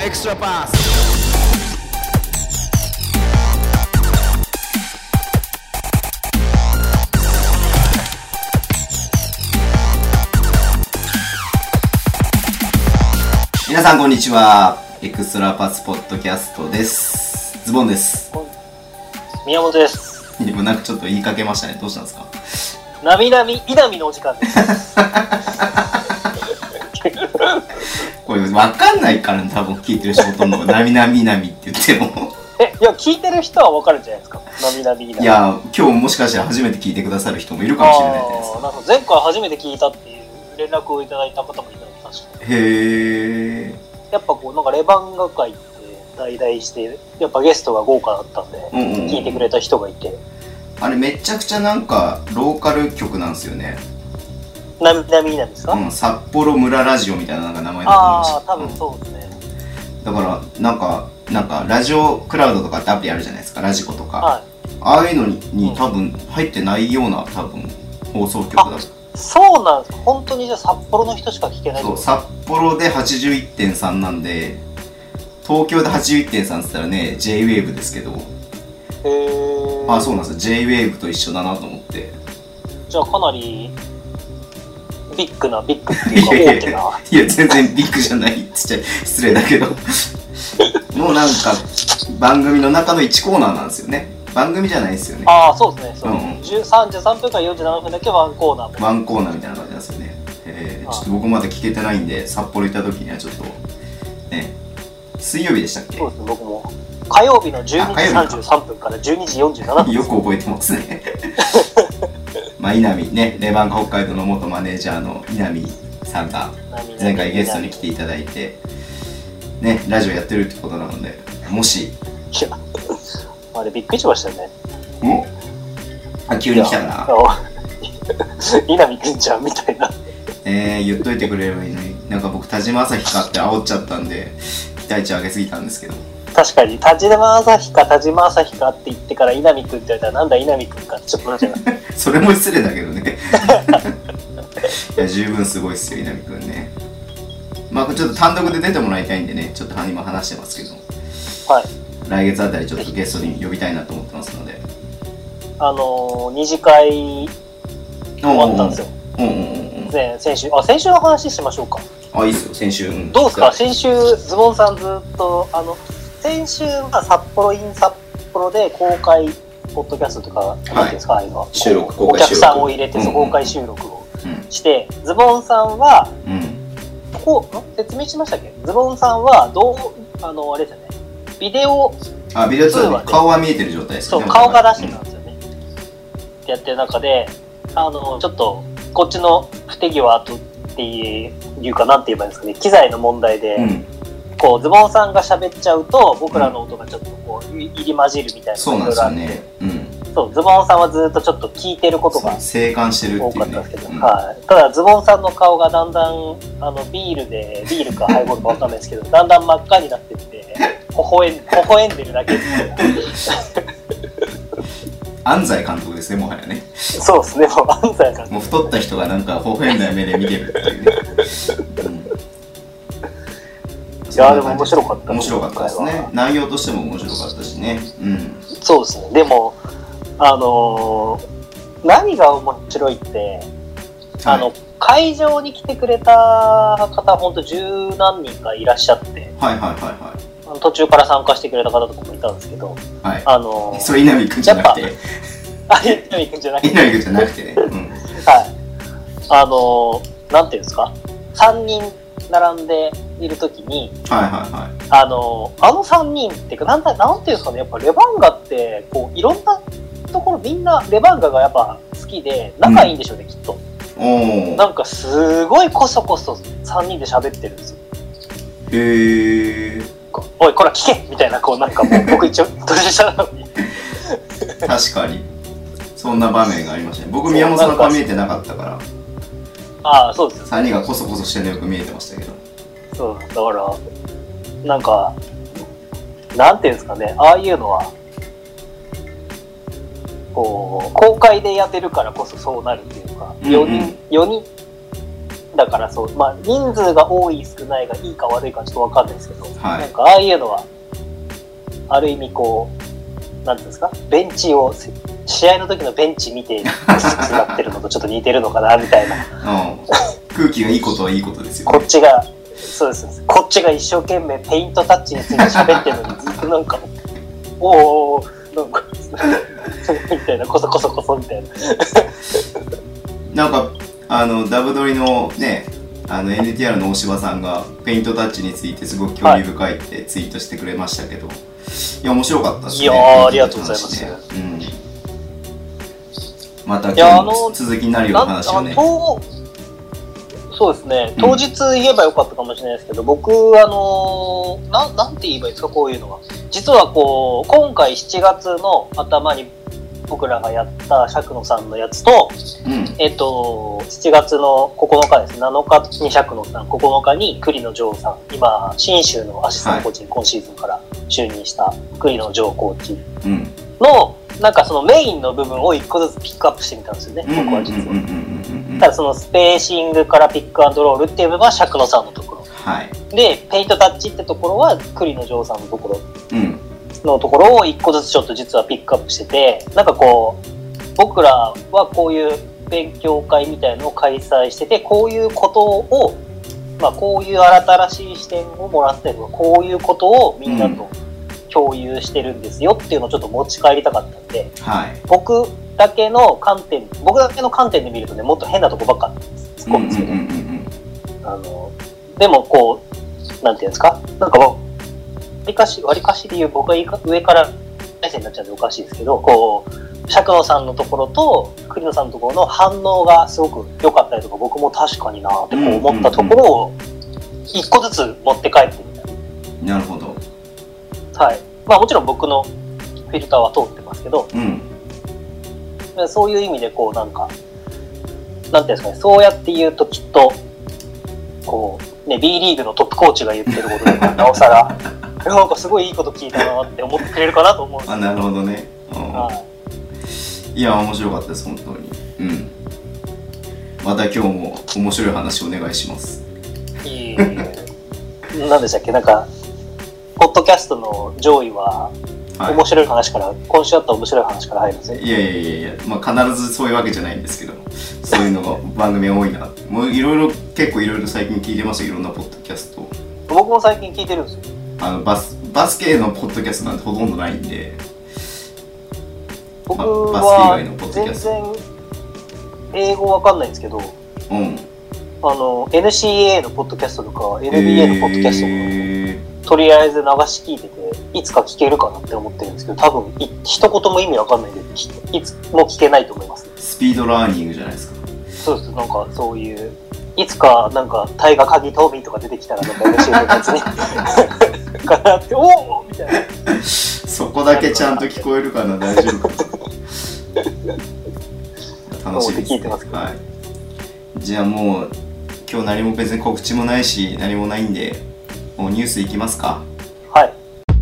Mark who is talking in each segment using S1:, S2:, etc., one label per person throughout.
S1: Extra Pass。皆さんこんにちは。エクストラパスポッドキャストです。ズボンです。
S2: 宮本です。
S1: でもなんかちょっと言いかけましたね。どうしたんですか？
S2: なみなみ稲見のお時間です。
S1: これ分かんないからね、多分聞いてる人ほとんどがなみなみ稲見って言っても
S2: いや聞いてる人は分かるんじゃないですか。なみなみ稲見。
S1: いや今日もしかしたら初めて聞いてくださる人もいるかもしれないじゃないですか。
S2: なんか前回初めて聞いたっていう連絡をいただいた方もいたので、確かに。
S1: へー。
S2: やっぱこうなんかレバンガ会って題材してやっぱゲストが豪華だったんで、聞いてくれた人がいて、
S1: あれめちゃくちゃなんかローカル曲なんですよね。
S2: なみなみ稲見ですか？
S1: 札幌村ラジオみたいななんか名前だと思いました。
S2: 多分そうですね。
S1: だからなんかラジオクラウドとかってアプリあるじゃないですか、ラジコとか、
S2: はい、
S1: ああいうのに多分入ってないような多分放送局だと。
S2: そうなんですか。本当にじゃあ札幌の人しか聞けない。
S1: そう、札幌で 81.3 なんで、東京で 81.3 って言ったらね J-WAVE ですけど、あ、そうなんですよ。 J-WAVE と一緒だなと思って。じ
S2: ゃあかなりビッグっていうか大きな。
S1: いや全然ビッグじゃないって言っちゃ失礼だけどもうなんか番組の中の1コーナーなんですよね。番組じゃないですよね。
S2: ああ、そうですね。そう、33分から47分だけワンコーナー。
S1: ワンコーナーみたいな感じなんですよね。ちょっと僕まだ聞けてないんで、札幌行った時にはちょっとね、水曜日でしたっけ？
S2: そうですね、僕も火曜日の12時33分から12時47分。
S1: よく覚えてますねまあ稲見ね、レバンガ北海道の元マネージャーの稲見さんが前回ゲストに来ていただいてね、ラジオやってるってことなので、もし、
S2: いやあれびっくりしましたよね。
S1: 急に来たから
S2: 稲見くんちゃんみたいな
S1: 言っといてくれればいいのに、なんか僕田島朝日かって煽っちゃったんで期待値上げすぎたんですけど。確
S2: かに田島朝日かって言ってから稲見くんって言われたら、なんだ稲見くんかってちょっとなっちゃいます
S1: それも失礼だけどねいや十分すごいっすよ稲見くんね。まあちょっと単独で出てもらいたいんでね、ちょっと今話してますけど、
S2: はい、来
S1: 月あたりちょっとゲストに呼びたいなと思ってますので、
S2: 二次会終わったんですよ。先週の話しましょうか。
S1: いいっすよ、先週。
S2: どうですか？先週ズボンさんずっと先週は札幌で公開ポッドキャストとか、なんていうんですか、
S1: 収録、
S2: お客さんを入れて公開収録をして、ズボンさんは説明しましたっけ？ズボンさんはあれですよね、ビデオ通
S1: 話で顔は見えてる状態ですね。
S2: そう、顔が出してたんですよね。ってやってる中でちょっとこっちの不手際っていうか、なんて言えばいいんですかね、機材の問題で、こうズボンさんが喋っちゃうと僕らの音がちょっとこう入り混じるみたいな
S1: そうなんですよね。
S2: そう、ズボンさんはずっとちょっと聞いてることが
S1: 静観してるっていうね、
S2: 多かったんですけど、はい。ただズボンさんの顔がだんだんビールかハイボールかわかんないですけど、だんだん真っ赤になってって微笑んでるだけです
S1: 安西監督ですね、もはやね。
S2: そうですね、もう安西監督。
S1: もう太った人がなんか微笑んだ目で見てるっていうね。
S2: いやでも面白かった
S1: ですね。内容としても面白かったしね。
S2: そうですね。でも何が面白いって、会場に来てくれた方ほんと十何人かいらっしゃって、途中から参加してくれた方とかもいたんですけど、
S1: それ稲見くんじゃなくて
S2: 稲見くんじゃなくて
S1: ね、
S2: はい、なんていうんですか、3人並んでいるときに、3人っていうか、なんていうんですかね、やっぱレバンガってこういろんなところみんなレバンガがやっぱ好きで仲いいんでしょうね、きっと。なんかすごいこそこそ3人で喋ってるんですよ。
S1: へー。
S2: おいこら聞けみたいな、こうなんかもう僕一応年下なのに
S1: 確かにそんな場面がありましたね。僕宮本さんの顔見えてなかったから。
S2: そうですよ、
S1: 3人がコソコソしてるのよく見えてましたけど。
S2: そうだからなんかなんていうんですかね、ああいうのはこう公開でやってるからこそそうなるっていうか、4人だからそう、まあ人数が多い少ないがいいか悪いかちょっとわかんないですけど、
S1: はい、
S2: なんかああいうのはある意味こうなんていうんですか、ベンチを試合の時のベンチ見てなってるのとちょっと似てるのかなみたいな、
S1: うん、空気がいいことはいいことですよ、
S2: ね、こっちがそうですこっちが一生懸命ペイントタッチについて喋ってるのにずっとなんかおーなんかみたいなコソコソコソみたいな
S1: なんかダブドリのねNTR の大柴さんがペイントタッチについてすごく興味深いってツイートしてくれましたけど、はい、いや面白かったですね。
S2: いやありがとうございます、
S1: うん、また今日の続きになるような話をね。
S2: そうですね、当日言えばよかったかもしれないですけど、僕なんて言えばいいですか、こういうのは実はこう今回7月の頭に僕らがやった釈野さんのやつと、7月の9日です。7日に釈野さん、9日に栗野城さん、今信州のアシスタントコーチに今シーズンから就任した栗野城コーチの、なんかそのメインの部分を1個ずつピックアップしてみたんですよね、僕は実は。ただそのスペーシングからピックアンドロールっていう部分は釈野さんのところ、
S1: はい、で
S2: ペイントタッチってところは栗野城さんのところ、のところを一個ずつちょっと実はピックアップしてて、なんかこう僕らはこういう勉強会みたいのを開催してて、こういうことを、まあこういう新しい視点をもらったりとか、こういうことをみんなと共有してるんですよっていうのをちょっと持ち帰りたかったんで、はい、僕だけの観点で見るとね、もっと変なとこばっか突っ込むんですけど、でもこうなんていうんですか、なんかわりかしでいう僕が上から目線になっちゃうんでおかしいですけど、こう釈野さんのところと栗野さんのところの反応がすごく良かったりとか、僕も確かになってこう思ったところを一個ずつ持って帰ってみたいな。
S1: なるほど。
S2: はい。まあもちろん僕のフィルターは通ってますけど、そういう意味でこうなんかなんていうんですかね、そうやって言うときっとこうね B リーグのトップコーチが言ってることだからなおさらなんかすごいいいこと聞いたなって思ってくれるかなと思うんですよ。
S1: なるほどね。いや面白かったです本当に。また今日も面白い話お願いします。
S2: 何でしたっけ、なんかポッドキャストの上位は面白い話から、今週あった面白い話から入るんですね。
S1: いや、まあ必ずそういうわけじゃないんですけど、そういうのが番組多いな。もう結構いろいろ最近聞いてますよ、いろんなポッドキャスト。
S2: 僕も最近聞いてるんですよ。
S1: バスケのポッドキャストなんてほとんどないんで、
S2: 僕は全然英語わかんないんですけど、NCAA のポッドキャストとか NBA のポッドキャストもとりあえず流し聞いてて、いつか聞けるかなって思ってるんですけど、多分一言も意味わかんないんでいつも聞けないと思います、ね。
S1: スピードラーニングじゃないですか。
S2: そうです。なんかそういういつかなんかタイガカギトミーとか出てきたらなんか嬉しいやつねかなって、おおみたいな。
S1: そこだけちゃんと聞こえるかな、大丈夫かな。楽しみです、ね。聞いてますか。はい。じゃあもう今日何も別に告知もないし何もないんで、もうニュースいきますか。
S2: はい。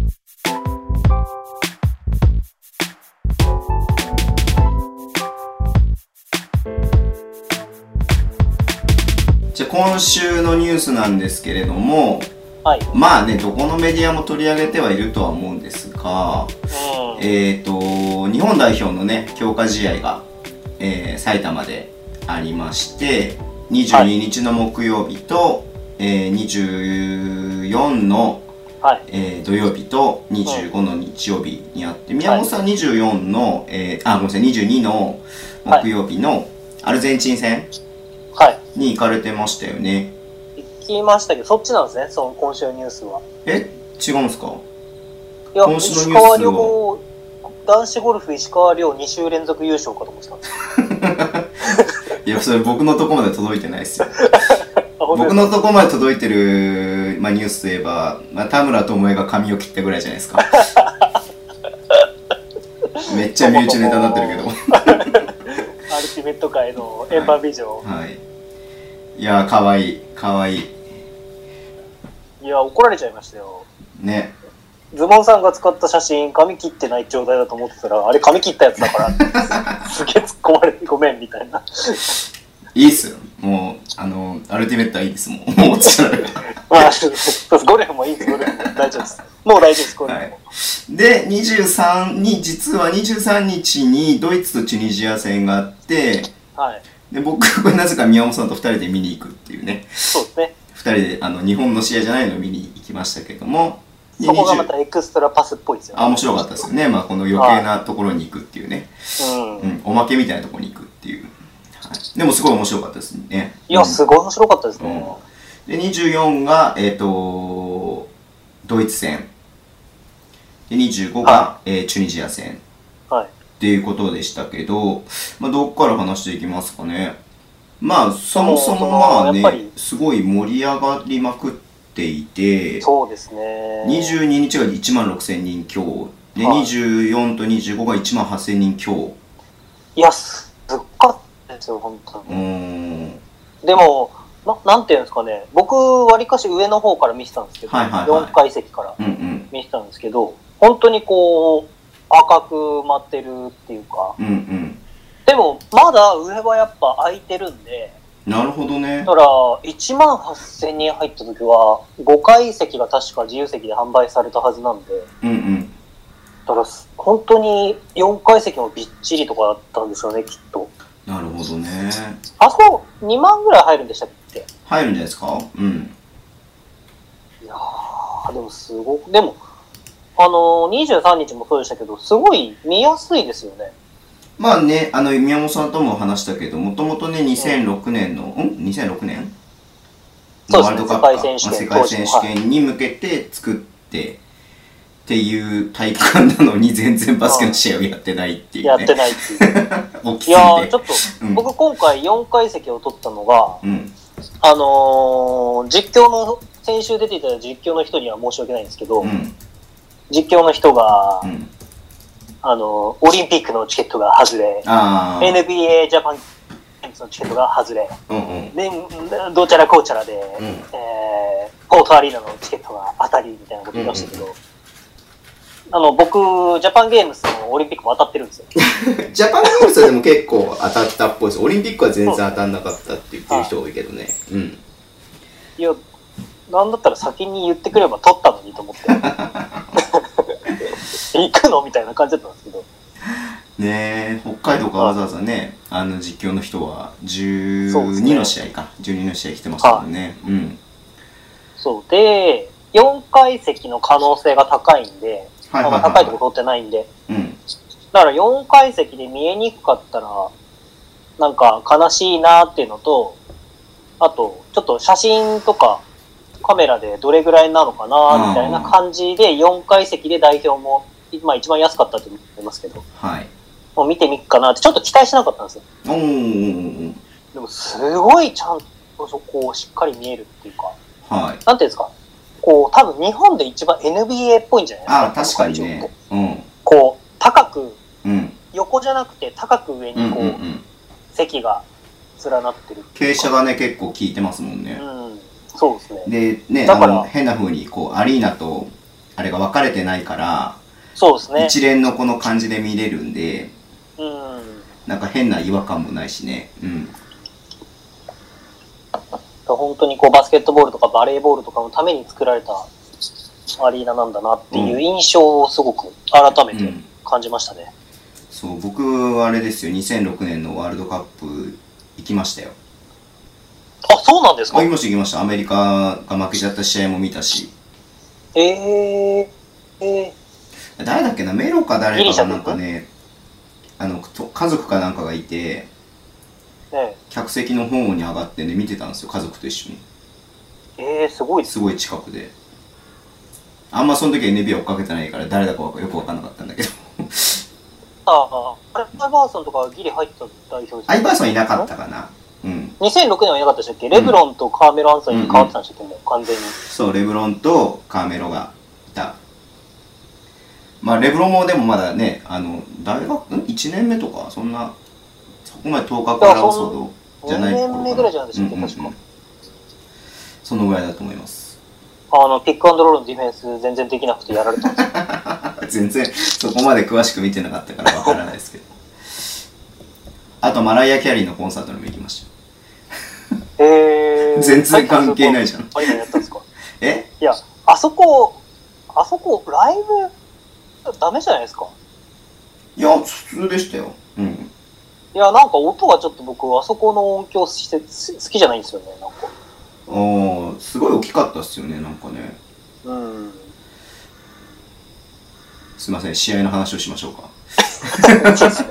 S1: じゃあ今週のニュースなんですけれども、
S2: はい、
S1: まあねどこのメディアも取り上げてはいるとは思うんですが、日本代表のね強化試合が、埼玉でありまして、22日の木曜日と、24の、土曜日と25の日曜日にあって、宮本さん24の、ごめんなさい22の木曜日のアルゼンチン戦に行かれてましたよね。
S2: 行きましたけど、そっちなんですね、その今週のニュースは。
S1: 違うんですか？
S2: いや、石川遼、男子ゴルフ石川遼2週連続優勝かと思ってたんです
S1: いや、それ僕のとこまで届いてないですよ僕のとこまで届いてる、ニュースといえば、田村智恵が髪を切ったぐらいじゃないですかめっちゃ身内ネタになってるけど
S2: アルティメット界の円盤美女、
S1: いや、かわいい。
S2: いや、怒られちゃいましたよ
S1: ね。
S2: ズボンさんが使った写真髪切ってない状態だと思ってたら、あれ髪切ったやつだからすげえ突っ込まれてごめんみたいな。
S1: いいっすよ。もアルティメットはいいですもん。もう力が。
S2: まあ、そうです。ゴルフもいいです、ゴルフも。大丈夫です。もう大丈夫です、ゴルフも。はい、
S1: で、実は23日にドイツとチュニジア戦があって、はい。で、僕はなぜか宮本さんと2人で見に行くっていうね。
S2: そうですね。
S1: 2人で日本の試合じゃないのを見に行きましたけども、
S2: そこがまたエクストラパスっぽいですよね。
S1: 面白かったですよね。まあ、この余計なところに行くっていうね。おまけみたいなところに行くっていう。はい、でもすごい面白かったですね。
S2: いや、すごい面白かったですね。
S1: で、24が、ドイツ戦。で、25が、チュニジア戦。はい。っていうことでしたけど、まあ、どっから話していきますかね。まあ、そもそもまあね、すごい盛り上がりまくっていて、
S2: そうですね。
S1: 22日が16,000人強。で、24と25が18,000人強。
S2: いや、すっごかったですよ、本当に。でも、なんていうんですかね、僕、わりかし上の方から見てたんですけど、4階席から見てたんですけど、本当にこう、赤く舞ってるっていうか、でも、まだ上はやっぱ空いてるんで、
S1: なるほどね。
S2: だから、18,000人入った時は、5階席が確か自由席で販売されたはずなんで、だから、本当に4階席もびっちりとかだったんですよね、きっと。
S1: なるほどね。
S2: あそこ、2万ぐらい入るんでしたっけ？
S1: 入るんじゃないですか？うん。
S2: いやー、でもすごく、でも、23日もそうでしたけど、すごい見やすいですよね。
S1: まあね、宮本さんとも話したけど、もともとね、2006年の、2006年
S2: そうですね、世界選手権。
S1: 世界選手権に向けて作ってっていう体育館なのに全然バスケの試合をやってないっていうね。
S2: やってないっていう。いやー、ちょっと、僕今回4階席を取ったのが、実況の、先週出ていた実況の人には申し訳ないんですけど、実況の人が、オリンピックのチケットが外れ、NBA ジャパンのチケットが外れ、で、どうちゃらこうちゃらで、ポートアリーナのチケットが当たりみたいなこと言いましたけど、僕、ジャパンゲームスのオリンピックも当たってるんですよ。
S1: ジャパンゲームスはでも結構当たったっぽいです。オリンピックは全然当たんなかったって言ってる人多いけどね。
S2: いや、なんだったら先に言ってくれば取ったのにと思って。行くのみたいな感じだったんですけど。
S1: ねえ、北海道からわざわざね、実況の人は12の試合か。12の試合来てましたもんね。
S2: そうで、4階席の可能性が高いんで、高いところ取ってないんで、だから4階席で見えにくかったら、なんか悲しいなっていうのと、あと、ちょっと写真とかカメラでどれぐらいなのかなみたいな感じで、4階席で代表も、まあ一番安かったと思いますけど、もう見てみっかなってちょっと期待しなかったんですよ。でもすごいちゃんとそこをしっかり見えるっていうか、なんていうんですか、こう多分日本で一番 NBA っぽいんじゃないですか。
S1: 確かにね。
S2: こう高く、横じゃなくて高く上にこう、席が連なってる。
S1: 傾斜がね結構効いてますもんね。
S2: そうですね。
S1: でね、だから変な風にこうアリーナとあれが分かれてないから、
S2: そうですね。
S1: 一連のこの感じで見れるんで、なんか変な違和感もないしね。
S2: 本当にこうバスケットボールとかバレーボールとかのために作られたアリーナなんだなっていう印象をすごく改めて感じましたね。
S1: そう、僕はあれですよ、2006年のワールドカップ行きましたよ。
S2: あ、そうなんですか？
S1: 行きました。アメリカが負けちゃった試合も見たし。誰だっけな、メロか誰かがなんかね、家族かなんかがいて、客席の方に上がってね、見てたんですよ、家族と一緒に。
S2: すごい。
S1: すごい近くで。あんまその時 NBA 追っかけてないから誰だかよく分かんなかったんだけど。
S2: あれ、アイバーソンとかギリ入ってた代表ですか？
S1: アイバーソンいなかったかな。
S2: 2006年はいなかったでしたっけ？レブロンとカーメロ・アンソニーに変わってたんでしたっけ？もう完全に。
S1: そう、レブロンとカーメロがいた。まあレブロンもでもまだね、大学1年目とかそんなそこまで10日からほどじゃない頃かな。2年目ぐらいじゃないでしたっけ、確か。そのぐらいだと思います。
S2: ピックアンドロールのディフェンス全然できなくてやられたんですよ。
S1: 全然そこまで詳しく見てなかったからわからないですけど。あとマライア・キャリーのコンサートにも行きました。
S2: へー。
S1: 全然関係ないじゃん。
S2: あれやったんですか？
S1: え？
S2: いや、あそこ、ライブ、ダメじゃないですか？
S1: いや、普通でしたよ。うん。
S2: いや、なんか音がちょっと僕、あそこの音響して好きじゃないんですよね、なんか。
S1: ああ、すごい大きかったっすよね、なんかね。
S2: うん。
S1: すいません、試合の話をしましょうか。
S2: そうですね。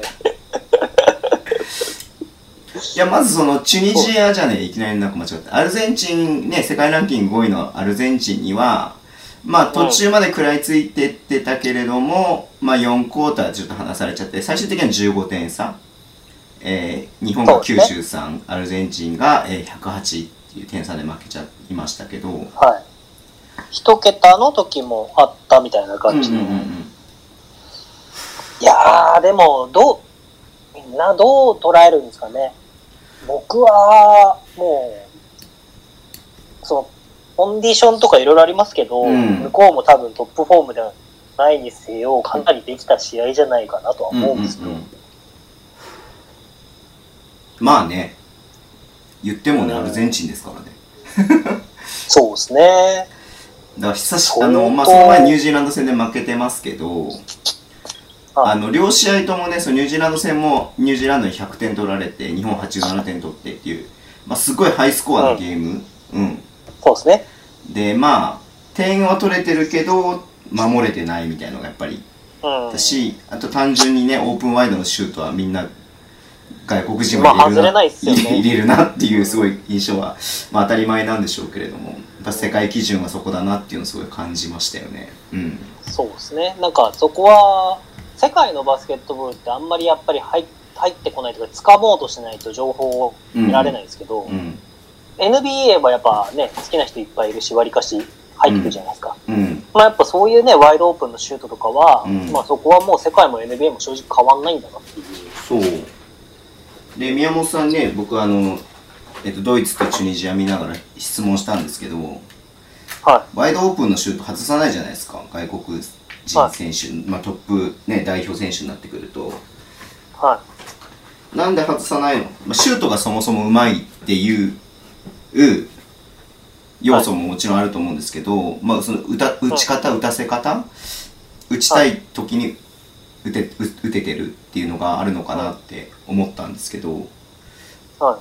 S1: いや、まずそのチュニジアじゃねえ、いきなりなんか間違った。アルゼンチンね、世界ランキング5位のアルゼンチンには、まあ途中まで食らいついてってたけれども、まあ4クォーターちょっと離されちゃって、最終的には15点差。日本が93、ね、アルゼンチンが108っていう点差で負けちゃいましたけど。
S2: はい。一桁の時もあったみたいな感じで。いやー、でも、みんなどう捉えるんですかね。僕は、もう、その、コンディションとかいろいろありますけど、向こうも多分トップフォームではないにせよ、かなりできた試合じゃないかなとは思うんですけど。
S1: まあね、言ってもね、アルゼンチンですからね。
S2: そうですね。
S1: だからまあその前ニュージーランド戦で負けてますけど、両試合ともね、そのニュージーランド戦もニュージーランドに100点取られて、日本87点取ってっていう、まあすごいハイスコアなゲーム。うん。
S2: そうですね。
S1: で、まあ、点は取れてるけど、守れてないみたいなのがやっぱり。だし、あと単純にね、オープンワイドのシュートはみんな、外国人は入れるなっていうすごい印象は、まあ当たり前なんでしょうけれども、やっぱ世界基準はそこだなっていうのをすごい感じましたよね。うん。
S2: そうですね。なんかそこは、世界のバスケットボールってあんまりやっぱり入ってこないとか、掴もうとしないと情報を得られないですけど、NBA はやっぱね、好きな人いっぱいいるし、わりかし入ってくるじゃないですか。まあやっぱそういうね、ワイドオープンのシュートとかは、まあそこはもう世界も NBA も正直変わんないんだなっていう。
S1: そう。で、宮本さんね、僕ドイツとチュニジア見ながら質問したんですけど、
S2: はい、
S1: ワイドオープンのシュート外さないじゃないですか、外国人選手、はい、まあ、トップ、ね、代表選手になってくると、
S2: はい、
S1: なんで外さないの、まあ、シュートがそもそもうまいっていう要素ももちろんあると思うんですけど、まあ、その打ち方、打たせ方、打ちたい時に打ててるっていうのがあるのかなって思ったんですけど、
S2: はい、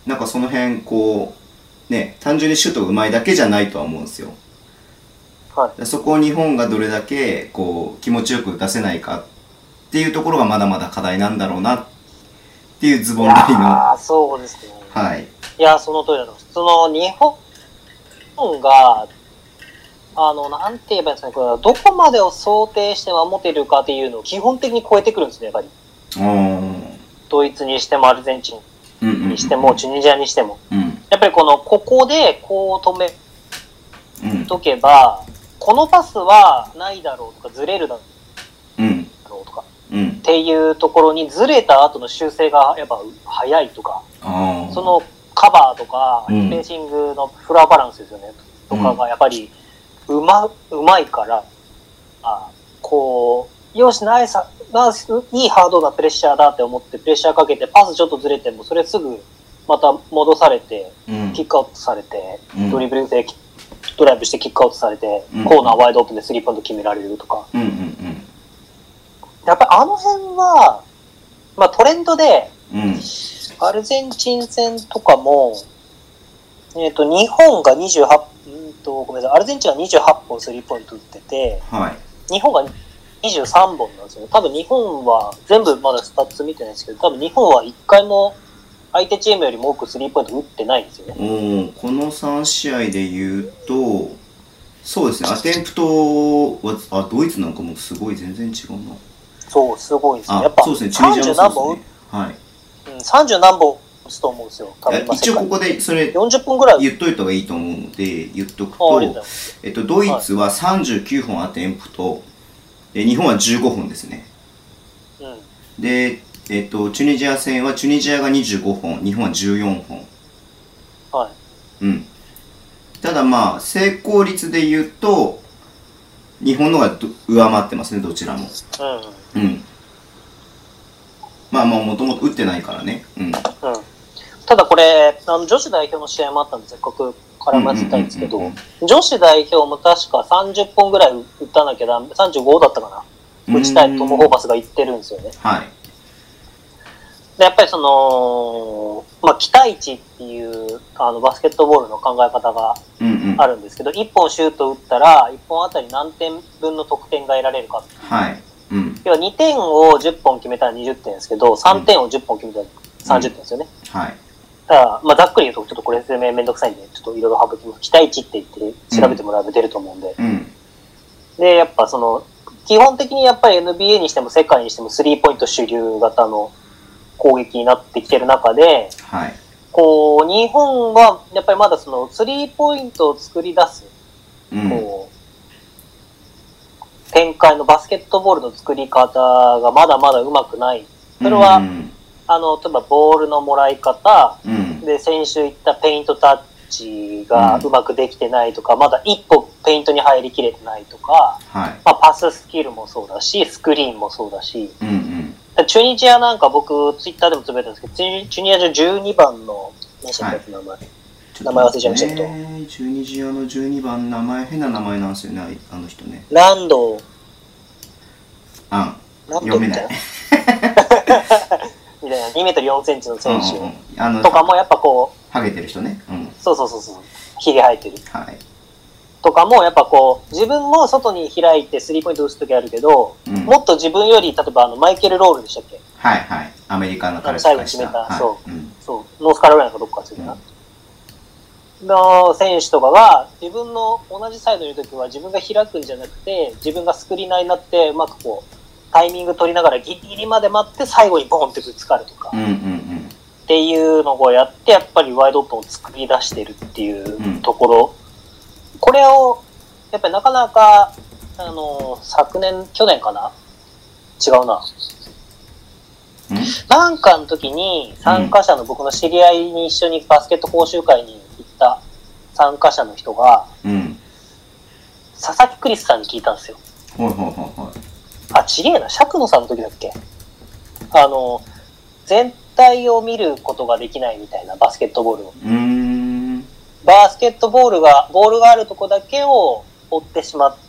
S1: なんかその辺こうね、単純にシュートがうまいだけじゃないとは思うんですよ。はい、そこを日本がどれだけこう気持ちよく打たせないかっていうところがまだまだ課題なんだろうなっていうズボンなりの。
S2: ああ、そうですね。
S1: はい。
S2: いや、その通りだと思います。その日本がなんて言えばいいんですかね、これどこまでを想定して守っているかっていうのを基本的に超えてくるんですね、やっぱり。ドイツにしてもアルゼンチンにしても、チュニジアにしても。やっぱりここでこう止めとけば、このパスはないだろうとか、ずれるだろうとか、っていうところにずれた後の修正がやっぱ早いとか、そのカバーとか、スペーシングのフロアバランスですよね、とかがやっぱり、うまいから、こう、よし、ナイス、いいハードなプレッシャーだって思ってプレッシャーかけてパスちょっとずれてもそれすぐまた戻されて、キックアウトされて、ドリブルでドライブしてキックアウトされて、コーナーワイドオープンでスリーポイント決められるとか。やっぱりあの辺は、まあトレンドで、アルゼンチン戦とかも、日本が28、ごめんなさい、アルゼンチンは28本スリーポイント打ってて、日本が23本なんですよね。多分日本は、全部まだスタッツ見てないですけど、多分日本は1回も相手チームよりも多くスリーポイント打ってないんですよね。
S1: この3試合で言うと、そうですね、アテンプトは、ドイツなんかもすごい全然違うな。
S2: そう、すごいですね。やっぱ、
S1: そうですね、チュニジアもそうですね。はい。
S2: 30何本打つと思うんですよ。
S1: 一応ここでそれ
S2: 40分ぐらい
S1: 言っといた方がいいと思うので言っとくと、ドイツは39本アテンプト、日本は15本ですね。で、チュニジア戦はチュニジアが25本、日本は14本。
S2: はい。
S1: ただまあ成功率で言うと日本の方が上回ってますね、どちらも。まあもともと打ってないからね。
S2: ただこれ、女子代表の試合もあったんで、せっかく絡ませたいんですけど、女子代表も確か30本ぐらい打たなきゃダメ、35だったかな、打ちたいとトム・ホーバスが言ってるんですよね。
S1: はい。
S2: で、やっぱりその、期待値っていう、バスケットボールの考え方があるんですけど、1本シュート打ったら、1本あたり何点分の得点が得られるかっていう。
S1: はい。
S2: 要は2点を10本決めたら20点ですけど、3点を10本決めたら30点ですよね。
S1: はい。
S2: だから、ざっくり言うと、ちょっとこれ説明めんどくさいんで、ちょっといろいろ省きます。期待値って言って調べてもらえば出ると思うんで。で、やっぱその、基本的にやっぱり NBA にしても世界にしてもスリーポイント主流型の攻撃になってきてる中で、
S1: はい。
S2: こう、日本はやっぱりまだそのスリーポイントを作り出す、こう、展開のバスケットボールの作り方がまだまだうまくない。それは、例えばボールのもらい方、で、先週言ったペイントタッチがうまくできてないとか、まだ一歩ペイントに入りきれてないとか、パススキルもそうだし、スクリーンもそうだし、チュニジアなんか僕、ツイッターでもつぶやいたんですけど、チュニジアの12番の、何でしたっけ、名前。名前忘れちゃいましたけど。
S1: チュニジアの12番、名前、変な名前なんですよね、あの人ね。
S2: ランド。
S1: 読めない。
S2: みたいな、2メートル4センチの選手とかもやっぱこう、
S1: ハゲてる人ね。
S2: そう、ヒゲ生えてる。
S1: はい。
S2: とかもやっぱこう、自分も外に開いてスリーポイント打つときあるけど、もっと自分より、例えばマイケル・ロールでしたっけ？
S1: はいはい。アメリカの彼
S2: 最後に決めた、そう、ノースカロライナかどっかですよね。の選手とかが、自分の同じサイドにいるときは自分が開くんじゃなくて、自分がスクリーナーになって、うまくこう、タイミング取りながらギリギリまで待って最後にボンってぶつかるとか、っていうのをやって、やっぱりワイドオープンを作り出してるっていうところ、これを、やっぱりなかなか、去年かな違うな。なんかの時に参加者の僕の知り合いに一緒にバスケット講習会に行った参加者の人が、佐々木クリスさんに聞いたんですよ。違えな、釈野さんの時だっけ？全体を見ることができないみたいな、バスケットボールを。バスケットボールがあるとこだけを追ってしまって、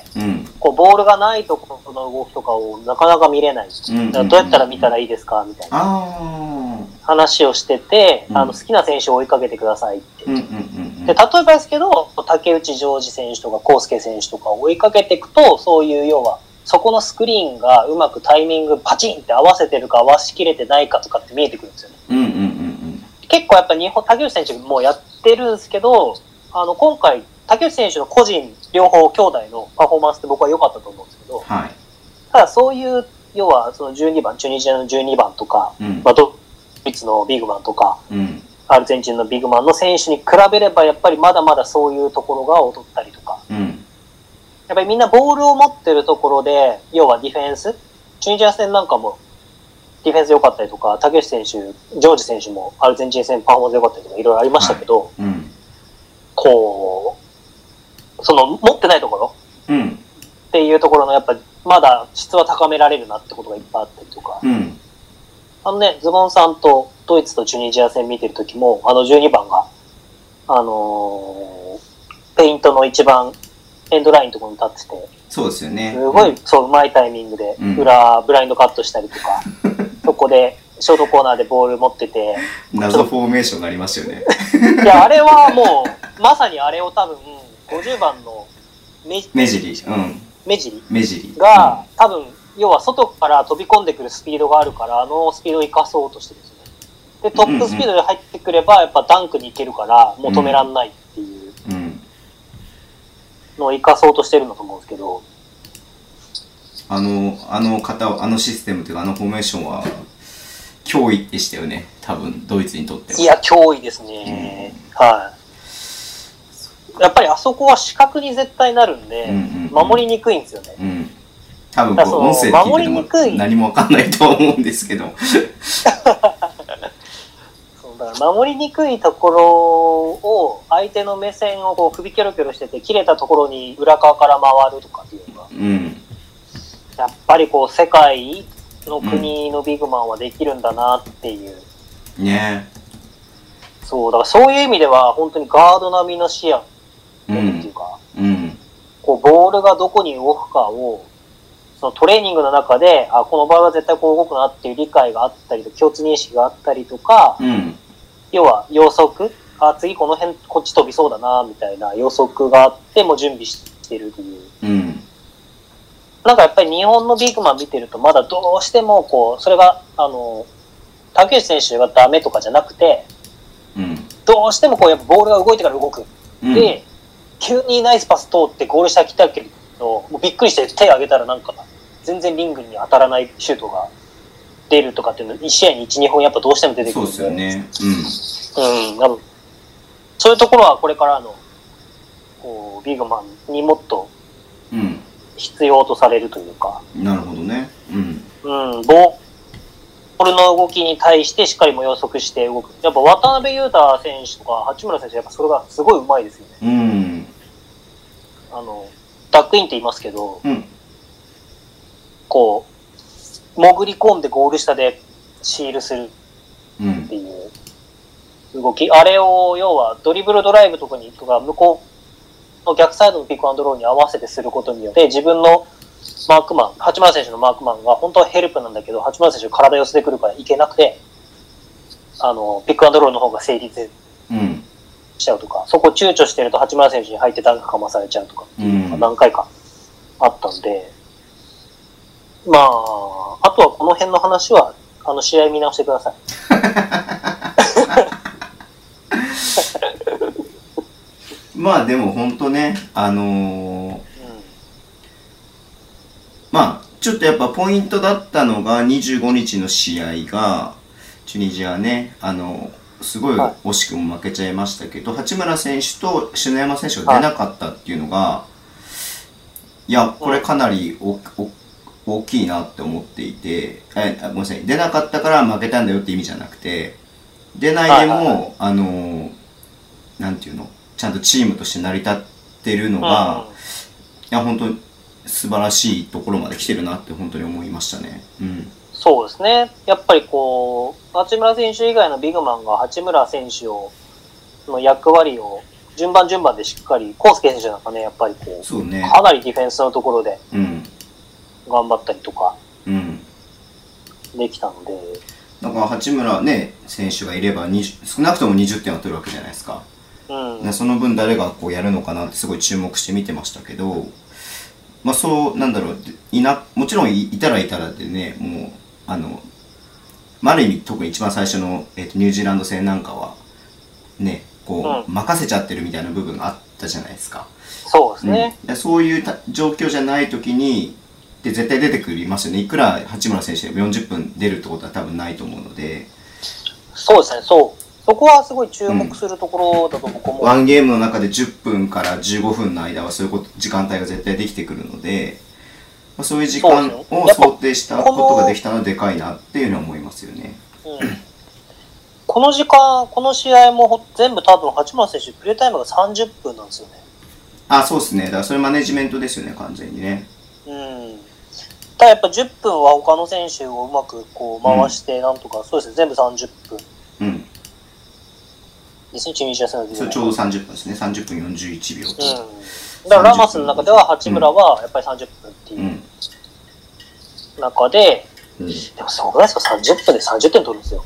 S2: こうボールがないところの動きとかをなかなか見れない。どうやったら見たらいいですかみたいな話をしてて、好きな選手を追いかけてくださいって。で、例えばですけど、竹内ジョージ選手とか康介選手とかを追いかけていくと、そういう要は、そこのスクリーンがうまくタイミングパチンって合わせてるか合わしきれてないかとかって見えてくるんですよね。結構やっぱ竹内選手もやってるんですけど、今回、竹内選手の個人、両方兄弟のパフォーマンスって僕は良かったと思うんですけど、ただそういう、要はその12番、チュニジアの12番とか、ドイツのビッグマンとか、アルゼンチンのビッグマンの選手に比べれば、やっぱりまだまだそういうところが劣ったりとか、やっぱりみんなボールを持ってるところで、要はディフェンス、チュニジア戦なんかもディフェンス良かったりとか、竹内選手、ジョージ選手もアルゼンチン戦パフォーマンス良かったりとかいろいろありましたけど、こう、その持ってないところ、っていうところのやっぱまだ質は高められるなってことがいっぱいあったりとか、ズボンさんとドイツとチュニジア戦見てる時も、12番が、ペイントの一番エンドラインのところに立ってて、
S1: そうですよね。
S2: すごい、うまいタイミングで、ブラインドカットしたりとか、そこで、ショートコーナーでボール持ってて。
S1: 謎フォーメーションがありますよね。
S2: いや、あれはもう、まさにあれを多分、50番の目尻が、多分、要は外から飛び込んでくるスピードがあるから、スピードを生かそうとしてるんですよね。で、トップスピードで入ってくれば、やっぱダンクに行けるから、もう止めらんないっていうのを生かそうとしてるんだと思うんですけど。
S1: システムというか、フォーメーションは、脅威でしたよね。多分、ドイツにとっては。
S2: いや、脅威ですね。やっぱりあそこは視覚に絶対なるんで、守りにくいんですよね。
S1: 多分音声で聞いてても何も分かんないと思うんですけど。
S2: だから守りにくいところを相手の目線をこう首キョロキョロしてて切れたところに裏側から回るとかっていうのが、やっぱりこう世界の国のビッグマンはできるんだなっていう。
S1: ね
S2: そう、だからそういう意味では、本当にガード並みの視野っていうか、こう、ボールがどこに動くかを、そのトレーニングの中で、あ、この場合は絶対こう動くなっていう理解があったりと、共通認識があったりとか、要は予測、あ、次この辺こっち飛びそうだな、みたいな予測があっても準備してるという。なんかやっぱり日本のビッグマン見てると、まだどうしてもこう、それが、竹内選手がダメとかじゃなくて、どうしてもこう、やっぱボールが動いてから動く。で、急にナイスパス通ってゴール下来たけど、もうびっくりして手挙げたらなんか、全然リングに当たらないシュートが出るとかっていうの、1試合に1、2本やっぱどうしても出てくるんで。
S1: そうですよね。
S2: そういうところはこれからの、こう、ビッグマンにもっと、必要とされるというか。
S1: なるほどね。
S2: ボールの動きに対してしっかりも予測して動く。やっぱ渡辺裕太選手とか八村選手、やっぱそれがすごい上手いですよね。ダックインって言いますけど、こう、潜り込んでゴール下でシールするっていう動き。あれを、要はドリブルドライブとか向こうの逆サイドのピックアンドロールに合わせてすることによって、自分のマークマン、八村選手のマークマンが本当はヘルプなんだけど、八村選手体寄せてくるからいけなくて、ピックアンドロールの方が成立しちゃうとか、そこ躊躇してると八村選手に入ってダンクかまされちゃうとかっていうのが何回かあったんで、まあ、あとはこの辺の話は、試合見直してください。
S1: まあでも本当ね、まあちょっとやっぱポイントだったのが25日の試合がチュニジアね、すごい惜しくも負けちゃいましたけど、八村選手と篠山選手が出なかったっていうのが、いやこれかなり大きいなって思っていて、ごめんなさい、出なかったから負けたんだよって意味じゃなくて、出ないでも、なんていうの、ちゃんとチームとして成り立ってるのが、いや本当に素晴らしいところまで来てるなって本当に思いましたね。
S2: そうですね。やっぱりこう、八村選手以外のビッグマンが八村選手の役割を順番でしっかり、康介選手なんかね、やっぱりこう、
S1: そうね、
S2: かなりディフェンスのところで頑張ったりとかできたので、
S1: だから八村ね選手がいれば少なくとも20点は取るわけじゃないですか。その分誰がこうやるのかなってすごい注目して見てましたけど、まあそうなんだろう、もちろんいたらでね、もうある意味特に一番最初の、ニュージーランド戦なんかはねこう、任せちゃってるみたいな部分があったじゃないですか。
S2: そうですね。
S1: そういう状況じゃない時にで絶対出てくりますよね。いくら八村選手でも40分出るってことは多分ないと思うので。
S2: そうですね。そこはすごい注目するところだと僕も、
S1: ワンゲームの中で10分から15分の間はそういう時間帯が絶対できてくるので、そういう時間を想定したことができたのはでかいなっていうのは思いますよね。
S2: この時間、この試合も全部多分八村選手プレータイムが30分なんですよね。
S1: あ、そうですね。だからそれマネジメントですよね、完全にね。
S2: ただやっぱ10分は他の選手をうまくこう回してなんとか、そうですね、全部30分。ですね、チュニジア戦の時
S1: ちょうど30分ですね。30分41秒。
S2: だからラマスの中では八村はやっぱり30分っていう中で、でもすごくないですか、30分で30点取るんですよ。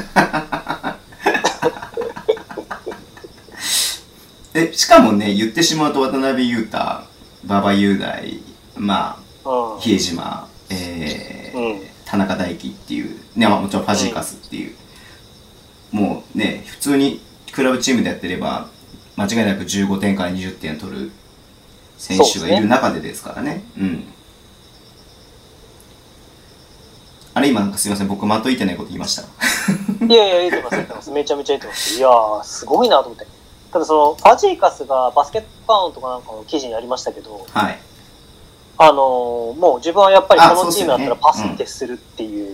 S1: しかもね、言ってしまうと渡辺裕太、馬場雄大、まあ、比江島、田中大輝っていう、ね、もちろんファジーカスっていう、もうね、普通にクラブチームでやってれば間違いなく15点から20点取る選手がいる中でですからね。あれ今なんかすみません、僕的いてないこと言いました。
S2: いや言ってます。めちゃめちゃ言ってます。いやーすごいなと思って。ただそのファジーカスがバスケットカウンとかなんかの記事にありましたけど、もう自分はやっぱりこのチームだったらパスってするっていう。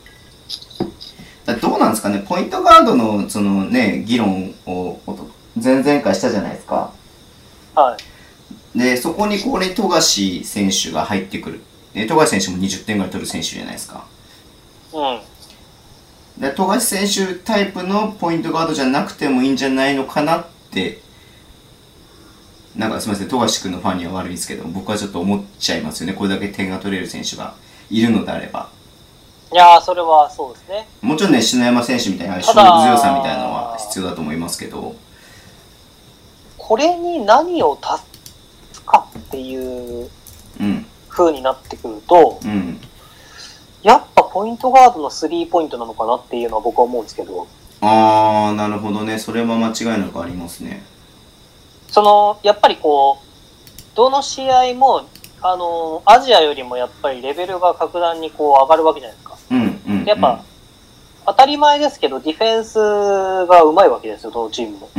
S1: どうなんですかね、ポイントガードのそのね議論を前々回したじゃないですか。でそこにこれ富樫選手が入ってくる。富樫選手も20点ぐらい取る選手じゃないですか。 で富樫選手タイプのポイントガードじゃなくてもいいんじゃないのかなって、なんかすみません、富樫君のファンには悪いですけど、僕はちょっと思っちゃいますよね。これだけ点が取れる選手がいるのであれば。
S2: いやー、それはそうですね。
S1: もちろんね、篠山選手みたいな勝負強さみたいなのは必要だと思いますけど、
S2: これに何を足すかっていう風になってくると、
S1: うん、
S2: やっぱポイントガードのスリーポイントなのかなっていうのは僕は思うんですけど。
S1: あー、なるほどね。それは間違いなくありますね。
S2: やっぱりこう、どの試合も、アジアよりもやっぱりレベルが格段にこう上がるわけじゃないですか。やっぱ、当たり前ですけど、ディフェンスが上手いわけですよ、どのチームも。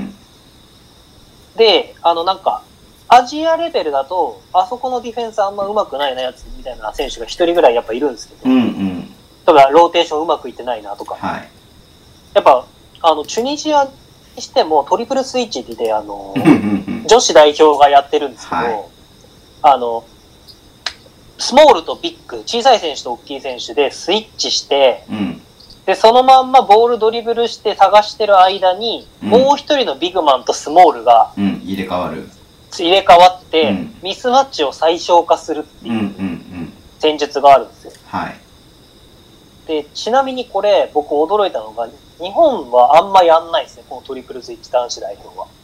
S2: で、なんか、アジアレベルだと、あそこのディフェンスあんま上手くないなやつみたいな選手が一人ぐらいやっぱいるんですけど、とか、ローテーションうまくいってないなとか。
S1: はい、
S2: やっぱ、チュニジアにしてもトリプルスイッチで、女子代表がやってるんですけど、はい、スモールとビッグ、小さい選手と大きい選手でスイッチして、で、そのまんまボールドリブルして探してる間に、もう一人のビッグマンとスモールが、
S1: 入れ替
S2: わって、ミスマッチを最小化するっていう戦術があるんですよ。
S1: はい。
S2: で、ちなみにこれ、僕驚いたのが、日本はあんまやんないですね、このトリプルスイッチ男子代表は。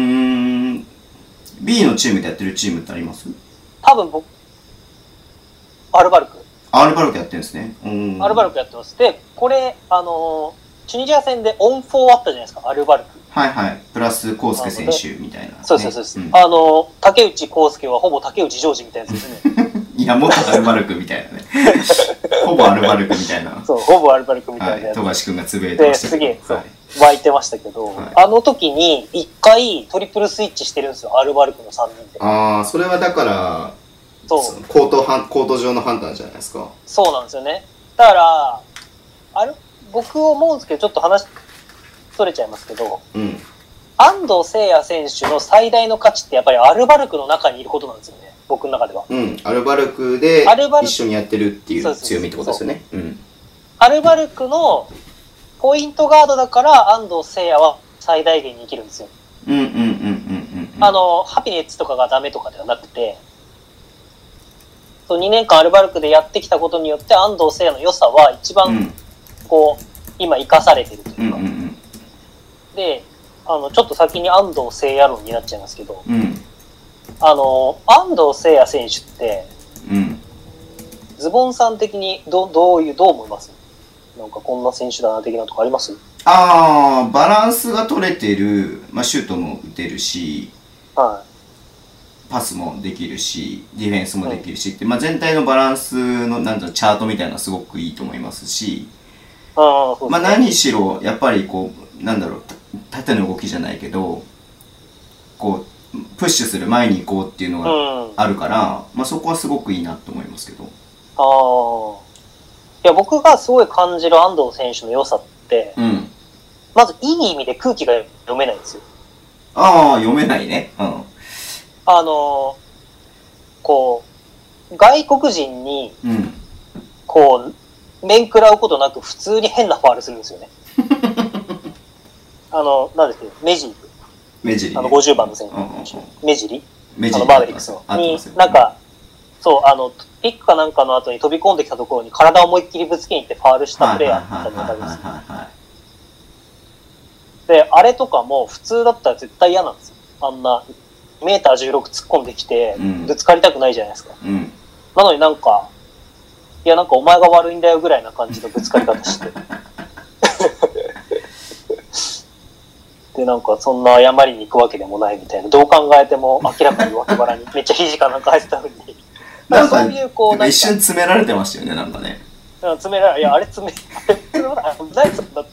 S1: B のチームでやってるチームってあります？
S2: 多分僕、アルバルク
S1: やってるんですね。
S2: アルバルクやってます。で、これ、チュニジア戦でオン4あったじゃないですか、アルバルク。
S1: はいはい。プラス、コウスケ選手みたいな、ね。
S2: そうです。竹内コウスケはほぼ竹内ジョージみたいなやつですね。
S1: いや、もっとアルバルクみたいなね。ほぼアルバルクみたいな。
S2: そう、ほぼアルバルクみたいなやつ。
S1: 富樫君がつぶやいてましたけど。
S2: すげえ、湧いてましたけど、あの時に一回トリプルスイッチしてるんですよ、アルバルクの3人で。
S1: ああ、それはだから、コート上の判断じゃないですか。
S2: そうなんですよね。だから、僕思うんですけど、ちょっと話、それちゃいますけど、安藤聖也選手の最大の価値ってやっぱりアルバルクの中にいることなんですよね、僕の中では。
S1: アルバルクで一緒にやってるっていう強みってことですよね。
S2: アルバルクのポイントガードだから安藤聖也は最大限に生きるんですよ。ハピネッツとかがダメとかではなくて、2年間アルバルクでやってきたことによって安藤聖也の良さは一番こう、今生かされてるというか。で、ちょっと先に安藤聖也論になっちゃいますけど、安藤聖也選手って、ズボンさん的にどう思います？なんかこんな選手だな的なとこあります？
S1: バランスが取れてる、シュートも打てるし、パスもできるし、ディフェンスもできるしって、全体のバランスのチャートみたいなのはすごくいいと思いますし、何しろやっぱりこう縦の動きじゃないけど、こうプッシュする、前に行こうっていうのがあるから、そこはすごくいいなと思いますけど。
S2: いや、僕がすごい感じる安藤選手の良さって、まずいい意味で空気が読めないんですよ。
S1: 読めないね。
S2: こう外国人にこう面食らうことなく普通に変なファウルするんですよね。なんですけど、メジリ、50番の選手、メジリ、バーベリックスのに、なんか、そう、ピックかなんかの後に飛び込んできたところに体を思いっきりぶつけに行ってファウルしたプレーヤーだったのがあるんですよ。で、あれとかも普通だったら絶対嫌なんですよ。あんなメーター16突っ込んできてぶつかりたくないじゃないですか。なのになんかお前が悪いんだよぐらいな感じのぶつかり方して。で、なんかそんな謝りに行くわけでもないみたいな。どう考えても明らかに脇腹にめっちゃ肘かなんか入ってたのに。
S1: なんかそういうこう一瞬詰められてましたよね、なんかね。
S2: いや、あれ詰めないぞだって。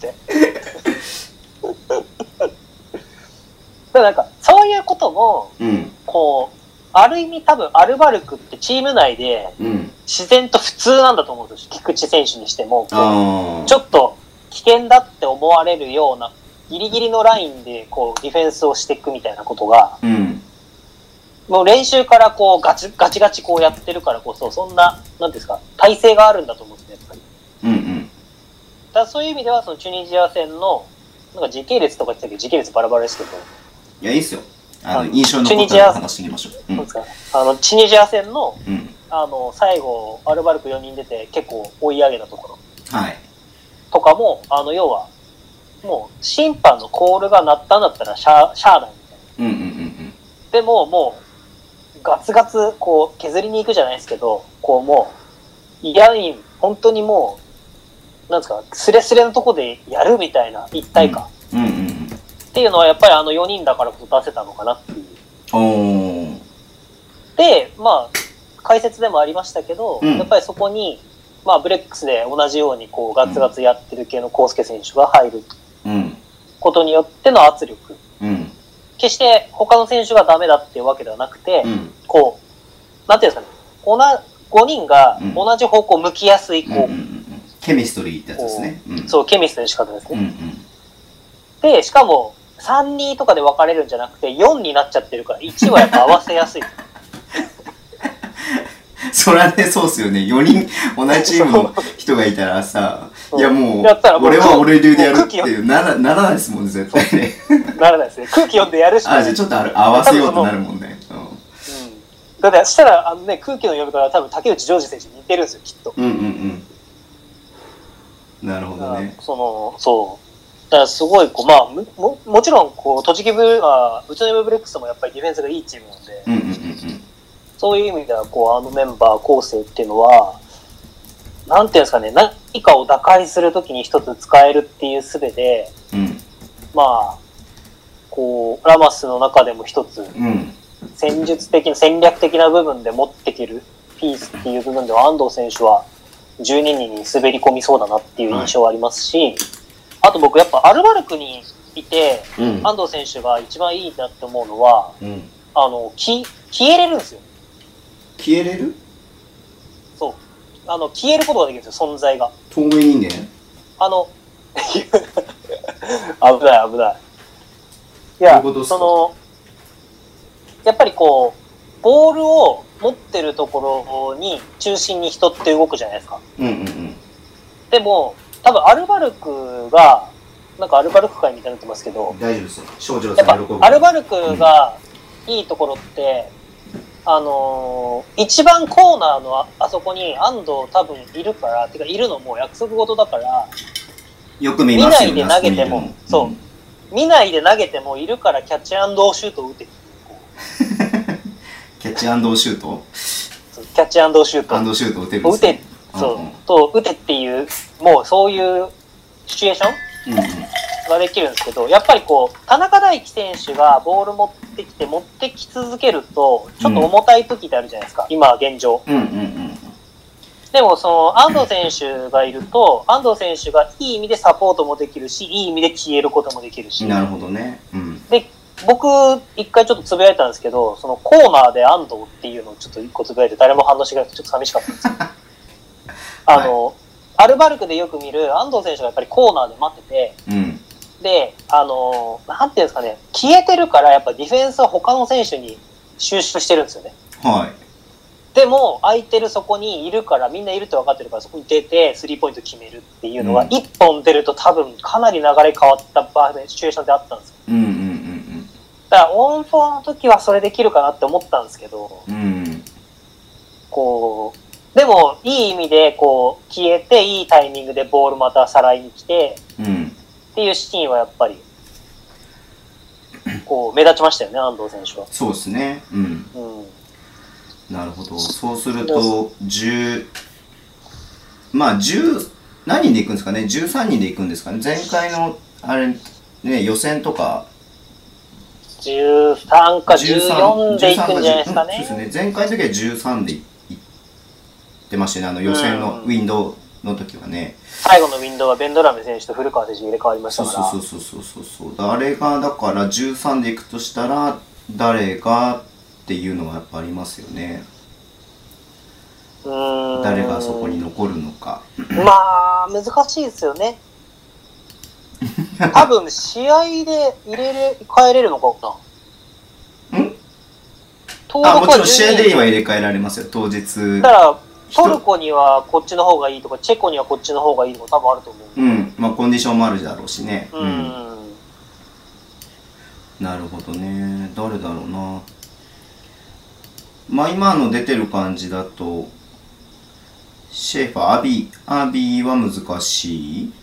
S2: なんかそういうことも、こうある意味多分アルバルクってチーム内で自然と普通なんだと思うんですよ。菊池選手にしてもちょっと危険だって思われるようなギリギリのラインでこうディフェンスをしていくみたいなことが、もう練習からこうガチガチこうやってるからこそ、そんななんですか、体勢があるんだと思うんですね、やっぱり。 だそういう意味ではそのチュニジア戦のなんか時系列とか言ってたけど時系列バラバラですけど、
S1: いやいいっすよ。印象に残った話していきましょう。
S2: そうですか。チュニジア戦の、最後アルバルク4人出て結構追い上げたところ、
S1: はい、
S2: とかも要はもう審判のコールが鳴ったんだったらしゃあないみたいな。でももうガツガツこう削りに行くじゃないですけど、こうもう嫌に本当にもうなんですかスレスレのとこでやるみたいな一体感。っていうのはやっぱり4人だからこそ出せたのかなっていう。で、まあ解説でもありましたけど、やっぱりそこにまあブレックスで同じようにこうガツガツやってる系の康介選手が入ることによっての圧力。決して他の選手がダメだっていうわけではなくて、こうなんていうんですかね、5人が同じ方向向きやすいこう、
S1: ケミストリーってやつですね。
S2: そうケミストリーの仕方ですね。でしかも3-2とかで分かれるんじゃなくて4になっちゃってるから1はやっぱ合わせやすい。
S1: そりゃね、そうっすよね。4人同じチームの人がいたらさ、いやもう俺は俺流でやるっていうならないですもんね、絶対ね。
S2: ならないですね。空気読んでやるしかない。
S1: じゃあちょっと合わせようとなるもんね。
S2: だってしたら空気の読み方は多分竹内ジョージ選手に似てるんですよ、きっと。
S1: なるほどね。
S2: そうだからすごいこう、まあ、もちろんこう栃木宇都宮ブレックスもやっぱりディフェンスがいいチームなんで、そういう意味ではこうメンバー構成っていうのはなんていうんですかね、何かを打開するときに一つ使えるっていう術で、まあこうラマスの中でも一つ、戦術的な戦略的な部分で持っていけるピースっていう部分では安藤選手は12人に滑り込みそうだなっていう印象はありますし、あと僕やっぱアルバルクにいて、安藤選手が一番いいなって思うのは、消えれるんですよ。
S1: 消えれる？
S2: そう。消えることができるんですよ、存在が。
S1: 透明人間？
S2: 危ない危ない。いや、やっぱりこう、ボールを持ってるところに中心に人って動くじゃないですか。でも、多分アルバルクが、なんかアルバルク界みたいになってますけど、
S1: 大丈夫ですよ。少女
S2: やっぱアルバルクがいいところって、一番コーナーのあそこに安藤多分いるから、てかいるのも約束事だから、
S1: よく見ますよね。
S2: 見ないで投げても、そう、見ないで投げてもいるからキャッチ&シュートを打て。
S1: キャッチ&シュート？
S2: キャッチ&シュート。
S1: シュート打てるん
S2: ですね。打てっていう、もうそういうシチュエーションができるんですけど、やっぱりこう、田中大輝選手がボール持ってき続けると、ちょっと重たい時ってあるじゃないですか、今現状。でもその安藤選手がいると、安藤選手がいい意味でサポートもできるし、いい意味で消えることもできるし。
S1: なるほどね。
S2: で、僕、一回ちょっとつぶやいたんですけど、そのコーナーで安藤っていうのをちょっと一個つぶやいて誰も反応してくれなくてちょっと寂しかったんですよ。アルバルクでよく見る安藤選手がやっぱりコーナーで待ってて、で、なんていうんですかね、消えてるからやっぱディフェンスは他の選手に収集してるんですよね。でも空いてるそこにいるから、みんないるって分かってるからそこに出てスリーポイント決めるっていうのが1本出ると多分かなり流れ変わったシチュエーションであったんですよ。だからオンフォーの時はそれできるかなって思ったんですけど、こうでもいい意味でこう消えていいタイミングでボールまたさらいに来て、っていうシーンはやっぱりこう目立ちましたよね、安藤選手は。
S1: そうですね。なるほど。そうするとまあ何人で行くんですかね。13人で行くんですかね。前回のあれね、予選とか
S2: 13か14で行くんじゃないですかね。
S1: そうですね。前回の時は13で行ってましたね。予選のウィンドウの時はね。
S2: 最後のウィンドウはベンドラメ選手と古川選手に入れ替わりましたから。
S1: そう。あれがだから13で行くとしたら誰がっていうのはやっぱありますよね。誰がそこに残るのか。
S2: まあ難しいですよね。多分試合で変えれるのかな。
S1: もちろん試合では入れ替えられますよ、当日。
S2: だからトルコにはこっちの方がいいとか、チェコにはこっちの方がいいとか多分あると思う。
S1: まあコンディションもあるだろうしね。
S2: うん。
S1: なるほどね。誰だろうな。まあ今の出てる感じだと、シェーファー、アビーは難しい。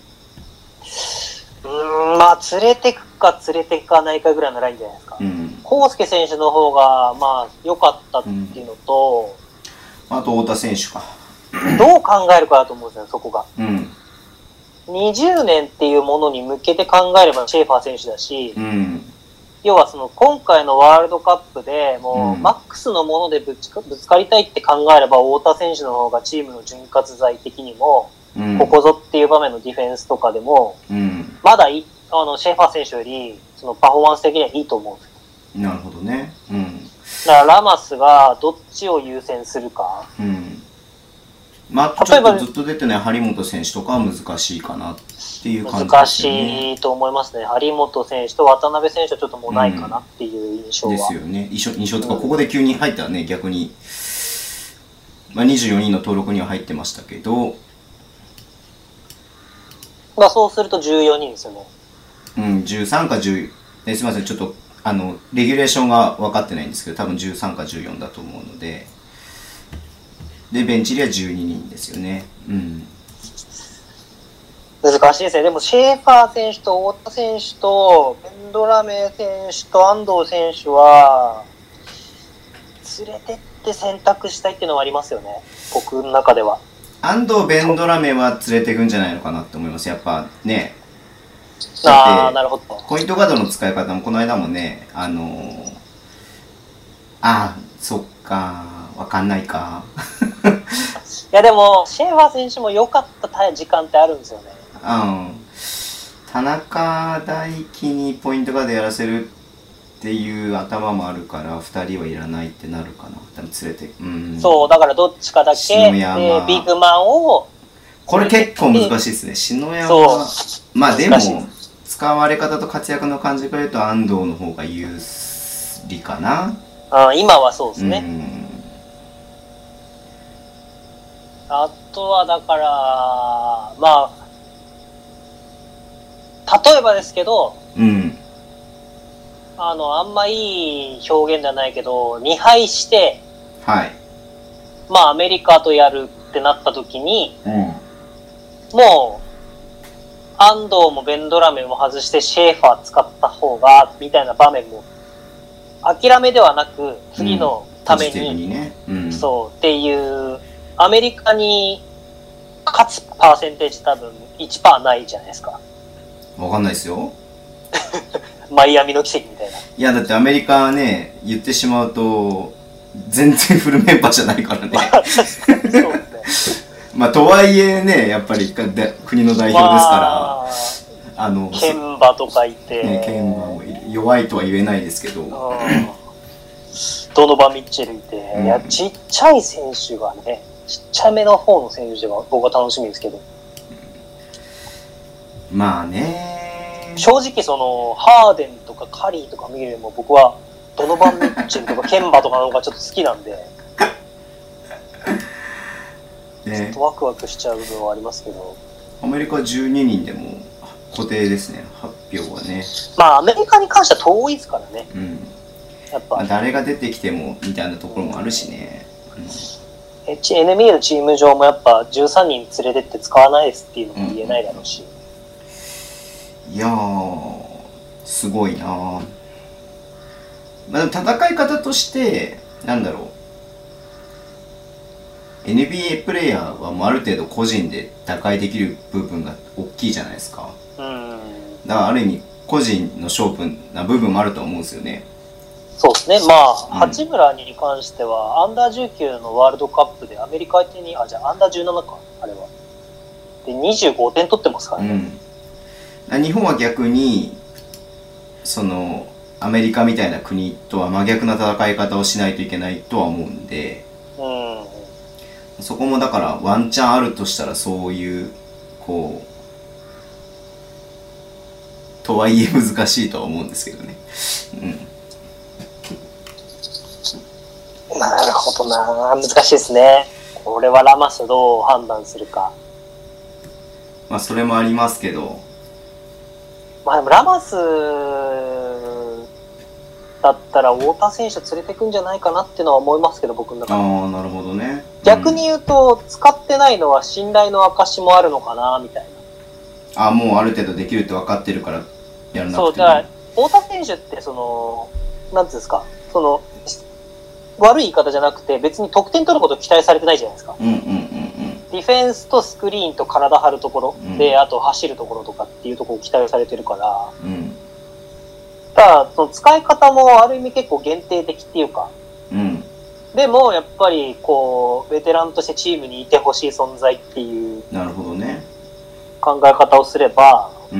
S2: まあ連れてくか連れてかないかぐらいのラインじゃないですか。康介選手の方がまあ良かったっていうのと、
S1: あと太田選手か。
S2: どう考えるかだと思うんですよ、そこが。20年っていうものに向けて考えればシェーファー選手だし、要はその今回のワールドカップでもうマックスのものでぶつかりたいって考えれば太田選手の方がチームの潤滑剤的にも、ここぞっていう場面のディフェンスとかでも、まだシェーファー選手よりそのパフォーマンス的にはいいと思うんですよ。
S1: なるほどね。
S2: だからラマスがどっちを優先するか。
S1: まあ、ちょっとずっと出てない張本選手とかは難しいかなっていう感じですよね。
S2: 難しいと思いますね。張本選手と渡辺選手はちょっともうないかなっていう印象は。
S1: ですよね。印象とか、ここで急に入ったらね、逆に、まあ、24人の登録には入ってましたけど、
S2: まあそうすると14人ですよね。
S1: 13か10、すみません、ちょっと、レギュレーションが分かってないんですけど、多分13か14だと思うので、で、ベンチ入りは12人ですよね。
S2: 難しいですね。でも、シェーファー選手と太田選手と、ベンドラメ選手と安藤選手は、連れてって選択したいっていうのはありますよね。僕の中では。
S1: 安藤ベンドラメは連れていくんじゃないのかなって思います。やっぱね。
S2: なるほど。
S1: ポイントガードの使い方もこの間もね、そっか、わかんないか。
S2: いやでも、シェーファー選手も良かった時間ってあるんですよね。
S1: 田中大輝にポイントガードやらせるっていう頭もあるから、2人はいらないってなるかな。多分連れて、
S2: そう、だからどっちかだけでビッグマンを。
S1: これ結構難しいですね。篠山は。まあでも、使われ方と活躍の感じから言うと安藤の方が有利かな。
S2: 今はそうですね。あとはだから、まあ、例えばですけど、あんまいい表現ではないけど、2敗して、まあアメリカとやるってなった時に、もう、安藤もベンドラメも外してシェーファー使った方が、みたいな場面も、諦めではなく、次のために、そうっていう、アメリカに勝つパーセンテージ多分 1% ないじゃないですか。
S1: わかんないですよ。
S2: マイアミの奇跡みたいな。
S1: いや、だってアメリカはね、言ってしまうと、全然フルメンバーじゃないからね。
S2: そうですね。
S1: まあ、とはいえね、やっぱり国の代表ですから、
S2: ケンバとかいて、
S1: ね、ケンバもいる。弱いとは言えないですけど。
S2: ドノバン・ミッチェルいて、いや、ちっちゃい選手がね、ちっちゃめの方の選手が僕は楽しみですけど。
S1: まあね。
S2: 正直その、ハーデンとかカリーとか見るよりも僕は、ドノバン・ミッチェルとかケンバとかの方がちょっと好きなんで、ちょっとワクワクしちゃう部分はありますけど。
S1: アメリカ12人でも固定ですね、発表はね。
S2: まあアメリカに関しては遠いですからね。やっぱ、
S1: まあ、誰が出てきてもみたいなところもあるしね。
S2: NBA のチーム上もやっぱ13人連れてって使わないですっていうのも言えないだろうし。
S1: いやー、すごいなー。まあ、戦い方としてなんだろう、 NBA プレイヤーはもうある程度個人で打開できる部分が大きいじゃないですか。だからある意味個人の勝負な部分もあると思うんですよね。
S2: そうですね。まあ、八村に関してはアンダー19のワールドカップでアメリカ相手に、じゃあアンダー17か、あれはで25点取ってますからね。
S1: 日本は逆にそのアメリカみたいな国とは真逆な戦い方をしないといけないとは思うんで、そこもだからワンチャンあるとしたらそういうこうとはいえ難しいとは思うんですけどね。
S2: なるほどな、難しいですね。これはラマスどう判断するか。
S1: まあそれもありますけど、
S2: まあでもラマスだったら太田選手連れてくんじゃないかなっていうのは思いますけど、僕の中で。
S1: ああ、なるほどね。
S2: 逆に言うと、使ってないのは信頼の証もあるのかなみたいな。
S1: あ、もうある程度できるって分かってるからやらなくても。
S2: そう、だから太田選手ってなんていうんですか、悪い言い方じゃなくて別に得点取ること期待されてないじゃないですか。
S1: うんうんうんうん。
S2: ディフェンスとスクリーンと体張るところで、あと走るところとかっていうところを期待されてるから。
S1: うん。
S2: ただ、その使い方もある意味結構限定的っていうか。
S1: うん。
S2: でも、やっぱり、ベテランとしてチームにいてほしい存在っていう。
S1: なるほどね。
S2: 考え方をすれば。
S1: うん。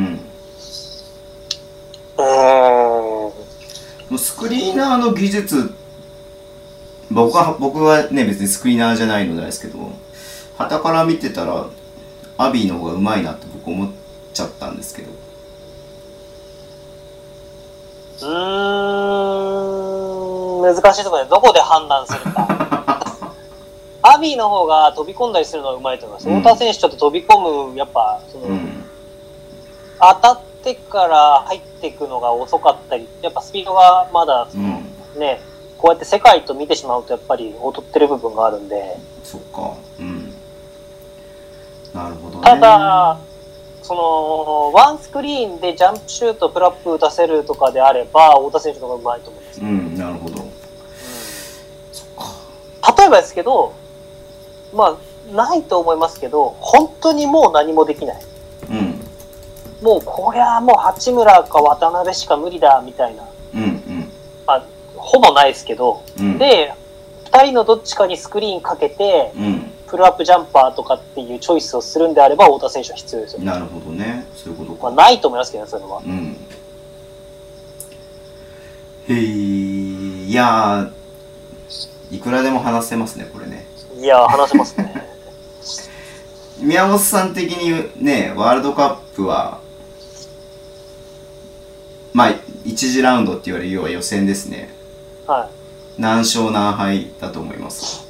S1: スクリーナーの技術、僕はね、別にスクリーナーじゃないのですけど、傍から見てたら、アビーの方がうまいなって僕思っちゃったんですけど。
S2: 難しいところでどこで判断するか。アビーの方が飛び込んだりするのはうまいと思います。太田選手ちょっと飛び込む、やっぱ、当たってから入っていくのが遅かったり、やっぱスピードがまだ、ね、こうやって世界と見てしまうとやっぱり劣ってる部分があるんで。
S1: そっか。うん。なるほどね。
S2: ただ、ワンスクリーンでジャンプシュート、プラップ打たせるとかであれば、太田選手の方がうまいと思います。
S1: うん、なるほど。
S2: そっか。例えばですけど、まあ、ないと思いますけど、本当にもう何もできない。
S1: うん。
S2: もう、こりゃもう八村か渡辺しか無理だ、みたいな。
S1: うんうん。
S2: まあ、ほぼないですけど、で、2人のどっちかにスクリーンかけて、プルアップジャンパーとかっていうチョイスをするんであれば、太田選手は必要ですよ。
S1: なるほどね。そういうことか。
S2: まあ、ないと思いますけどね、それは。
S1: へえ、いやー、いくらでも話せますね、これね。
S2: いやー、話せますね。
S1: 宮本さん的にね、ワールドカップは、まあ、1次ラウンドって言われる要は予選ですね。
S2: はい。
S1: 何勝何敗だと思いますか？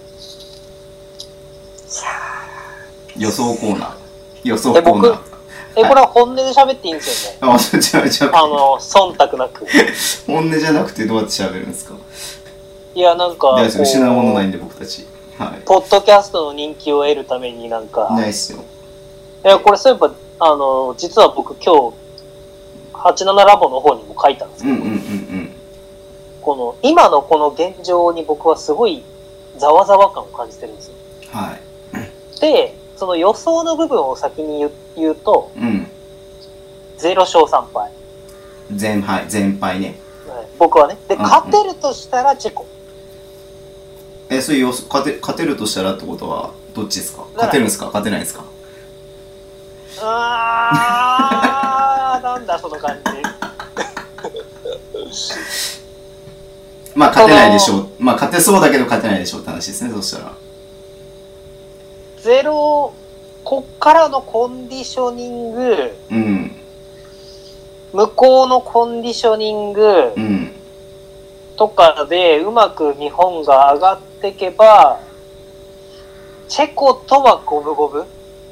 S1: 予想コーナー。予想コーナー。
S2: これは本音で喋っていいんですよね。忖度なく。
S1: 本音じゃなくてどうやって喋るんですか？
S2: いや、なんか。
S1: 失うものないんで、僕たち。はい。
S2: ポッドキャストの人気を得るためになんか。
S1: ないっすよ。
S2: いや、これそういえば、実は僕今日、87ラボの方にも書いたんですけど、今のこの現状に僕はすごいざわざわ感を感じてるんですよ。
S1: はい。
S2: で、その予想の部分を先に言うと、0勝3敗。
S1: 全敗ね。
S2: 僕はね。で、勝てるとしたらチェコ。
S1: そういう勝てるとしたらってことは、どっちですか？勝てるんですか？勝てないですか？
S2: なんだその感じ。
S1: まあ勝てないでしょう。まあ勝てそうだけど勝てないでしょうって話ですね、そしたら。
S2: こっからのコンディショニング、向こうのコンディショニング、とかでうまく日本が上がっていけば、チェコとは五分五分。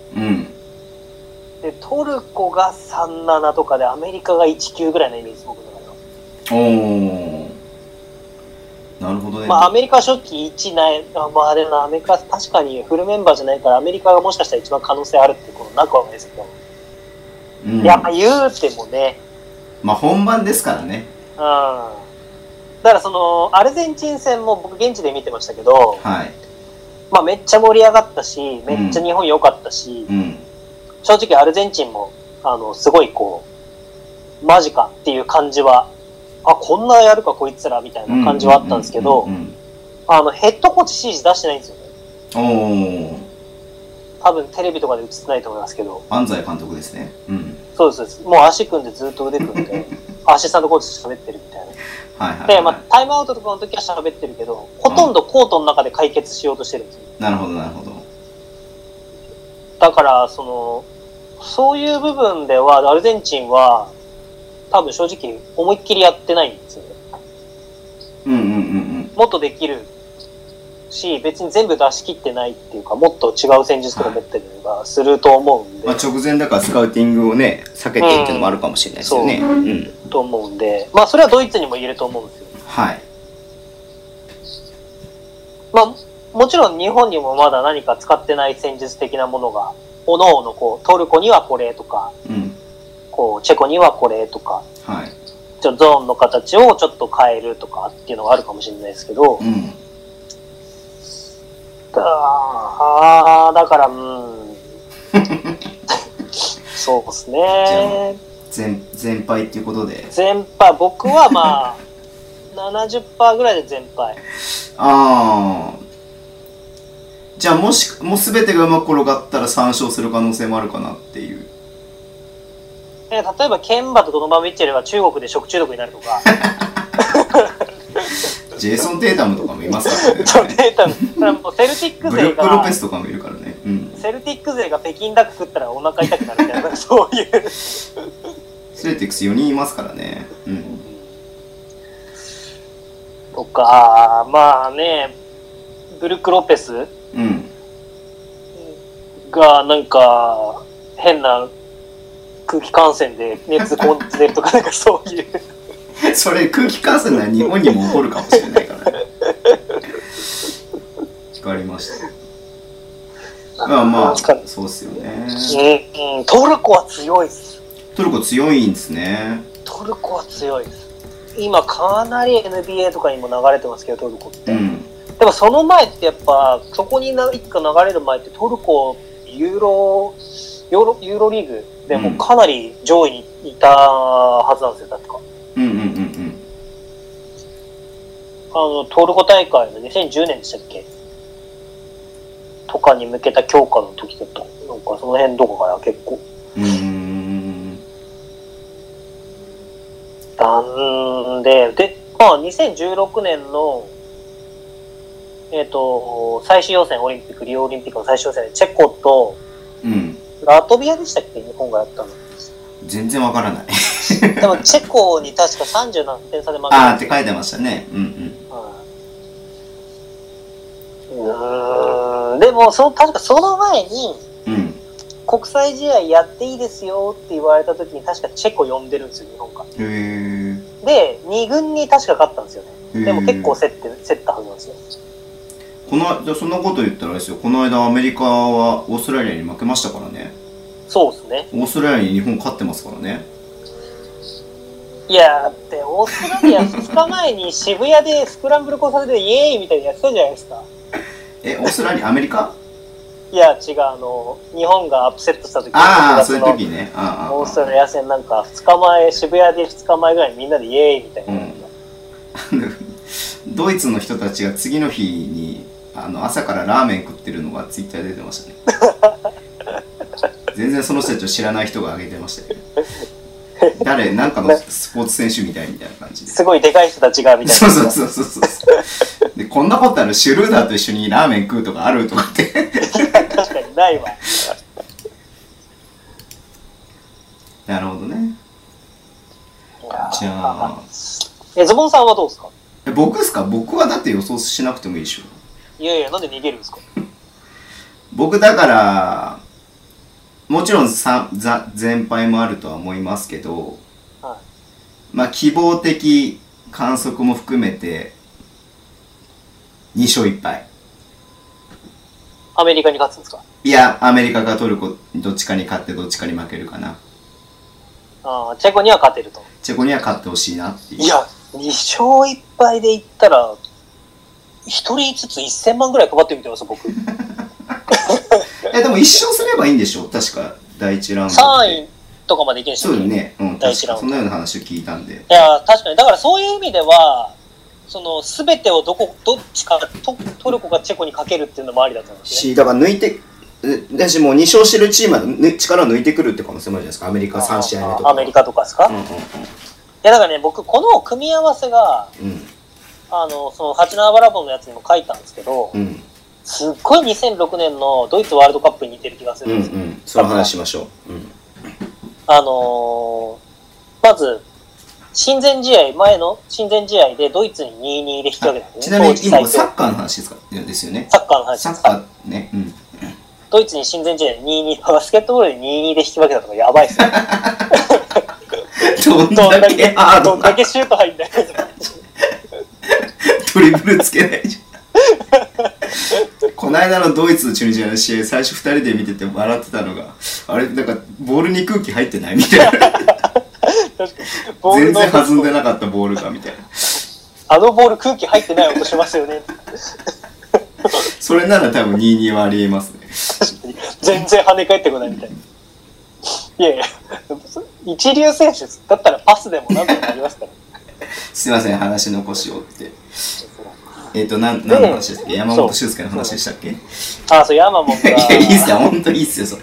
S2: で、トルコが 3-7 とかでアメリカが 1-9 ぐらいのイメージです、僕の中では。
S1: なるほどね。
S2: まあアメリカ初期1ない、まあでもアメリカ確かにフルメンバーじゃないからアメリカがもしかしたら一番可能性あるってことなくはないですけど。やっぱ言うてもね。
S1: まあ本番ですからね。
S2: だからアルゼンチン戦も僕現地で見てましたけど、まあめっちゃ盛り上がったし、めっちゃ日本良かったし、正直アルゼンチンもすごいマジかっていう感じは、こんなやるかこいつらみたいな感じはあったんですけど、ヘッドコーチ指示出してないんですよね。多分テレビとかで映ってないと思いますけど。
S1: 安西監督ですね。
S2: そうです。もう足組んでずっと腕組んで、アシスタントコーチと喋ってるみたいな。で、まあタイムアウトとかの時は喋ってるけど、ほとんどコートの中で解決しようとしてるんですよ。
S1: なるほど、なるほど。
S2: だから、そういう部分では、アルゼンチンは、多分正直思いっきりやってないんですよね。もっとできるし、別に全部出し切ってないっていうか、もっと違う戦術とか持ってるのがすると思うんで、
S1: まあ、直前だからスカウティングをね避けてっていうのもあるかもしれないですよね。
S2: と思うんで、まあそれはドイツにも言えると思うんですよ。
S1: はい。
S2: まあもちろん日本にもまだ何か使ってない戦術的なものが、おのおのこうトルコにはこれとか、こうチェコにはこれとか、
S1: はい、
S2: ゾーンの形をちょっと変えるとかっていうのがあるかもしれないですけど、だからそうですね。
S1: 全敗っていうことで。
S2: 全敗、僕はまあ70% ぐらいで全敗。
S1: ああ。じゃあもう全てがうまく転がったら3勝する可能性もあるかなっていう。
S2: 例えばケンバとドノバン・ミッチェルは中国で食中毒になるとか
S1: ジェイソン・テータムとかもいますからね。
S2: テータム、セルティック勢が
S1: ブルック・ロペスとかもいるからね、
S2: セルティック勢が北京ダック食ったらお腹痛くなるみたいなそういう
S1: セルティックス4人いますからね。
S2: とか、まあね、ブルック・ロペスがなんか変な空気感染で熱こんでるとかなんかそういう
S1: それ空気感染なら日本にも起こるかもしれないからね。わかりました。まあそうっすよね。
S2: トルコは強いです。
S1: トルコ強いんですね。
S2: トルコは強いです。今かなり NBA とかにも流れてますけど、トルコって。でもその前ってやっぱそこに一個流れる前ってトルコユーロリーグでもかなり上位にいたはずなんですよ、確か。トルコ大会の2010年でしたっけとかに向けた強化の時だった。なんかその辺どこかな、結構。なんで、まあ2016年の最終予選オリンピック、リオオリンピックの最終予選でチェコと、ラトビアでしたっけ、日本がやったの。
S1: 全然わからない。
S2: でもチェコに確か30何点差で負け
S1: たって書いてましたね。
S2: でも確かその前に、国際試合やっていいですよって言われた時に確かチェコ呼んでるんですよ、日本が。で2軍に確か勝ったんですよね。でも結構競ったはずなんですよ。
S1: じゃあそんなこと言ったらですよ、この間アメリカはオーストラリアに負けましたからね。
S2: そうですね。
S1: オーストラリアに日本勝ってますからね。
S2: いやだってオーストラリア2日前に渋谷でスクランブル交差点でイエーイみたいなやってたじゃないですか。
S1: オーストラリア、アメリカ？
S2: いや違う、日本がアップセットした時。
S1: そういう時ね。
S2: オーストラリア戦なんか2日前、渋谷で2日前ぐらいにみんなでイエーイみたいな。
S1: ドイツの人たちが次の日に朝からラーメン食ってるのがツイッターで出てましたね。全然その人たちを知らない人が上げてましたけど、なんかのスポーツ選手みたいな感じで、
S2: すごいでかい人たちがみたいな。
S1: そうで、こんなことある、シュルーダーと一緒にラーメン食うとかあるとかって
S2: 確かにないわ。
S1: なるほどね。じゃあ
S2: ズボンさんはどうですか？
S1: 僕ですか？僕はだって予想しなくてもいいでしょ。
S2: いやいや、なんで逃げるんですか？
S1: 僕だからもちろん全敗もあるとは思いますけど、まあ希望的観測も含めて2勝1敗。
S2: アメリカに勝つんですか？
S1: いや、アメリカがトルコどっちかに勝ってどっちかに負けるかな。
S2: チェコには勝てると。
S1: チェコには勝ってほしいなっていう。
S2: いや、2勝1敗でいったら1人ずつ1000万ぐらい配ってみてます僕。
S1: でも1勝すればいいんでしょ、確か第1ラウンドで。
S2: 3位とかまでいけんし。
S1: そうだね、
S2: 第1ラウンド。
S1: そんなような話を聞いたんで。
S2: いや、確かに。だからそういう意味では、全てをどっちかトルコがチェコにかけるっていうのもありだと思うんですね。
S1: だから抜いて、だしもう2勝してるチームは力を抜いてくるって可能性もあるじゃないですか、アメリカ3試合目とか。
S2: アメリカとかですか？いや、だからね、僕、この組み合わせが、その87バラボンのやつにも書いたんですけど、すっごい2006年のドイツワールドカップに似てる気がするんですよ。
S1: その話しましょう。
S2: まず、 親善試合、前の親善試合でドイツに 2-2 で引き分けたんです
S1: ね。ちなみに今サッカーの話ですよね。
S2: サッカーの話です。
S1: サッカーね。うん。
S2: ドイツに親善試合で 2-2、バスケットボールで 2-2 で引き分けたとかやばいっすよ。
S1: どんだけハードな。
S2: どんだけシュート入んだよ。
S1: ドリブルつけないじゃん。この間のドイツチュニジアの試合、最初2人で見てて笑ってたのが、あれなんかボールに空気入ってないみたいな。全然弾んでなかったボールかみたいな。
S2: あのボール空気入ってない音しますよね。
S1: それなら多分 2-2 はありえますね。
S2: 全然跳ね返ってこないみたいな。いやいや、一流選手だったらパスでも何でもありますから。
S1: すいません、話の腰をって。何の話でしたっけ？山本修介の話でしたっけ？
S2: あ、そう、山本が。
S1: いや、いいっすよ、ほんといいっすよ、それ。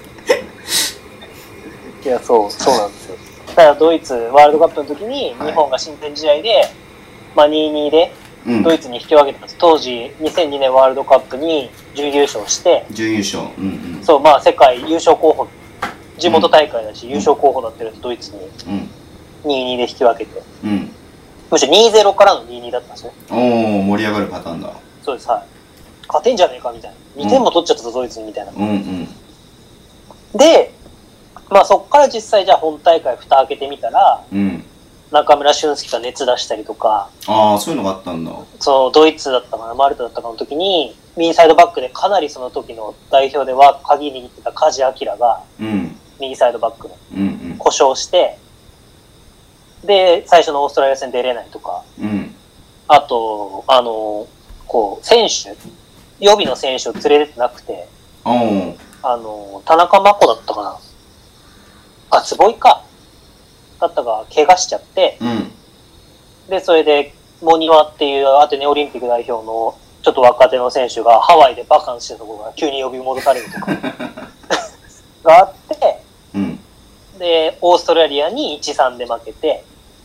S2: いや、そうなんですよ。だからドイツワールドカップの時に、日本が親善試合で、まあ 2-2 でドイツに引き分けたんです。当時、2002年ワールドカップに準優勝して、
S1: 準優勝。うんうん。
S2: そう、まあ世界優勝候補、地元大会だし、優勝候補だってるドイツに、2-2 で引き分けて。
S1: うん。
S2: むしろ 2-0 からの 2-2 だったんですよ。
S1: おー、盛り上がるパターンだ。
S2: そうです、はい。勝てんじゃねえかみたいな。2点も取っちゃったぞ、ドイツにみたいな。
S1: うんうん。
S2: で、まあそっから実際じゃあ本大会蓋開けてみたら、中村俊輔が熱出したりとか、
S1: ああ、そういうのがあったんだ。
S2: そう、ドイツだったかな、マルタだったかの時に、右サイドバックでかなりその時の代表では鍵握ってた梶明が、右サイドバックの故障して、で、最初のオーストラリア戦出れないとか、あと、こう、選手、予備の選手を連れてってなくて、田中真子だったかな。あ、坪井か。だったが、怪我しちゃって、で、それで、モニワっていうアテネオリンピック代表のちょっと若手の選手がハワイでバカンしてたところが急に呼び戻されるとかがあって、で、オーストラリアに 1-3 で負けて、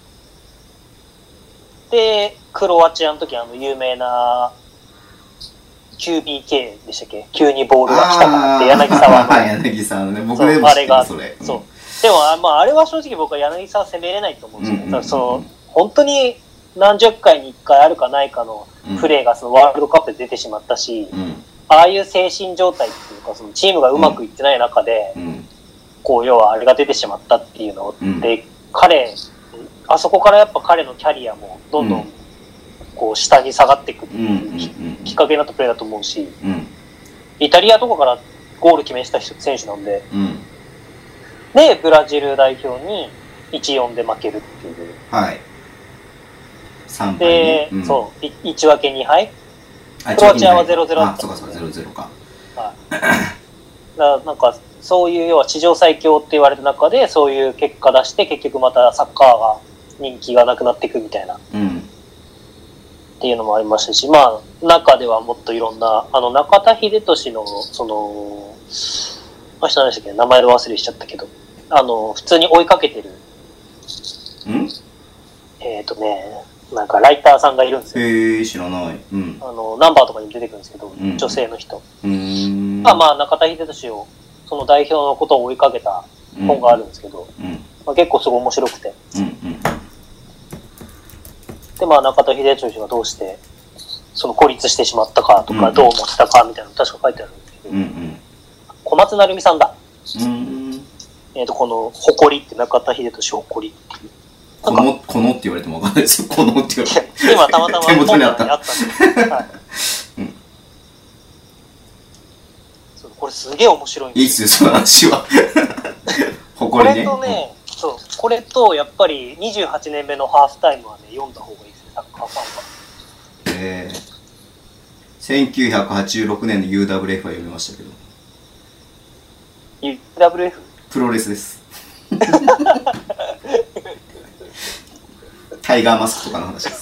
S2: で、クロアチアの時有名な QBK でしたっけ？急にボールが来たからって柳沢の。
S1: 柳沢のね、僕でも知ってるそれ。
S2: そう。でも、まあ、あれは正直僕は柳沢攻めれないと思うんですよね。だから本当に何十回に1回あるかないかのプレーがそのワールドカップで出てしまったし、ああいう精神状態っていうか、そのチームがうまくいってない中で、こう、要はあれが出てしまったっていうので、あそこからやっぱ彼のキャリアもどんどんこう下に下がっていくっていうきっかけになったプレーだと思うし、イタリアとかからゴール決めした選手なんで、で、ブラジル代表に 1-4 で負けるっていう。
S1: はい。3敗
S2: で、そう、1分け2敗。クロアチアは 0-0 だった。
S1: あ、そうかそうか、0-0か。
S2: はい。なんか、そういう要は史上最強って言われた中で、そういう結果出して、結局またサッカーが人気がなくなっていくみたいな。っていうのもありましたし、まあ、中ではもっといろんな、中田英寿の、何でしたっけ、名前を忘れしちゃったけど、普通に追いかけてる。なんかライターさんがいるんですよ。
S1: 知らない。
S2: ナンバーとかにも出てくるんですけど、女性の人。まあ、中田英寿を、その代表のことを追いかけた本があるんですけど、まあ、結構すごい面白くて。で、まあ、中田英寿がどうして、孤立してしまったかとか、どう思ってたかみたいなの確か書いてあるんですけど、小松成美さんだ。この、誇りって、中田英寿誇りっていう。
S1: このって言われてもわかんないですよ。このって言われて。
S2: 今たまたま
S1: 手元にあった。
S2: これすげえ面白いんですよ。
S1: いいっすよ、その話は。誇りね。
S2: これとね、これとやっぱり28年目のハーフタイムはね、読んだ方がいいですね、サッカーフ
S1: ァンは。1986年の UWF は読みましたけど。
S2: UWF？
S1: プロレスです。タイガーマスクとかの話です。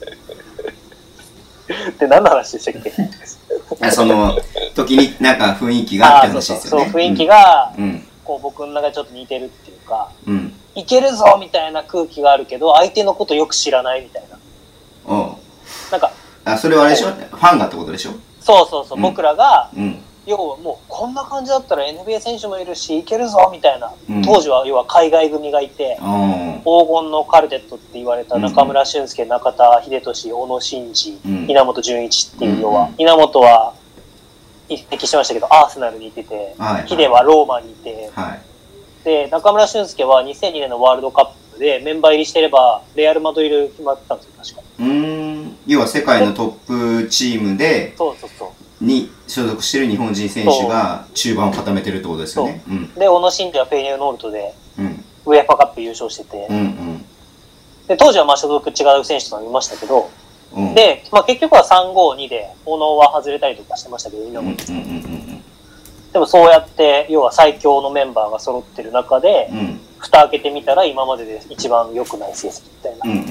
S2: で、何の話でしたっけ？
S1: その時になんか雰囲気があって話ですよね。
S2: そう、雰囲気が、こう僕の中でちょっと似てるっていうか、いけるぞみたいな空気があるけど、相手のことよく知らないみたいな。なんか、
S1: それはあれでしょ？ファンがってことでしょ？
S2: そう、僕らが、 要はもうこんな感じだったら NBA 選手もいるしいけるぞみたいな、当時は要は海外組がいて、黄金のカルテットって言われた中村俊輔、中田英寿、小野伸二、稲本潤一っていう要は、稲本は移籍しましたけどアーセナルにいてて、ヒデはローマにいて、で中村俊輔は2002年のワールドカップでメンバー入りしてればレアル・マドリード決まってたんですよ確か。
S1: 要は世界のトップチームでに所属してる日本人選手が中盤を固めてるってことですよね。
S2: で小野伸二はペイニューノルトでウェファカップ優勝してて、で当時はまあ所属違う選手とかもいましたけど、で、まあ、結局は352で小野は外れたりとかしてましたけど、でもそうやって要は最強のメンバーが揃ってる中で、蓋開けてみたら今までで一番良くない成績みたいな。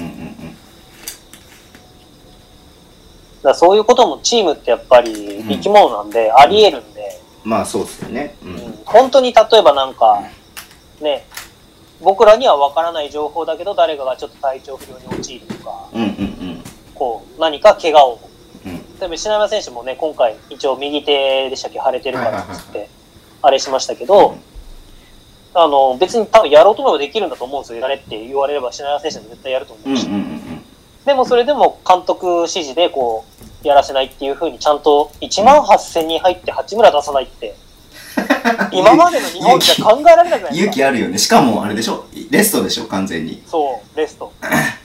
S2: だからそういうこともチームってやっぱり生き物なんで、あり得るんで、
S1: まあそうですよね。
S2: 本当に例えばなんかね、僕らには分からない情報だけど誰かがちょっと体調不良に陥るとか、こう何か怪我を、例えば品山選手もね今回一応右手でしたっけ腫れてるからっつってあれしましたけど、別に多分やろうと思えばできるんだと思うんですよ。やれって言われれば品山選手も絶対やると思うし、でもそれでも監督指示でこうやらせないっていう風にちゃんと1万8000人入って八村出さないって今までの日本じゃ考えられなくないですか。
S1: 勇気あるよね。しかもあれでしょ、レストでしょ完全に。
S2: そうレスト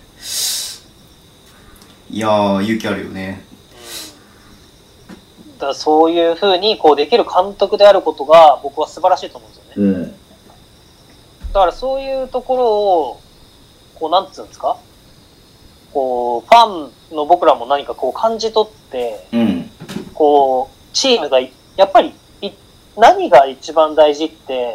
S1: いやー勇気あるよね。
S2: だからそういう風にこうできる監督であることが僕は素晴らしいと思うんですよね。だからそういうところをこうなんつうんですか、こうファンの僕らも何かこう感じ取って、こうチームがやっぱり何が一番大事って、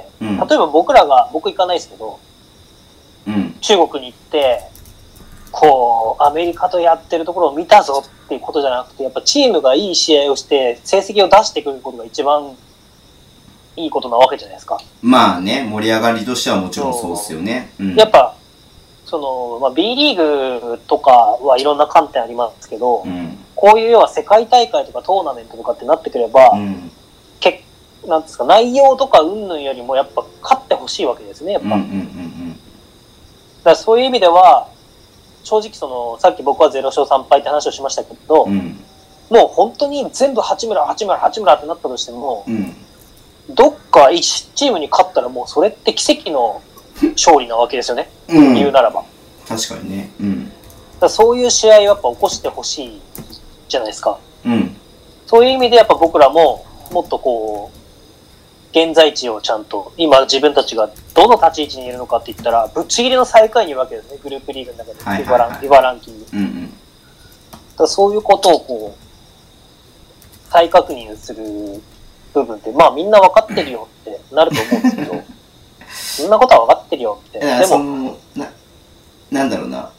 S2: 例えば僕行かないですけど、中国に行ってこうアメリカとやってるところを見たぞっていうことじゃなくて、やっぱチームがいい試合をして成績を出してくることが一番いいことなわけじゃないですか。
S1: まあね、盛り上がりとしてはもちろんそうですよね。
S2: やっぱその、まあ、B リーグとかはいろんな観点ありますけど、こういう要は世界大会とかトーナメントとかってなってくれば、なんですか、内容とか云々よりもやっぱ勝ってほしいわけですね、やっぱ。だからそういう意味では正直そのさっき僕は0勝3敗って話をしましたけど、もう本当に全部八村ってなったとしても、どっか1チームに勝ったらもうそれって奇跡の勝利なわけですよね、言うならば。
S1: 確かにね。
S2: だからそういう試合をやっぱ起こしてほしいじゃないですか。そういう意味でやっぱ僕らももっとこう現在地をちゃんと今自分たちがどの立ち位置にいるのかって言ったらぶっちぎりの最下位にいるわけですね、グループリーグの中で。リバランキング、だからそういうことをこう再確認する部分ってまあみんな分かってるよってなると思うんですけどそんなことは分かってるよみたいな。でも
S1: なんだろうな、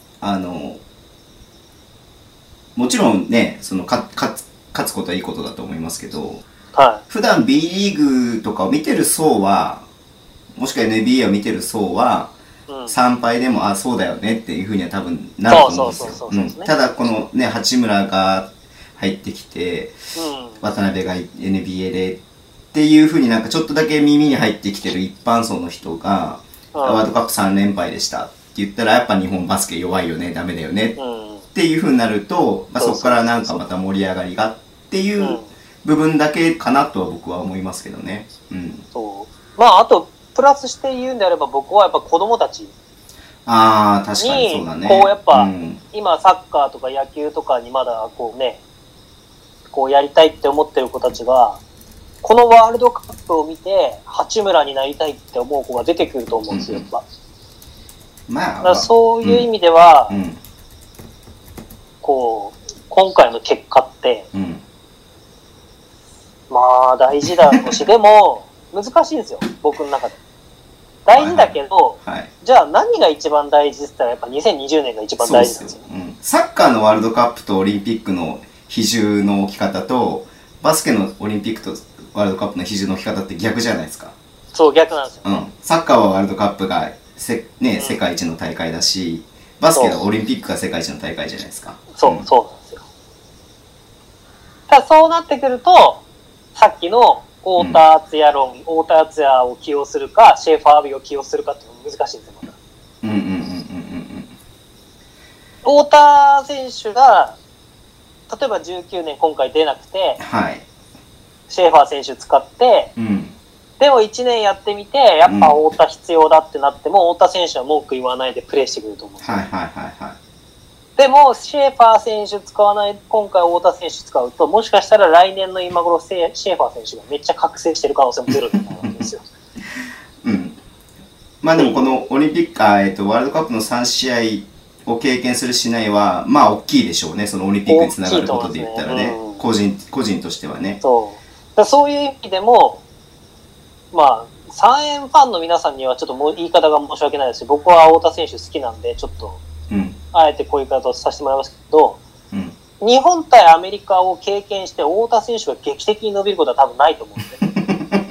S1: もちろんね、その勝つことはいいことだと思いますけど、普段 B リーグとかを見てる層は、もしくは NBA を見てる層は、3敗でもそうだよねっていうふうには多分なると思うんですよ。ただこのね、八村が入ってきて、渡辺が NBA でっていうふうになんかちょっとだけ耳に入ってきてる一般層の人が、ワールドカップ3連敗でしたって言ったら、やっぱ日本バスケ弱いよね、ダメだよねっていうふうになると、そこからなんかまた盛り上がりがっていう部分だけかなとは僕は思いますけどね。
S2: まああとプラスして言うんであれば、僕はやっぱ子供たちに
S1: 確かにそうだね。
S2: こうやっぱ、今サッカーとか野球とかにまだこうね、こうやりたいって思ってる子たちがこのワールドカップを見て八村になりたいって思う子が出てくると思うんですよ、やっぱ。だからそういう意味では、こう今回の結果って、まあ大事だろうしでも難しいんですよ、僕の中で。大事だけど、じゃあ何が一番大事って言ったらやっぱ2020年が一番大事なんですよ。
S1: サッカーのワールドカップとオリンピックの比重の置き方と、バスケのオリンピックとワールドカップの比重の置き方って逆じゃないですか。
S2: そう、逆なんですよ。
S1: サッカーはワールドカップが世界一の大会だし、バスケはオリンピックが世界一の大会じゃないですか。
S2: そうなんですよ。ただそうなってくると、 さっきの太田敦也論、太田敦也を起用するか、シェーファー・アビーを起用するかっていうのが難しいんですよ、まだ。太田選手が、例えば19年今回出なくて、
S1: はい、
S2: シェーファー選手使って、でも1年やってみて、やっぱ太田必要だってなっても、太田選手は文句言わないでプレーしてくれると思うんですよ。でも、シェーファー選手使わない、今回太田選手使うと、もしかしたら来年の今頃シェーファー選手がめっちゃ覚醒してる可能性もゼロになるわけですよ。
S1: まあでもこのオリンピック、ワールドカップの3試合を経験するしないは、まあ大きいでしょうね、そのオリンピックにつながることで言ったらね、個人としてはね。
S2: そういう意味でも、まあ、3円ファンの皆さんにはちょっともう言い方が申し訳ないですし、僕は太田選手好きなんで、ちょっと、あえてこういう言い方をさせてもらいますけど、日本対アメリカを経験して太田選手が劇的に伸びることは多分ないと思うん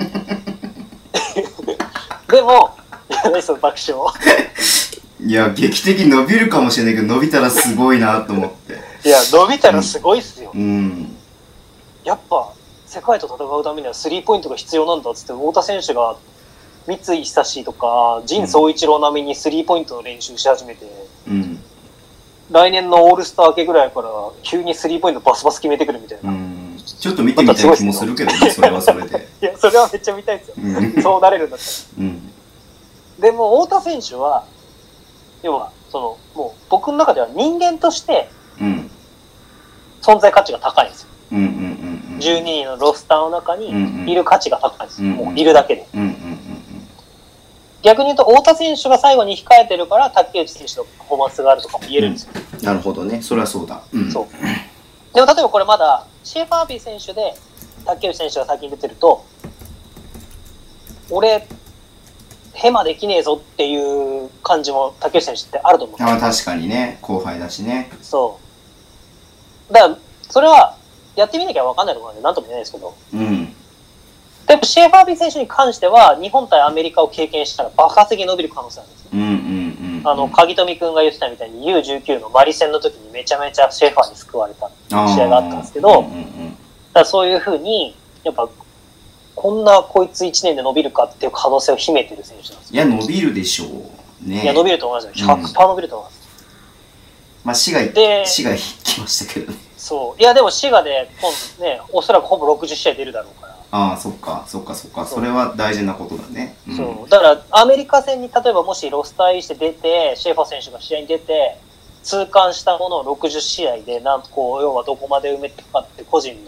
S2: で。でも、その爆笑。
S1: いや、劇的に伸びるかもしれないけど、伸びたらすごいなと思って。
S2: いや、伸びたらすごいっすよ。やっぱ、世界と戦うためにはスリーポイントが必要なんだっつって、太田選手が三井久志とか陣宗一郎並みにスリーポイントの練習し始めて、来年のオールスター明けぐらいから急にスリーポイントバスバス決めてくるみたいな。
S1: ちょっと見てみたい気もするけどね、それはそれで。
S2: いや、それはめっちゃ見たいですよ。そうなれるんだったら。でも、太田選手は、要は、もう僕の中では人間として存在価値が高いんですよ。12人のロスターの中にいる価値が高いんですよ。もういるだけで。逆に言うと、太田選手が最後に控えてるから、竹内選手のパフォーマンスがあるとかも言えるんですよ。
S1: なるほどね。それはそうだ。
S2: そう。でも、例えばこれまだ、シェーファー・アビー選手で、竹内選手が先に出てると、俺、ヘマできねえぞっていう感じも竹内選手ってあると思うんですよ。
S1: 確かにね。後輩だしね。
S2: そう。だから、それは、やってみなきゃ分かんないところなんで、なんとも言えないですけど。でも、シェーファー・アビー選手に関しては、日本対アメリカを経験したら爆発的に伸びる可能性あるんですね。鍵富君が言ってたみたいに U19 のマリ戦の時にめちゃめちゃシェーファーに救われた試合があったんですけど、だからそういう風に、やっぱ、こんなこいつ1年で伸びるかっていう可能性を秘めてる選手なんですよ。
S1: いや、伸びるでしょうね。
S2: いや、伸びると思いますよ。100% 伸びると思います。
S1: まあ、滋賀来ましたけどね。
S2: そう。いや、でも滋賀で、今度ね、おそらくほぼ60試合出るだろうから。
S1: そっか。それは大事なことだね。
S2: そう。だから、アメリカ戦に例えばもしロスター入りして出て、シェーファー選手が試合に出て、痛感したものを60試合で、要はどこまで埋めていくかって個人の、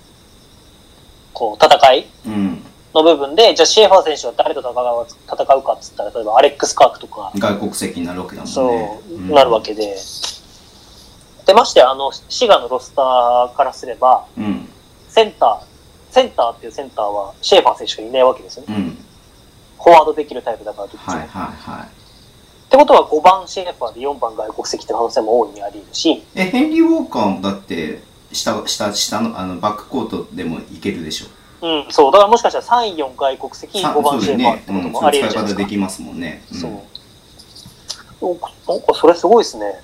S2: 戦いの部分で、じゃあシェーファー選手は誰と戦うかっつったら、例えばアレックス・カークとか。
S1: 外国籍になるわけだもんね。
S2: そう、なるわけで。で、ましてや、滋賀のロスターからすれば、センターっていうセンターはシェーファー選手がいないわけですよね。フォワードできるタイプだからどっちも。ってことは5番シェーファーで4番外国籍って可能性も大いにあり得るし。
S1: ヘンリー・ウォーカーもだって、下のバックコートでもいけるでしょ。
S2: そう。だからもしかしたら3位、4外国籍、5番シェーファーってこともあり得るじゃないですか。
S1: 使い方できますもんね。
S2: そう。なんかそれすごいですね。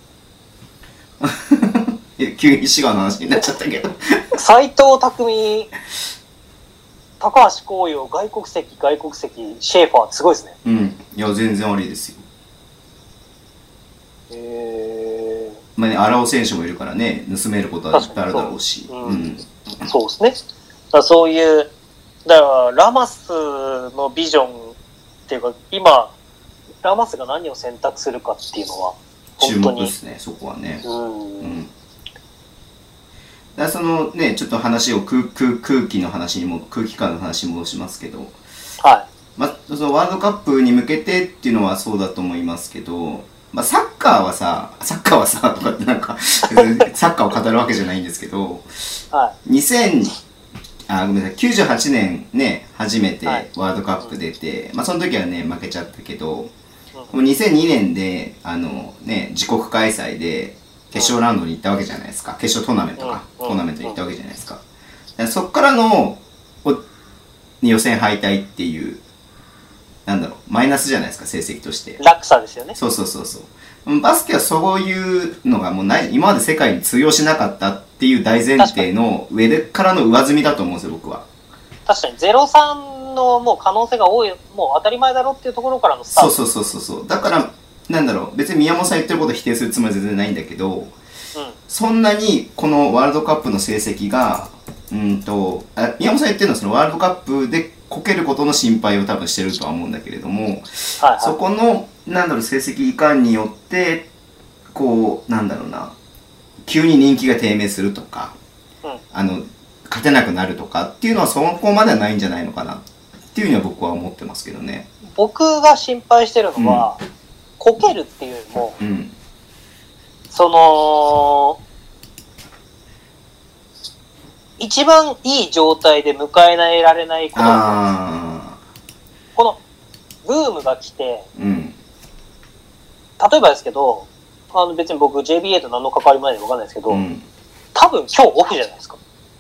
S1: 急に滋賀の話になっちゃったけど。
S2: 斎藤匠、高橋光陽、外国籍、シェーファー、すごいですね。
S1: いや、全然ありですよ。
S2: ま
S1: あね、荒尾選手もいるからね、盗めることはあるだろうし。
S2: そうですね。そういう、だからラマスのビジョンっていうか、今、ラマスが何を選択するかっていうのは、
S1: 本当に注目ですね、そこはね。だからそのね、ちょっと話を空気感の話に戻しますけど、そのワールドカップに向けてっていうのはそうだと思いますけど、サッカーはさとかってなんかサッカーを語るわけじゃないんですけど、98年ね、初めてワールドカップ出て、その時はね、負けちゃったけど、2002年で、自国開催で決勝ラウンドに行ったわけじゃないですか。決勝トーナメントに行ったわけじゃないですか。そっからの予選敗退っていう、マイナスじゃないですか、成績として。
S2: 落差ですよね。
S1: そう。バスケはそういうのがもうない、今まで世界に通用しなかったっていう大前提の上でからの上積みだと思うんですよ、僕は。
S2: 確かに03のもう可能性が多い、もう当たり前だろっていうところからのスタート。
S1: そうだからなんだろう、別に宮本さん言ってることを否定するつもりは全然ないんだけど、そんなにこのワールドカップの成績が宮本さん言ってるのはそのワールドカップでこけることの心配を多分してるとは思うんだけれども、はいはい、そこのなんだろう成績いかんによってこうなんだろうな、急に人気が低迷するとか、勝てなくなるとかっていうのはそこまではないんじゃないのかなっていうふうには僕は思ってますけどね。
S2: 僕が心配してるのは、こけるっていうよりも、その一番いい状態で迎えられないことなんです。このブームが来て、例えばですけど、別に僕 JBA と何の関わりもないんで分かんないですけど、多分今日オフじゃないですか。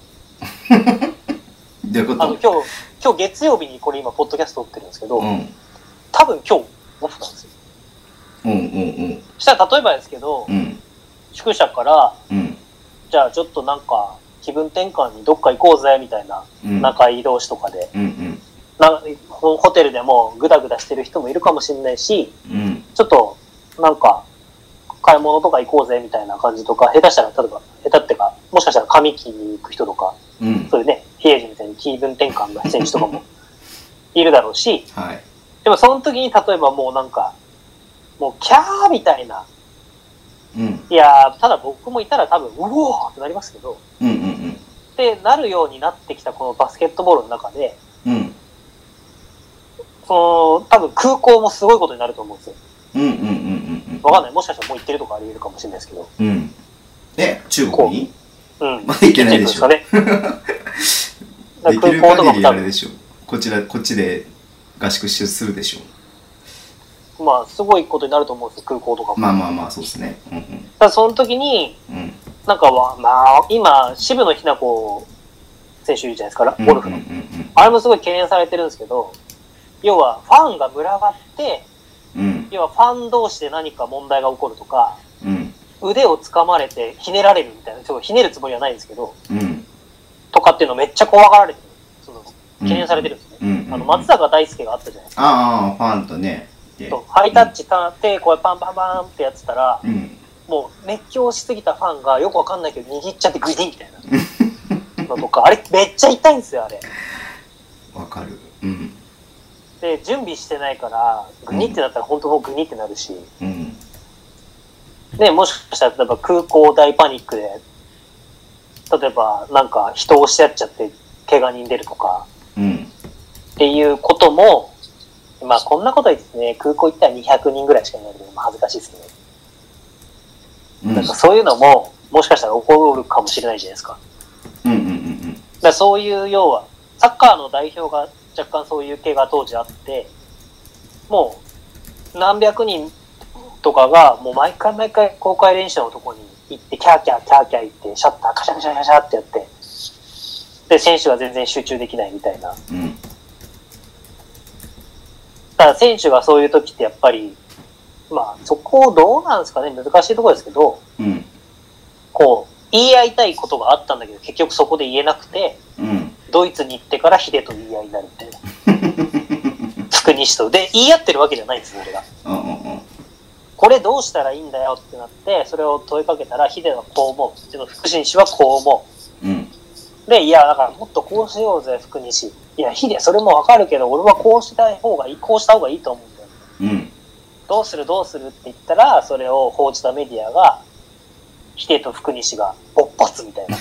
S1: どういうこと？
S2: 今日月曜日にこれ今ポッドキャスト撮ってるんですけど、多分今日オフなんですよ。そしたら例えばですけど、宿舎から、じゃあちょっとなんか気分転換にどっか行こうぜみたいな、仲いい同士とかで、ホテルでもグダグダしてる人もいるかもしれないし、ちょっとなんか買い物とか行こうぜみたいな感じとか、下手したら例えば下手ってかもしかしたら髪切りに行く人とか、そういうね比叡寺みたいに気分転換の選手とかもいるだろうし、でもその時に例えばもうなんかもうキャーみたいな、いやただ僕もいたら多分うおーってなりますけど、ってなるようになってきたこのバスケットボールの中で、多分空港もすごいことになると思うんですよ。わかんない、もしかしたらもう行ってるとかあり得るかもしれないですけど。
S1: 中国に？まだ行ってないでしょ。できる限りあれでしょ。こっちで合宿するでしょ。
S2: まあすごいことになると思うんですよ、空港とかも。
S1: まあそうですね。
S2: ただその時に、なんか今渋野日向子選手いるじゃないですか、ゴルフの。あれもすごい懸念されてるんですけど、要はファンが群がって、要はファン同士で何か問題が起こるとか、腕を掴まれてひねられるみたいな、ひねるつもりはないんですけど、とかっていうのめっちゃ怖がられてる、懸念されてるんですね。松坂大輔があったじゃないですか。
S1: ファンとね。
S2: ハイタッチ手こうパンパンパンってやってたら、もう熱狂しすぎたファンがよくわかんないけど握っちゃってグディみたいなのとか、あれめっちゃ痛いんですよ、あれ。
S1: わかる。
S2: で準備してないからグニってなったら本当もうグニってなるし、でもしかしたら例えば空港大パニックで例えばなんか人を押し合っちゃって怪我人出るとか、っていうことも、まあこんなこと言ってね、空港行ったら200人ぐらいしかいないので、恥ずかしいですけど、なんかそういうのももしかしたら起こるかもしれないじゃないですか。だからそういう要はサッカーの代表が若干そういう系が当時あって、もう何百人とかがもう毎回公開練習のとこに行ってキャーキャー言ってシャッターカシャカシャカシャってやって、で選手が全然集中できないみたいな。ただ選手がそういう時ってやっぱりまあそこどうなんですかね、難しいところですけど、こう言い合いたいことがあったんだけど結局そこで言えなくて、ドイツに行ってからヒデと言い合いになるみたいな。福西とで言い合ってるわけじゃないんですよ、俺が。これどうしたらいいんだよってなって、それを問いかけたらヒデはこう思う、福西はこう思う。で、いやだからもっとこうしようぜ福西。いやヒデそれもわかるけど俺はこうした方がいいと思うんだよ。どうするって言ったら、それを報じたメディアがヒデと福西が勃発みたいな。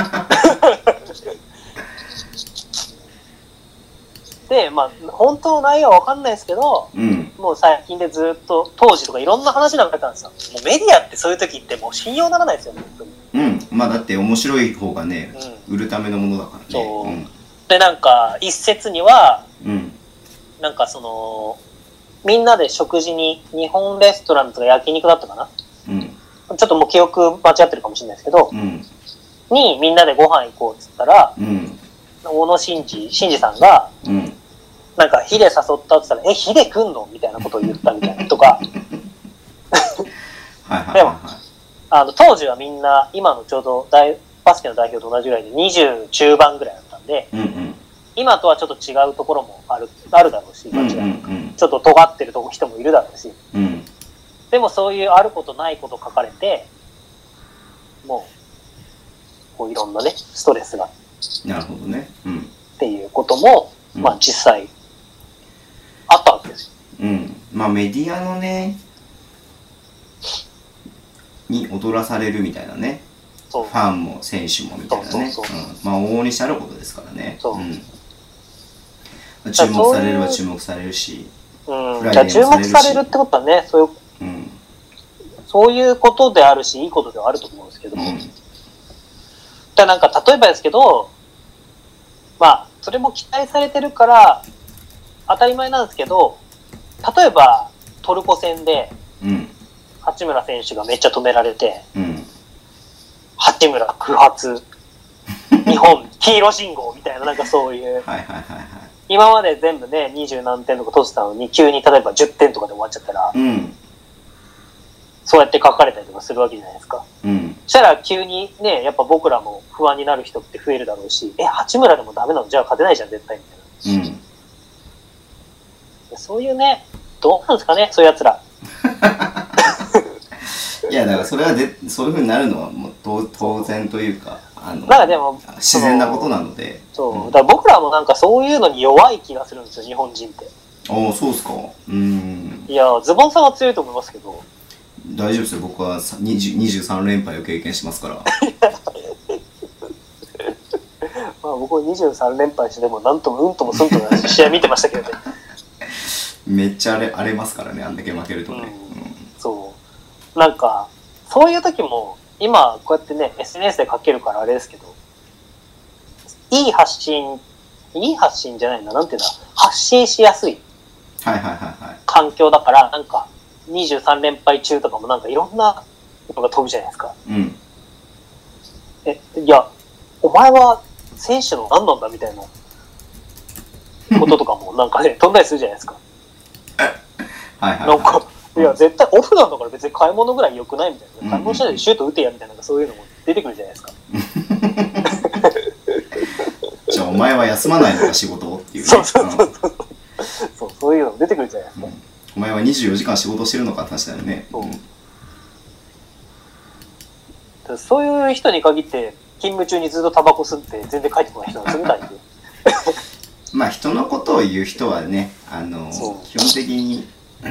S2: で、まあ本当の内容は分かんないですけど、もう最近でずっと当時とかいろんな話なんかあったんですよ。もうメディアってそういう時ってもう信用ならないですよね、本当に。
S1: まあだって面白い方がね、売るためのものだからね。
S2: でなんか一説には、なんかそのみんなで食事に日本レストランとか焼肉だったかな、ちょっともう記憶間違ってるかもしれないですけど、にみんなでご飯行こうっつったら、大野真二さんが、なんかヒデ誘ったって言ったらヒデ来んのみたいなことを言ったみたいなとか。でも当時はみんな今のちょうどバスケの代表と同じぐらいで20中盤ぐらいだったんで、 今とはちょっと違うところもあるだろうし、間違いなくちょっと尖ってる人もいるだろうし、でもそういうあることないこと書かれて、もうこういろんなねストレスが、
S1: なるほどね、
S2: っていうことも、まあ実際あったわけですよ。
S1: まあメディアのねに踊らされるみたいなね、ファンも選手もみたいなね、まあ往々にしてあることですからね。注目されれば注目されるし、
S2: じゃあ注目されるってことはね、そういうことであるし、いいことではあると思うんですけど、なんか例えばですけど、まあそれも期待されてるから当たり前なんですけど、例えばトルコ戦で八村選手がめっちゃ止められて、八村不発、日本黄色信号みたいな、なんかそういう今まで全部ね20何点とか取ってたのに、急に例えば10点とかで終わっちゃったら、そうやって書かれたりとかするわけじゃないですか。そしたら急にね、やっぱ僕らも不安になる人って増えるだろうし、八村でもダメなのじゃあ勝てないじゃん絶対みたいな。そういうね、どうなんですかね、そういうやつら。
S1: いやだからそれはそういう風になるのはもう当然というか、
S2: なんかでも
S1: 自然なことなので、
S2: だから僕らもなんかそういうのに弱い気がするんですよ、日本人って。
S1: ああ、そうですか。
S2: いやズボンさんは強いと思いますけど。
S1: 大丈夫ですよ、僕は23連敗を経験しますから。
S2: まあ僕は23連敗してもなんともうんともすんともない試合見てましたけどね。
S1: めっちゃ荒れますからね、あんだけ負けるとね。
S2: そうなんかそういう時も今こうやってね SNS で書けるからあれですけど、いい発信じゃないな、なんていうんだ、発信しやすい環境だから、なんか23連敗中とかもなんかいろんなのが飛ぶじゃないですか。いやお前は選手の何なんだみたいなこととかもなんかね飛んだりするじゃないですか。なんかいや絶対オフなんだから別に買い物ぐらい良くないみたいな、買い物しないでシュート打てやみたいな、そういうのも出てくるじゃないですか。
S1: じゃあお前は休まないのか仕事をっていう、ね、
S2: そういうの出てくるじゃないですか。
S1: お前は24時間仕事してるのかって話だよね。
S2: そういう人に限って勤務中にずっとタバコ吸って全然帰ってこない人が住みたいんで。
S1: まあ人のことを言う人はね、基本的に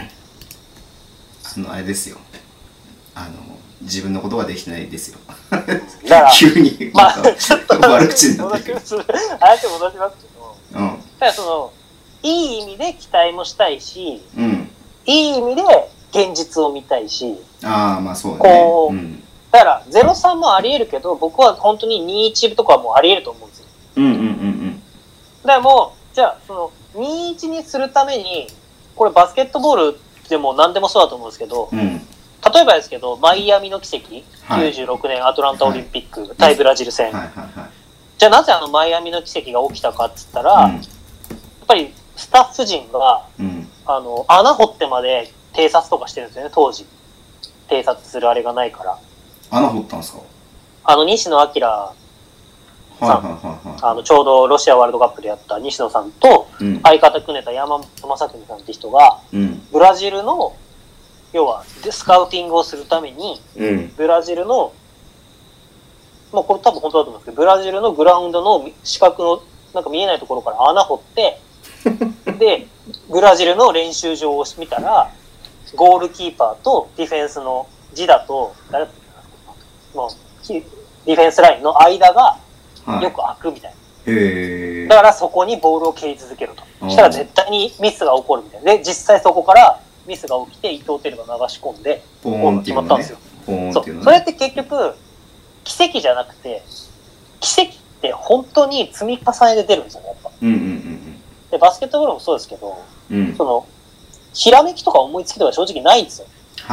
S1: あれですよ、自分のことができてないですよ。だから急に
S2: まあちょっと
S1: 悪口になってる。
S2: 話戻しますけど、ただそのいい意味で期待もしたいし、いい意味で現実を見たいし、
S1: まあそうだね。
S2: だから0-3もあり得るけど、僕は本当に2-1とかもあり得ると思うんですよ。だからもうじゃあその2-1にするために、これバスケットボールでも何でもそうだと思うんですけど、例えばですけどマイアミの奇跡、96年アトランタオリンピック、対ブラジル戦、じゃあなぜマイアミの奇跡が起きたかっつったら、やっぱりスタッフ陣が、穴掘ってまで偵察とかしてるんですよね、当時。偵察するあれがないから。
S1: 穴掘ったんですか？
S2: 西野彰さん、ちょうどロシアワールドカップでやった西野さんと、相方組んでた山本昌邦さんって人が、ブラジルの、要はスカウティングをするために、ブラジルの、まあこれ多分本当だと思うんですけど、ブラジルのグラウンドの四角のなんか見えないところから穴掘ってでブラジルの練習場を見たら、ゴールキーパーとディフェンスのジダと誰だったかな、もうディフェンスラインの間がよく開くみたいな、だからそこにボールを蹴り続けると、そしたら絶対にミスが起こるみたいな。で実際そこからミスが起きて伊藤輝が流し込んでゴールが決まったんですよ。それって結局奇跡じゃなくて、奇跡って本当に積み重ねで出るんですよね、やっぱ。でバスケットボールもそうですけど、そのひらめきとか思いつきとか正直ないんですよ。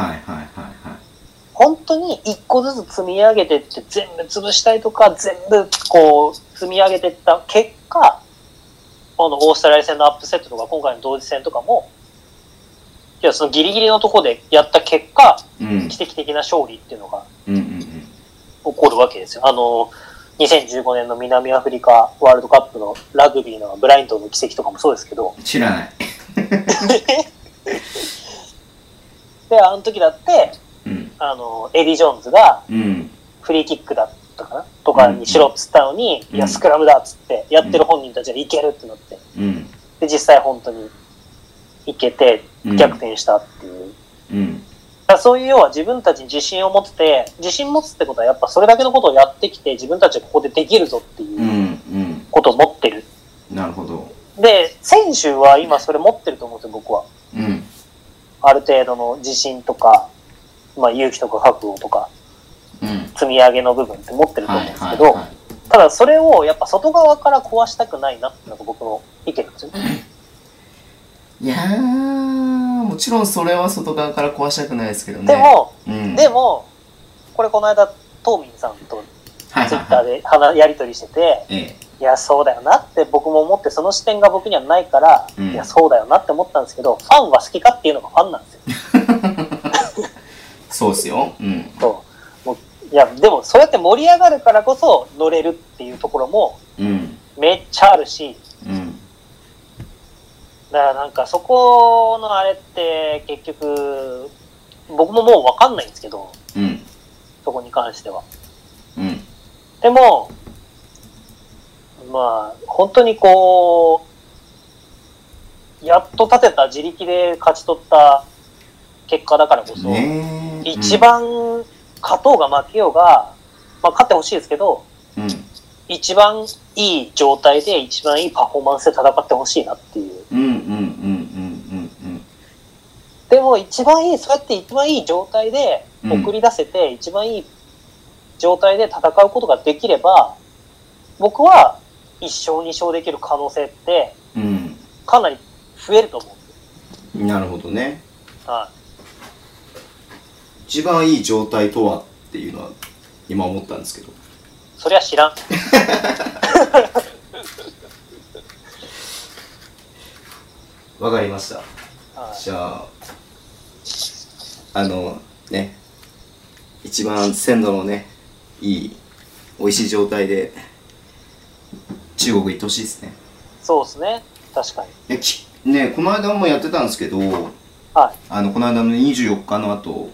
S2: 本当に一個ずつ積み上げてって全部潰したいとか、全部こう積み上げていった結果、オーストラリア戦のアップセットとか今回の同時戦とかも、いやそのギリギリのところでやった結果、奇跡的な勝利っていうのが起こるわけですよ。 2015年の南アフリカワールドカップのラグビーのブライントンの奇跡とかもそうですけど。
S1: 知らない。
S2: で、あの時だって、
S1: うん、
S2: エディ・ジョーンズが、
S1: うん、
S2: フリーキックだったかなとかにしろっつったのに、いや、スクラムだっつって、やってる本人たちがいけるってなって。で、実際本当にいけて、逆転したっていう。そういう要は自分たちに自信を持ってて、自信持つってことはやっぱそれだけのことをやってきて、自分たちはここでできるぞっていうことを持ってる。
S1: なるほど。
S2: で、選手は今それ持ってると思うんですよ、僕は。ある程度の自信とか、まあ勇気とか覚悟とか、積み上げの部分って持ってると思うんですけど、ただそれをやっぱ外側から壊したくないなっていうのが僕の意見なんですよね。
S1: いやー、もちろんそれは外側から壊したくないですけどね。
S2: でも、これこの間、トーミンさんとツイッターでやり取りしてて、いや、そうだよなって僕も思って、その視点が僕にはないから、いや、そうだよなって思ったんですけど、ファンは好きかっていうのがファンなんですよ。
S1: そうっすよ。
S2: いや、でもそうやって盛り上がるからこそ乗れるっていうところも、めっちゃあるし、だからなんかそこのあれって結局僕ももう分かんないんですけど、そこに関しては。でもまあ本当にこうやっと立てた自力で勝ち取った結果だからこそ、一番勝とうが負けようが、まあ勝ってほしいですけど、一番いい状態で一番いいパフォーマンスで戦ってほしいなっていう。でも一番いい、そうやって一番いい状態で送り出せて、一番いい状態で戦うことができれば、僕は1勝2勝できる可能性ってかなり増えると思うんですよ。
S1: なるほどね。一番いい状態とはっていうのは今思ったんですけど。
S2: そりゃ知らん。
S1: わかりました。じゃあね、一番鮮度のねいい美味しい状態で中国行ってほしいですね。
S2: そうですね、確か
S1: に。ね、この間もやってたんですけど、この間の24日の後、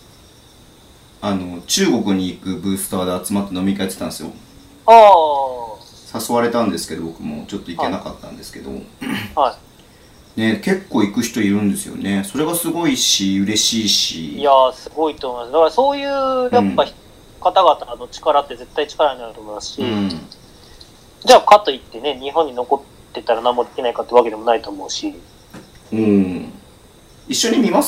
S1: 中国に行くブースターで集まって飲み会やってたんですよ。誘われたんですけど僕もちょっと行けなかったんですけど、ね、結構行く人いるんですよね。それがすごいし嬉しいし。
S2: いやー、すごいと思います。だからそういうやっぱ、方々の力って絶対力になると思いますし、じゃあかといってね、日本に残ってたら何もできないかってわけでもないと思うし。
S1: 一緒に見ます？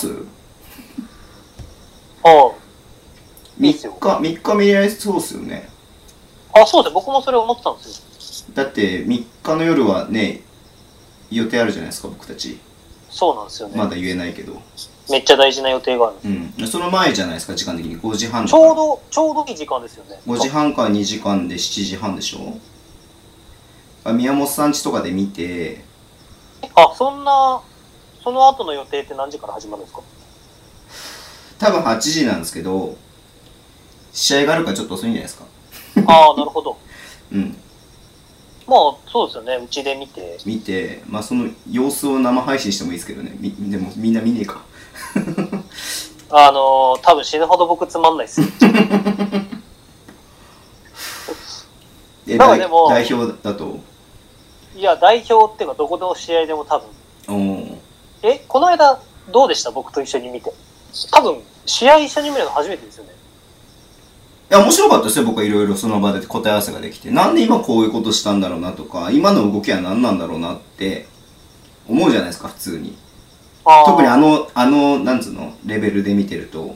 S2: いいっすよ。
S1: 3日見合いそうっすよね。
S2: そうです。僕もそれ思ってたんです
S1: よ。だって3日の夜はね、予定あるじゃないですか、僕たち。
S2: そうなんですよね。
S1: まだ言えないけど。
S2: めっちゃ大事な予定があるん
S1: です。その前じゃないですか、時間的に5時半。
S2: ちょうどいい時間ですよね。
S1: 5時半から2時間で7時半でしょ。宮本さん家とかで見て。
S2: その後の予定って何時から始まるんですか？
S1: 多分8時なんですけど、試合があるからちょっと遅いんじゃないですか。
S2: なるほど。まあそうですよね。うちで見て、
S1: まあその様子を生配信してもいいですけどね。でもみんな見ねえか。
S2: 多分死ぬほど僕つまんないっす。
S1: でも代表だと。
S2: いや代表っていうかどこの試合でも多分。この間どうでした？僕と一緒に見て。多分試合一緒に見るの初めてですよね。
S1: いや面白かったですよ。僕はいろいろその場で答え合わせができて、なんで今こういうことしたんだろうなとか、今の動きは何なんだろうなって思うじゃないですか普通に。特になんつうのレベルで見てると、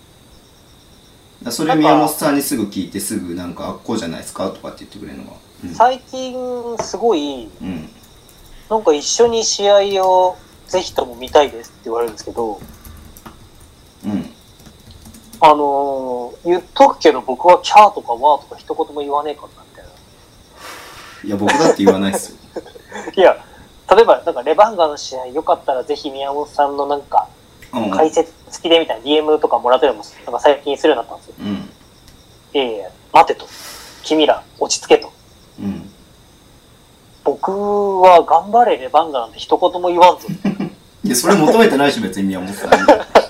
S1: それ宮本さんにすぐ聞いてすぐなんかこうじゃないですかとかって言ってくれるのが、
S2: 最近すごい、なんか一緒に試合をぜひとも見たいですって言われるんですけど、言っとくけど僕はキャーとかワーとか一言も言わねえからなみたいな。
S1: いや僕だって言わないっすよ。
S2: いや例えばなんかレバンガの試合よかったらぜひ宮本さんのなんか解説付きでみたいな DM とかもらってるのもなんか最近するようになったんですよ。いやいや待てと。 君ら落ち着けと。
S1: うん。
S2: 僕は頑張れレバンガなんて一言も言わんぞ。
S1: いや、それ求めてないし、別に宮本さんに。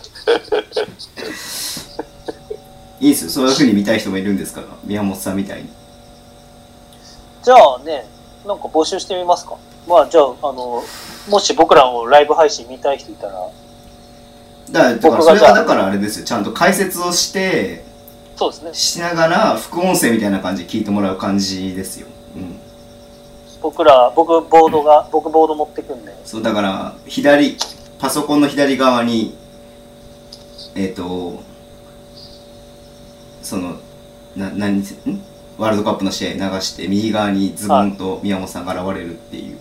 S1: いいですよ、そういう風に見たい人もいるんですから、宮本さんみたいに。
S2: じゃあね、なんか募集してみますか。まあじゃあ、もし僕らのライブ配信見たい人いたら。
S1: だからそれはだからあれですよ、ちゃんと解説をして、
S2: そうですね。
S1: しながら副音声みたいな感じで聞いてもらう感じですよ。うん。
S2: 僕ボード持ってくんで。
S1: そう、だからパソコンの左側にそのワールドカップの試合流して右側にズボンと宮本さんが現れるっていう。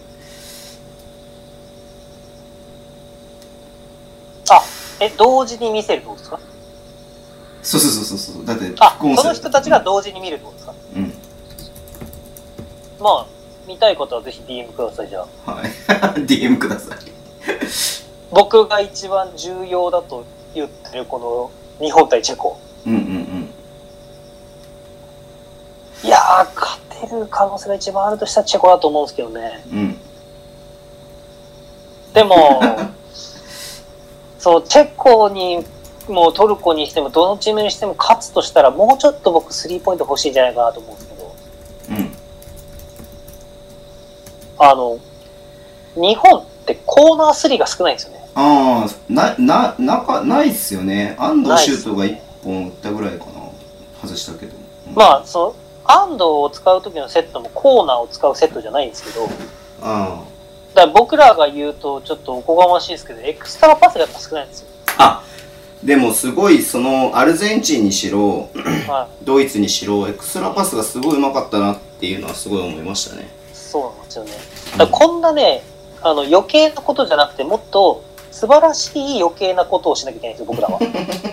S2: あ、同時に見せるってことですか？
S1: そうだって
S2: その人たちが同時に見るってことですか？
S1: うん。
S2: まあ見たい方はぜひ DM ください。じゃあ、
S1: はい。DM ください。
S2: 僕が一番重要だと言ってるこの日本対チェコ。
S1: うんうんうん。
S2: いやー、勝てる可能性が一番あるとしたらチェコだと思うんですけどね。
S1: うん。
S2: でもそう、チェコにもトルコにしてもどのチームにしても勝つとしたら、もうちょっと僕スリーポイント欲しいんじゃないかなと思うんですけど。
S1: うん。
S2: 日本ってコーナー3が少ないんですよね。
S1: ああ、ないっすよね。安藤シュートが1本打ったぐらいかな。外したけど。
S2: うん、まあ、安藤を使う時のセットもコーナーを使うセットじゃないんですけど。
S1: ああ。
S2: だから僕らが言うとちょっとおこがましいですけど、エクストラパスがやっぱ少ないんですよ。
S1: あ、でもすごいアルゼンチンにしろ、はい、ドイツにしろエクストラパスがすごいうまかったなっていうのはすごい思いましたね。
S2: そうなんですよね。だからこんなね、余計なことじゃなくて、もっと素晴らしい余計なことをしなきゃいけないんですよ、僕らは。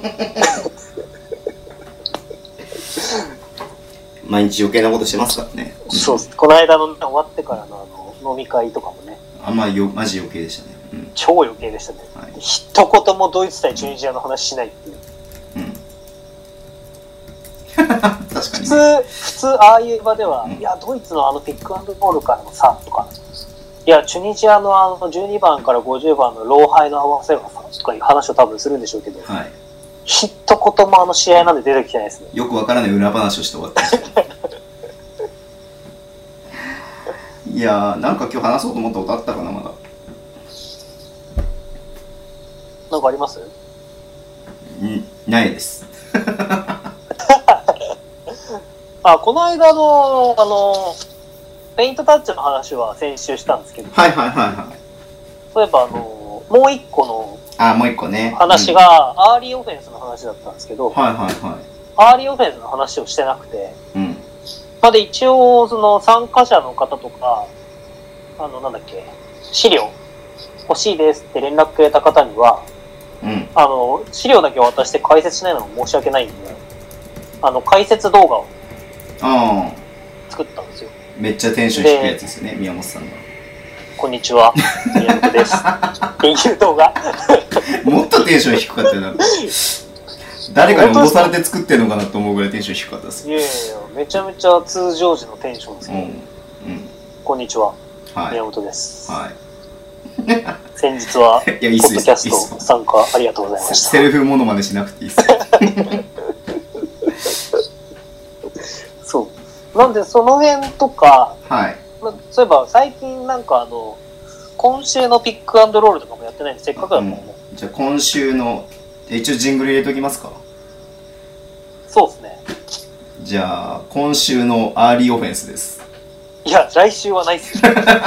S1: 毎日余計なことしてますからね。
S2: そうです。この間の終わってからの飲み会とかもね。
S1: マジ余計でしたね。うん、
S2: 超余計でしたね。はい、一言もドイツ対チュニジアの話しないっていう。うん。
S1: 確かに、
S2: ね、普通ああいう場では、いやドイツのピックアンドロールからのさとか、いやチュニジアの12番から50番の老輩の合わせがさとかいう話を多分するんでしょうけど、はい、一言も試合なんで出てきてないですね。
S1: よくわからない裏話をして終わってました。いやー、なんか今日話そうと思ったことあったかな、まだ。
S2: なんかあります？
S1: ないです。
S2: この間のペイントタッチの話は先週したんですけど、
S1: はいはいはいはい。
S2: そういえばもう一個の
S1: もう一個ね
S2: 話が、アーリーオフェンスの話だったんですけど、
S1: はいはいはい。
S2: アーリーオフェンスの話をしてなくて、
S1: うん。
S2: で一応参加者の方とかなんだっけ、資料欲しいですって連絡くれた方には、うん、資料だけ渡して解説しないのも申し訳ないんで、解説動画を作ったんですよ。
S1: めっちゃテンション低いやつですよね、宮本さんが。
S2: こんにちは、宮本ですっていう動画。
S1: もっとテンション低かったよな。誰かに脅されて作ってるのかなと思うぐらいテンション低かったです。
S2: いやいや、めちゃめちゃ通常時のテンションですけど、うんうん、こんにちは、はい、宮本です。はい。先日はポッドキャスト参加ありがとうございました。
S1: セルフモノマネしなくていいです。
S2: そう。なんでその辺とか、
S1: はい。
S2: そういえば最近なんか今週のピックアンドロールとかもやってないんで、せっかくだと思う。
S1: じゃあ今週の一応ジングル入れときますか。
S2: そうですね。
S1: じゃあ今週のアーリーオフェンスです。
S2: いや、来週はないっす。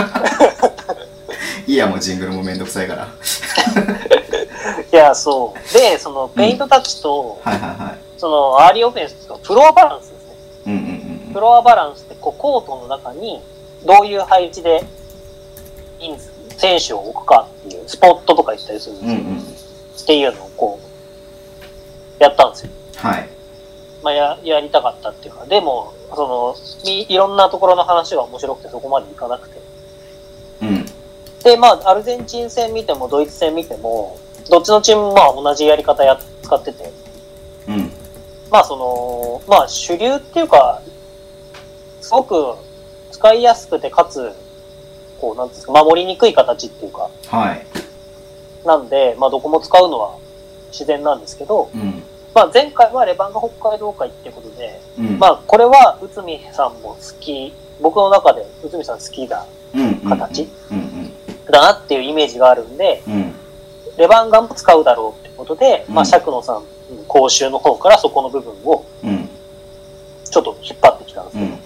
S1: いや、もうジングルもめんどくさいから。
S2: いや、そう。で、ペイントタッチと、
S1: はいはいはい。
S2: アーリーオフェンスとフロアバランスですね。
S1: うんうんうん。
S2: フロアバランスってコートの中にどういう配置で選手を置くかっていうスポットとか言ったりするんですよ。うんうん、っていうのをやったんですよ。
S1: はい。
S2: やりたかったっていうか、でもいろんなところの話が面白くてそこまでいかなくて。
S1: うん。
S2: で、アルゼンチン戦見てもドイツ戦見てもどっちのチームも同じやり方使ってて、
S1: うん。
S2: 主流っていうかすごく使いやすくて、かつ、こう、なんですか、守りにくい形っていうか、
S1: はい。
S2: なんで、まあ、どこも使うのは自然なんですけど、
S1: うん、
S2: まあ、前回はレバンガ北海道会っていうことで、
S1: うん、
S2: まあ、これは内海さんも好き、僕の中で内海さん好きな形だなっていうイメージがあるんで、
S1: うん、
S2: レバンガも使うだろうってことで、まあ、釈野さん、講習の方からそこの部分を、ちょっと引っ張ってきたんですけど、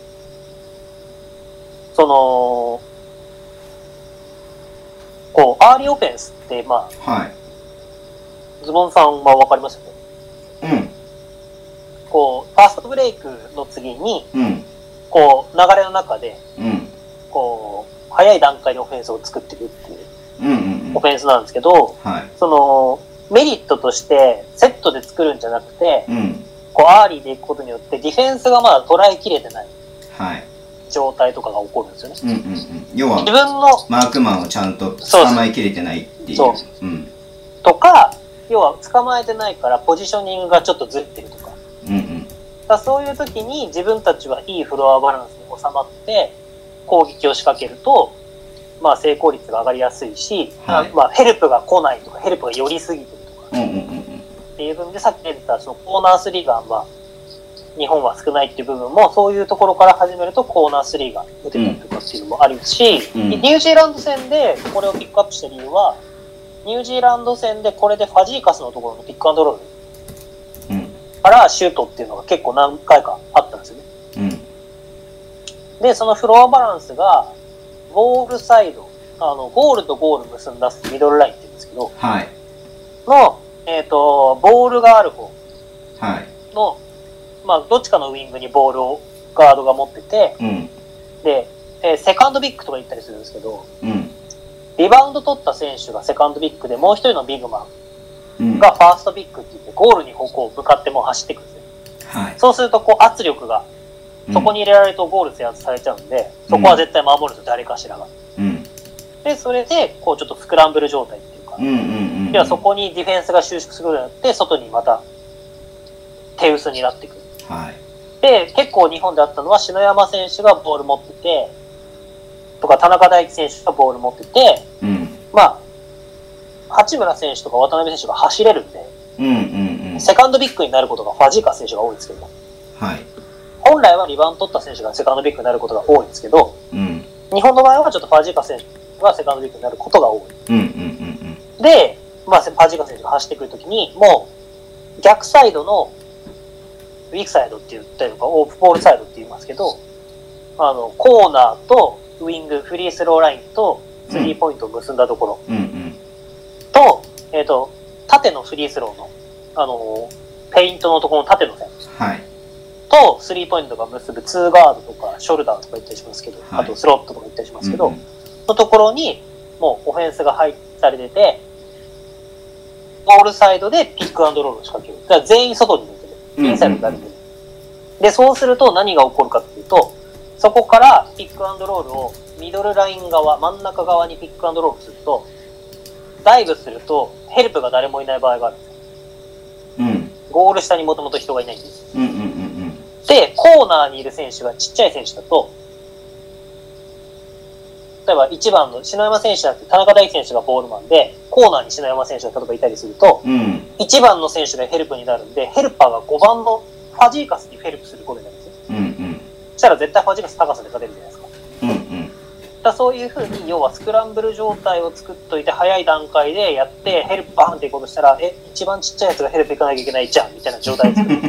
S2: その、こう、アーリーオフェンスって、まあ、
S1: はい。
S2: ズボンさんはわかりますよね。こう、ファーストブレイクの次に、こう、流れの中で、こう、早い段階でオフェンスを作っていくっていう、オフェンスなんですけど、その、メリットとして、セットで作るんじゃなくて、こう、アーリーでいくことによって、ディフェンスがまだ捉えきれてない。状態とかが起こるんですよね。
S1: 要は、
S2: 自分の
S1: マークマンをちゃんと捕まえきれてないっていう。
S2: そう。とか、要は捕まえてないからポジショニングがちょっとずれてるとか。だそういう時に自分たちはいいフロアバランスに収まって攻撃を仕掛けると、まあ成功率が上がりやすいし、まあヘルプが来ないとか、ヘルプが寄りすぎてるとか。っていう部分でさっき出てたそのコーナー3がまあ日本は少ないっていう部分もそういうところから始めるとコーナー3が打てたりとかっていうのもあるし、ニュージーランド戦でこれをピックアップした理由は、ニュージーランド戦でこれでファジーカスのところのピックアンドロールからシュートっていうのが結構何回かあったんですよね。で、そのフロアバランスがボールサイド、ゴールとゴール結んだミドルラインって言うんですけど、の、ボールがある方の、まあ、どっちかのウィングにボールをガードが持ってて、で、セカンドビッグとか言ったりするんですけど、リバウンド取った選手がセカンドビッグで、もう一人のビッグマンがファーストビッグって言って、ゴールにこう向かってもう走っていくんですよ。そうすると、こう圧力が、そこに入れられるとゴール制圧されちゃうんで、そこは絶対守るんですよ、誰かしらが。で、それで、こうちょっとスクランブル状態っていうか、ではそこにディフェンスが収縮することによって、外にまた手薄になっていく。で、結構日本であったのは、篠山選手がボール持ってて、とか田中大輝選手がボール持ってて、まあ、八村選手とか渡辺選手が走れるんで、セカンドビッグになることがファジーカ選手が多いんですけど、本来はリバウンド取った選手がセカンドビッグになることが多いんですけど、日本の場合はちょっとファジーカ選手がセカンドビッグになることが多い。で、まあ、ファジーカ選手が走ってくるときに、もう逆サイドのウィークサイドって言ったりとか、オープンボールサイドって言いますけど、コーナーとウィング、フリースローラインとスリーポイントを結んだところと、縦のフリースローの、ペイントのところの縦の線。と、スリーポイントが結ぶ2ガードとか、ショルダーとか言ったりしますけど、あとスロットとか言ったりしますけど、のところに、もうオフェンスが入されてて、ボールサイドでピックアンドロールを仕掛ける。だから全員外に出てる。インサイドになるんで。で、そうすると何が起こるかっていうと、そこからピックアンドロールをミドルライン側、真ん中側にピックアンドロールすると、ダイブするとヘルプが誰もいない場合があるんですよ。ゴール下にもともと人がいないんです。で、コーナーにいる選手がちっちゃい選手だと、例えば1番の篠山選手だって田中大輝選手がボールマンで、コーナーに篠山選手が例えばいたりすると、1番の選手がヘルプになるんで、ヘルパーが5番のファジーカスにヘルプすることになるんですよ。そしたら絶対ファジーカス高さで勝てるじゃないですか。だそういう風に、要はスクランブル状態を作っといて、早い段階でやって、ヘルプバーンっていこうとしたら、一番ちっちゃいやつがヘルプ行かなきゃいけないじゃんみたいな状態作る。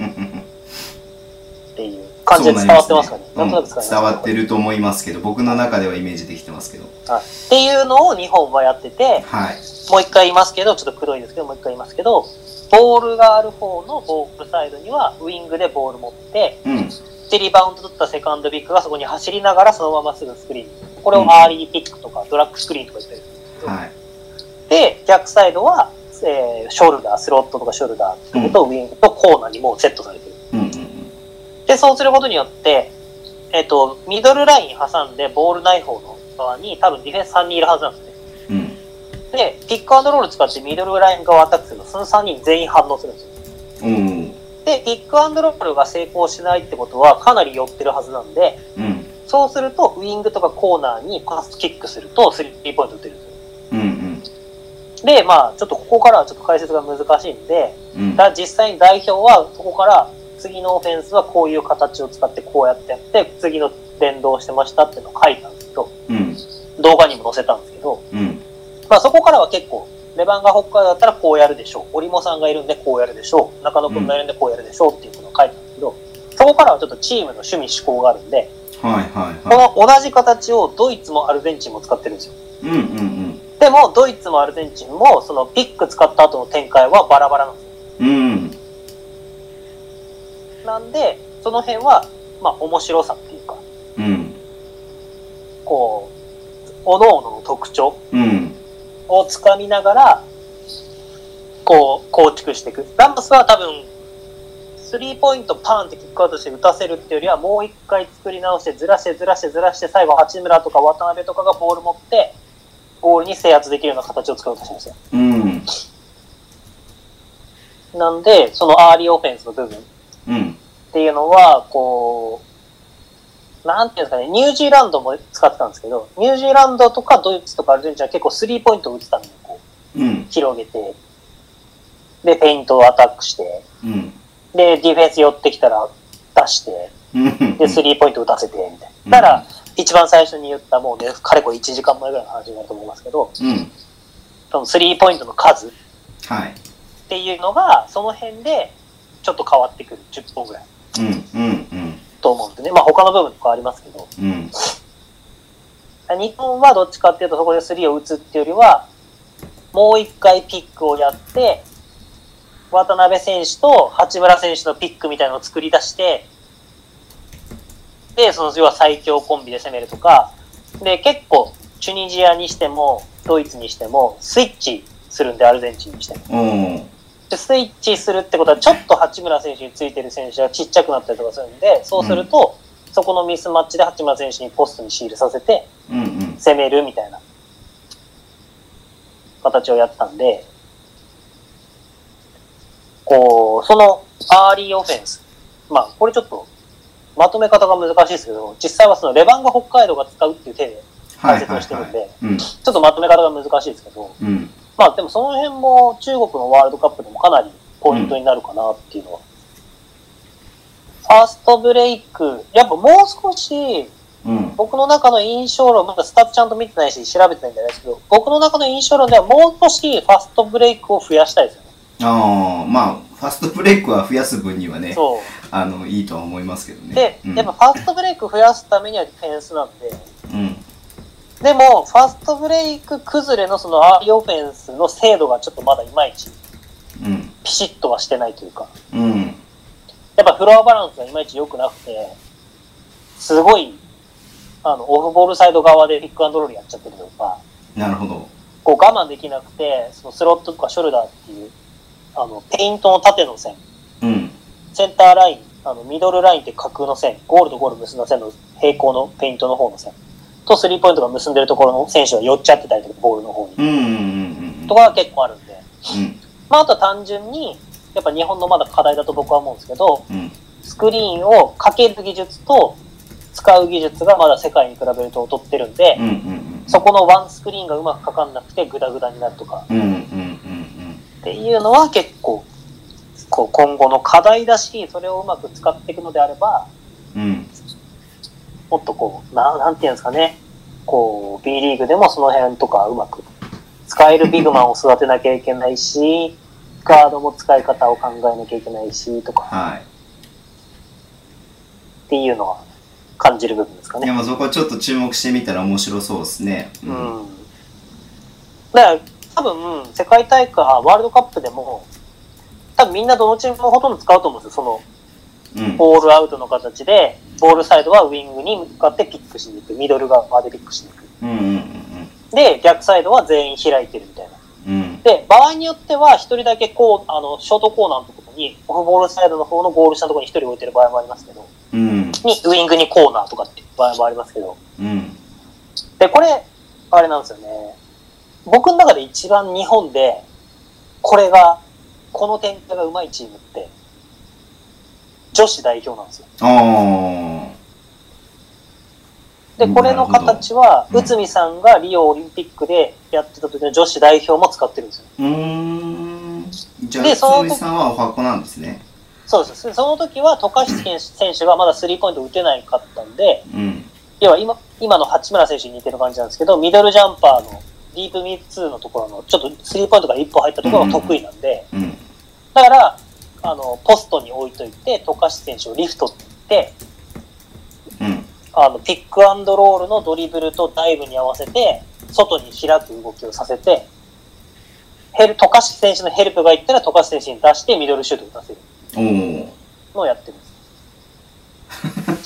S2: っていう感じで伝わってますかね。なんとなく
S1: 伝わってると思いますけど、僕の中ではイメージできてますけど。
S2: っていうのを日本はやってて、もう一回言いますけど、ちょっと黒いですけど、もう一回言いますけど、ボールがある方のボールサイドにはウィングでボール持って、で、リバウンド取ったセカンドビッグがそこに走りながらそのまますぐスクリーン。これをアーリーピックとかドラッグスクリーンとか言ったりするんですけど、で、逆サイドは、ショルダー、スロットとかショルダーってことと、ウィングとコーナーにもうセットされてる。で、そうすることによって、ミドルライン挟んでボールない方の側に多分ディフェンス3人いるはずなんですね。で、ピックアンドロール使ってミドルライン側をアタックすると、その3人全員反応するんですよ。で、 で、ピックアンドロールが成功しないってことはかなり寄ってるはずなんで、そうするとウイングとかコーナーにパスキックするとスリーポイント打てるんですよ。で、まあちょっとここからはちょっと解説が難しいんで、実際に代表はそこから次のオフェンスはこういう形を使ってこうやってやって次の連動してましたっていうのを書いたんですけど、動画にも載せたんですけど、まあそこからは結構レバンガ北海道だったらこうやるでしょう、折茂さんがいるんでこうやるでしょう、中野くんがいるんでこうやるでしょうっていうのを書いたんですけど、そこからはちょっとチームの趣味思考があるんで、この同じ形をドイツもアルゼンチンも使ってるんですよ。でもドイツもアルゼンチンもそのピック使った後の展開はバラバラなんですよ。なんでその辺はまあ面白さっていうか、こう各々の特徴をつかみながらこう構築していく。ラモスは多分スリーポイントパーンってキックアウトして打たせるっていうよりはもう一回作り直してずらして最後八村とか渡辺とかがボール持ってゴールに制圧できるような形を作ろうとしてるんですよ。なんでそのアーリーオフェンスの部分っていうのはこうなんていうんですかね、ニュージーランドも使ってたんですけど、ニュージーランドとかドイツとかアルゼンチンは結構スリーポイントを打つためにこう、広げてでペイントをアタックして、でディフェンス寄ってきたら出してでスリーポイント打たせてみたいな。だから一番最初に言ったもうねかれこれ1時間前ぐらいの話になると思いますけど、そのスリーポイントの数っていうのがその辺でちょっと変わってくる、10本ぐらいと思うんでね。まあ他の部分とかありますけど、日本はどっちかっていうとそこでスリーを打つっていうよりはもう一回ピックをやって渡辺選手と八村選手のピックみたいなのを作り出して、でその要は最強コンビで攻めるとかで、結構チュニジアにしてもドイツにしてもスイッチするんで、アルゼンチンにしてもでスイッチするってことはちょっと八村選手についてる選手がちっちゃくなったりとかするんで、そうすると、そこのミスマッチで八村選手にポストにシールさせて攻めるみたいな形をやってたんで、こうそのアーリーオフェンス、まあこれちょっとまとめ方が難しいですけど、実際はそのレバンガ北海道が使うっていう手で解説をしてるんで、ちょっとまとめ方が難しいですけど、まあでもその辺も中国のワールドカップでもかなりポイントになるかなっていうのは。ファーストブレイク、やっぱもう少し、僕の中の印象論、まだスタッツちゃんと見てないし調べてないんじゃないですけど、僕の中の印象論ではもう少しファーストブレイクを増やしたいですよね。
S1: まあファーストブレイクは増やす分にはね、いいとは思いますけどね。
S2: で、やっぱファーストブレイク増やすためにはディフェンスなんで、でもファーストブレイク崩れのそのアーリーオフェンスの精度がちょっとまだいまいちピシッとはしてないというか、やっぱフロアバランスがいまいち良くなくて、すごいオフボールサイド側でピックアンドロールやっちゃってるとか、
S1: なるほど、
S2: こう我慢できなくて、そのスロットとかショルダーっていうペイントの縦の線、センターライン、ミドルラインって架空の線、ゴールとゴール結んだ線の平行のペイントの方の線とスリーポイントが結んでるところの選手が寄っちゃってたりとか、ボールの方にとかが結構あるんで、まああと単純にやっぱ日本のまだ課題だと僕は思うんですけど、スクリーンをかける技術と使う技術がまだ世界に比べると劣ってるんで、そこのワンスクリーンがうまくかかんなくてグダグダになるとかっていうのは結構こう今後の課題だし、それをうまく使っていくのであれば、もっとこうなんていうんですかね、こう B リーグでもその辺とかうまく使えるビッグマンを育てなきゃいけないし、ガードも使い方を考えなきゃいけないしとか、っていうのは感じる部分ですかね。
S1: いや、まあそこはちょっと注目してみたら面白そうですね。
S2: だから多分世界大会ワールドカップでも多分みんなどのチームもほとんど使うと思うんですよ。そのボールアウトの形でボールサイドはウイングに向かってピックしに行く、ミドル側でピックしに行く、で逆サイドは全員開いてるみたいな、で場合によっては一人だけこうショートコーナーのところにオフボールサイドの方のゴール下のところに一人置いてる場合もありますけど、ウイングにコーナーとかっていう場合もありますけど、でこれあれなんですよね、僕の中で一番日本でこの展開がうまいチームって女子代表なんですよ。
S1: あ
S2: で、これの形は、内海さんがリオオリンピックでやってた時の女子代表も使ってるんですよ。
S1: じゃあ、内海さんはお箱なんですね。
S2: そうです。その時は、渡嘉敷選手がまだスリーポイント打てないかったんで、要は今の八村選手に似てる感じなんですけど、ミドルジャンパーのディープミッツーのところの、ちょっとスリーポイントから一歩入ったところが得意なんで、だから、ポストに置いといて、渡嘉敷選手をリフトって言って、ピックアンドロールのドリブルとダイブに合わせて、外に開く動きをさせて、渡嘉敷選手のヘルプがいったら渡嘉敷選手に出してミドルシュートを打たせるのをやってるんです。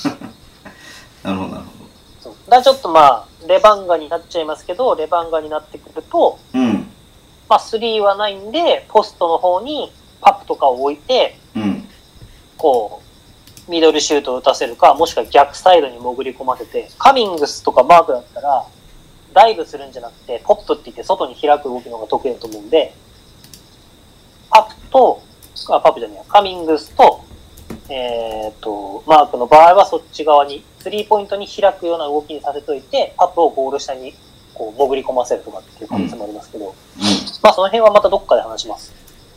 S1: なるほどなるほど。
S2: そうだからちょっとまあレバンガになっちゃいますけど、レバンガになってくると、まあ3はないんでポストの方にパップとかを置いて、こうミドルシュートを打たせるか、もしくは逆サイドに潜り込ませて、カミングスとかマークだったらダイブするんじゃなくてポップって言って外に開く動きの方が得意だと思うんで、パップじゃねえや、カミングスとマークの場合はそっち側にスリーポイントに開くような動きにさせといて、パップをゴール下にこう潜り込ませるとかっていう可能性もありますけど、まあその辺はまたどっかで話します。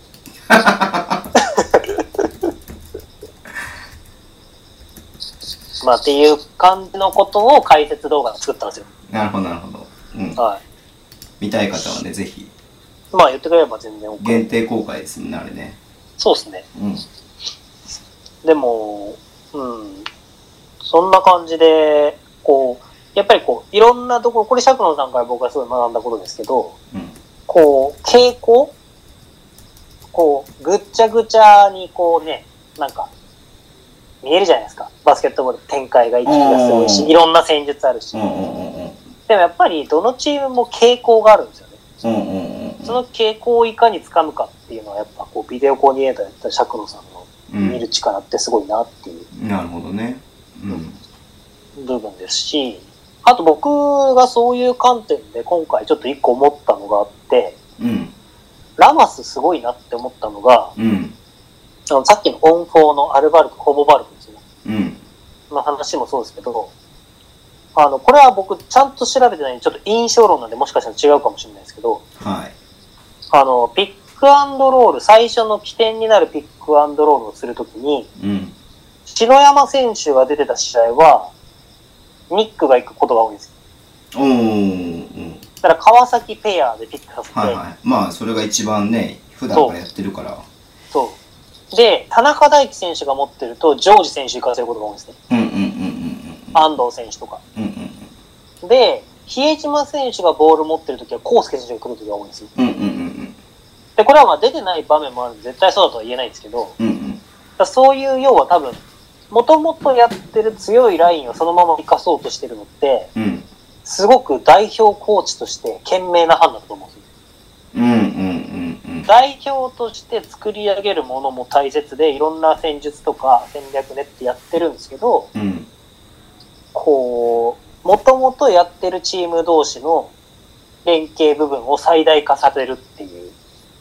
S2: まあっていう感じのことを解説動画で作ったんですよ。
S1: なるほどなるほど。はい。見たい方はね、ぜひ。
S2: まあ言ってくれれば全然 OK。
S1: 限定公開ですね、あれね。
S2: そうですね。でも、そんな感じで、こう、やっぱりこう、いろんなところ、これ釈野さんから僕はすごい学んだことですけど、こう、傾向こう、ぐっちゃぐちゃにこうね、なんか、見えるじゃないですか。バスケットボール展開が行き来がすごいし、いろんな戦術あるし。でもやっぱりどのチームも傾向があるんですよね。その傾向をいかにつかむかっていうのはやっぱこうビデオコーディネーターやった釈野さんの見る力ってすごいなっていう、
S1: なるほどね、
S2: 部分ですし、あと僕がそういう観点で今回ちょっと一個思ったのがあって、ラマスすごいなって思ったのが、さっきのオンフォーのアルバルク、ホボバルクですね。の話もそうですけど、これは僕ちゃんと調べてないんで、ちょっと印象論なんでもしかしたら違うかもしれないですけど、ピックアンドロール、最初の起点になるピックアンドロールをするときに、篠山選手が出てた試合は、ニックが行くことが多いんですよ。だから川崎ペアでピックさせて、
S1: まあそれが一番ね、普段からやってるから。
S2: そう。で、田中大輝選手が持ってると、ジョージ選手行かせることが多いんですね。安藤選手とか。で、比江島選手がボール持ってるときは、康介選手が来るときが多いんですよ。で、これはまあ出てない場面もあるんで、絶対そうだとは言えないんですけど、そういう要は多分、もともとやってる強いラインをそのまま生かそうとしてるのって、すごく代表コーチとして賢明な判断だと思うんですよ。代表として作り上げるものも大切で、いろんな戦術とか戦略練ってやってるんですけど、こう、もともとやってるチーム同士の連携部分を最大化させるっていう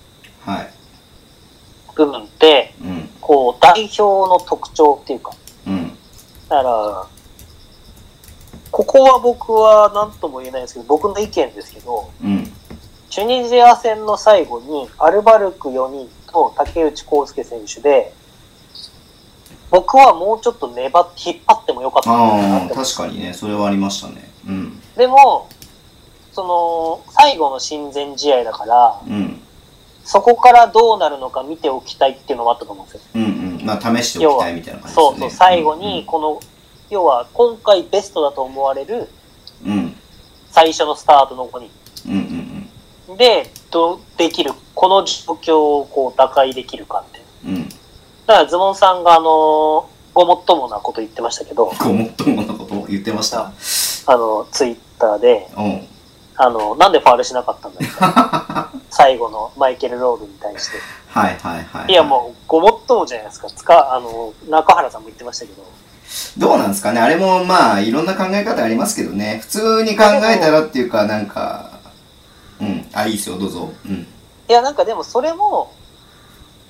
S2: 部分って、こう、代表の特徴っていうか、だから、ここは僕は何とも言えないんですけど、僕の意見ですけど、チュニジア戦の最後にアルバルク4人と竹内康介選手で、僕はもうちょっと粘って引っ張ってもよかったなって。
S1: 確かにね、それはありましたね。
S2: でも、その最後の親善試合だから、そこからどうなるのか見ておきたいっていうのもあったと思うんですよ。ま
S1: あ試しておきたいみたいな感じですね。
S2: そう、最後にこの、要は今回ベストだと思われる最初のスタートの5人でできるこの状況をこう打開できるかって、だからズボンさんがごもっともなこと言ってましたけど、
S1: ごもっともなこと言ってました。
S2: ツイッターでなんでファールしなかったんだみたいな最後のマイケル・ロールに対して、いやもうごもっともじゃないですか。中原さんも言ってましたけど、
S1: どうなんですかね。あれもまあいろんな考え方ありますけどね。普通に考えたらっていうか、なんかいいですよ、どうぞ。
S2: いやなんかでもそれも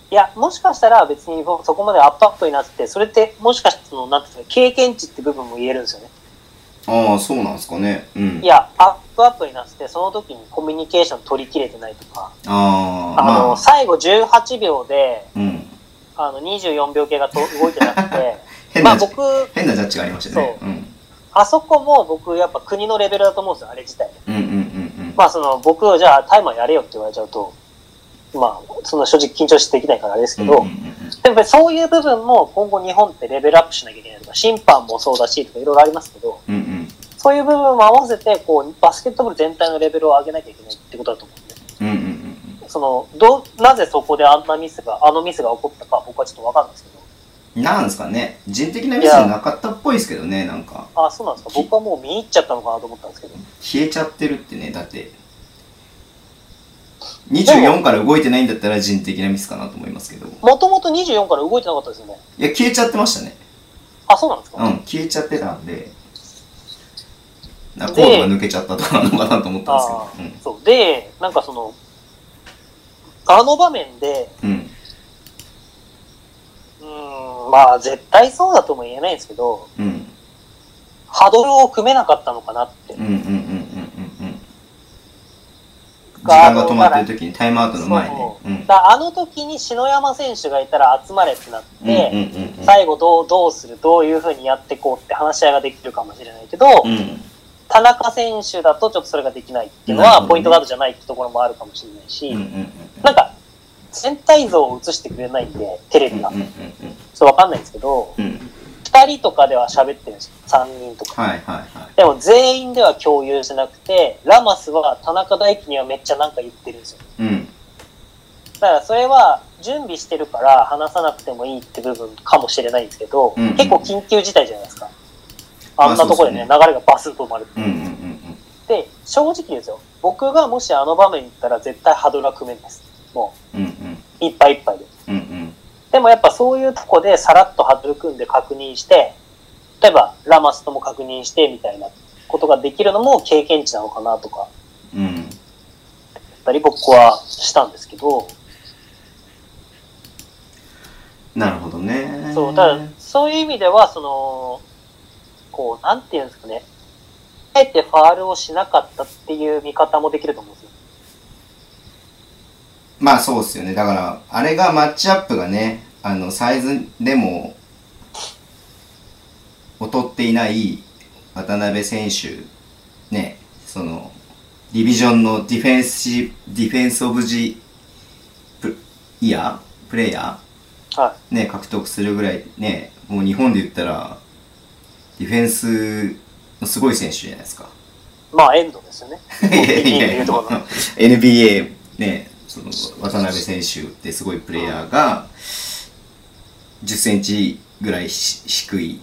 S2: いや、もしかしたら別にそこまでアップアップになって、それってもしかしてなんていうか、経験値って部分も言えるんですよね。
S1: ああ、そうなんですかね。うん。
S2: いや、アップアップになってて、その時にコミュニケーション取り切れてないとか、
S1: まあ、
S2: 最後18秒で、
S1: うん、
S2: 24秒系が動いてなくて、
S1: 変なジャッジがありましたね。
S2: そう。あそこも僕、やっぱ国のレベルだと思うんですよ、あれ自体。まあ、僕、じゃあタイマーやれよって言われちゃうと、まあ、その正直緊張してできないからあれですけど、でもそういう部分も今後日本ってレベルアップしなきゃいけないとか、審判もそうだしとかいろいろありますけど、そういう部分も合わせて、こう、バスケットボール全体のレベルを上げなきゃいけないってことだと思うんで、なぜそこであのミスが起こったか僕はちょっとわかんないですけど。
S1: なんですかね、人的なミスじゃなかったっぽいですけどね、なんか。
S2: あ、そうなんですか。僕はもう見入っちゃったのかなと思ったんですけど。
S1: 消えちゃってるってね、だって。24から動いてないんだったら人的なミスかなと思いますけど。
S2: もともと24から動いてなかったですよね。
S1: いや、消えちゃってましたね。
S2: あ、そうなんですか。
S1: 消えちゃってたんで、コードが抜けちゃったとかなのかなと思ったんですけど。
S2: そう。で、なんかあの場面で、まあ絶対そうだとも言えないんですけど、ハドルを組めなかったのかなって。
S1: 時間が止まってる時にタイムアウトの前に。
S2: あの時に篠山選手がいたら集まれってなって、最後どうする、どういう風にやっていこうって話し合いができるかもしれないけど、田中選手だとちょっとそれができないっていうのは、ポイントガードじゃないってところもあるかもしれないし、なんか、全体像を映してくれないんで、テレビが。ちょっとわかんないんですけど、2人とかでは喋ってるんですよ。3人とか。でも全員では共有してなくて、ラマスは田中大輝にはめっちゃなんか言ってるんですよ。だからそれは準備してるから話さなくてもいいって部分かもしれないんですけど、結構緊急事態じゃないですか。あんなところでね、流れがバスンと止まるって。で、正直ですよ。僕がもしあの場面に行ったら絶対ハドラ組めんです。もう、いっぱいいっぱいで。でもやっぱそういうとこでさらっとハドル組んで確認して、例えばラマスとも確認してみたいなことができるのも経験値なのかなとか、ったり僕はしたんですけど。
S1: なるほどね。
S2: そう、だからそういう意味では、こう、なんていうんですかね、あえてファールをしなかったっていう見方もできると思うんですよ。
S1: まあそうっすよね。だから、あれがマッチアップがね、サイズでも、劣っていない渡辺選手、ね、ディビジョンのディフェンスオブジプレイヤー、ね、獲得するぐらいね、もう日本で言ったら、ディフェンスのすごい選手じゃないですか。
S2: まあ、エンドですよね。
S1: NBA ね、渡辺選手ってすごいプレイヤーが、10センチぐらい低い、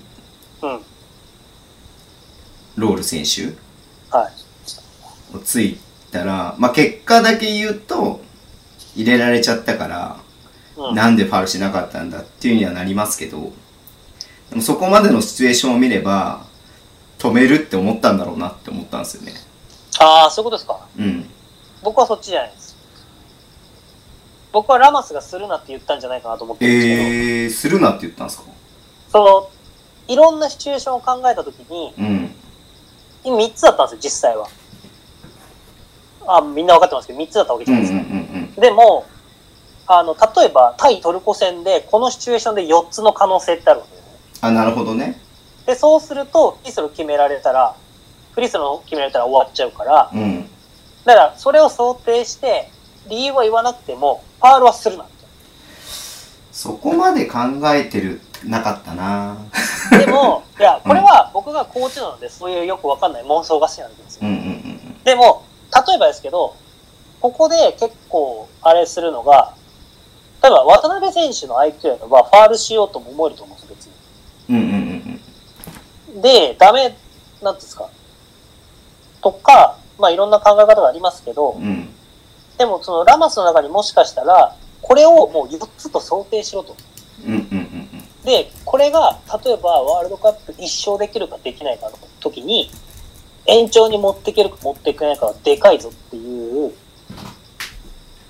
S1: ロール選手をついたら、まあ結果だけ言うと、入れられちゃったから、なんでファウルしなかったんだっていうにはなりますけど、でもそこまでのシチュエーションを見れば、止めるって思ったんだろうなって思ったんですよね。
S2: ああ、そういうことですか。僕はそっちじゃないです。僕はラマスがするなって言ったんじゃないかなと思ってるんです
S1: けど。するなって言ったんですか？
S2: いろんなシチュエーションを考えたときに、今3つだったんですよ、実際は。みんな分かってますけど、3つだったわけじゃないですか。でも、例えば、対トルコ戦で、このシチュエーションで4つの可能性ってあるわけですね。
S1: あ、なるほどね。
S2: で、そうすると、フリースロー決められたら終わっちゃうから、だから、それを想定して、理由は言わなくても、ファールはするなって。
S1: そこまで考えてなかったな。
S2: でも、いや、これは僕がコーチなので、そういうよくわかんない妄想が好きなんですよ。でも、例えばですけど、ここで結構、あれするのが、例えば渡辺選手の IQ やのは、ファールしようとも思えると思うんですよ、別に。で、ダメ、なんですか。とか、まあいろんな考え方がありますけど、でもそのラマスの中にもしかしたら、これをもう4つと想定しろと。で、これが、例えばワールドカップ1勝できるかできないかの時に、延長に持っていけるか持っていけないかはでかいぞっていう、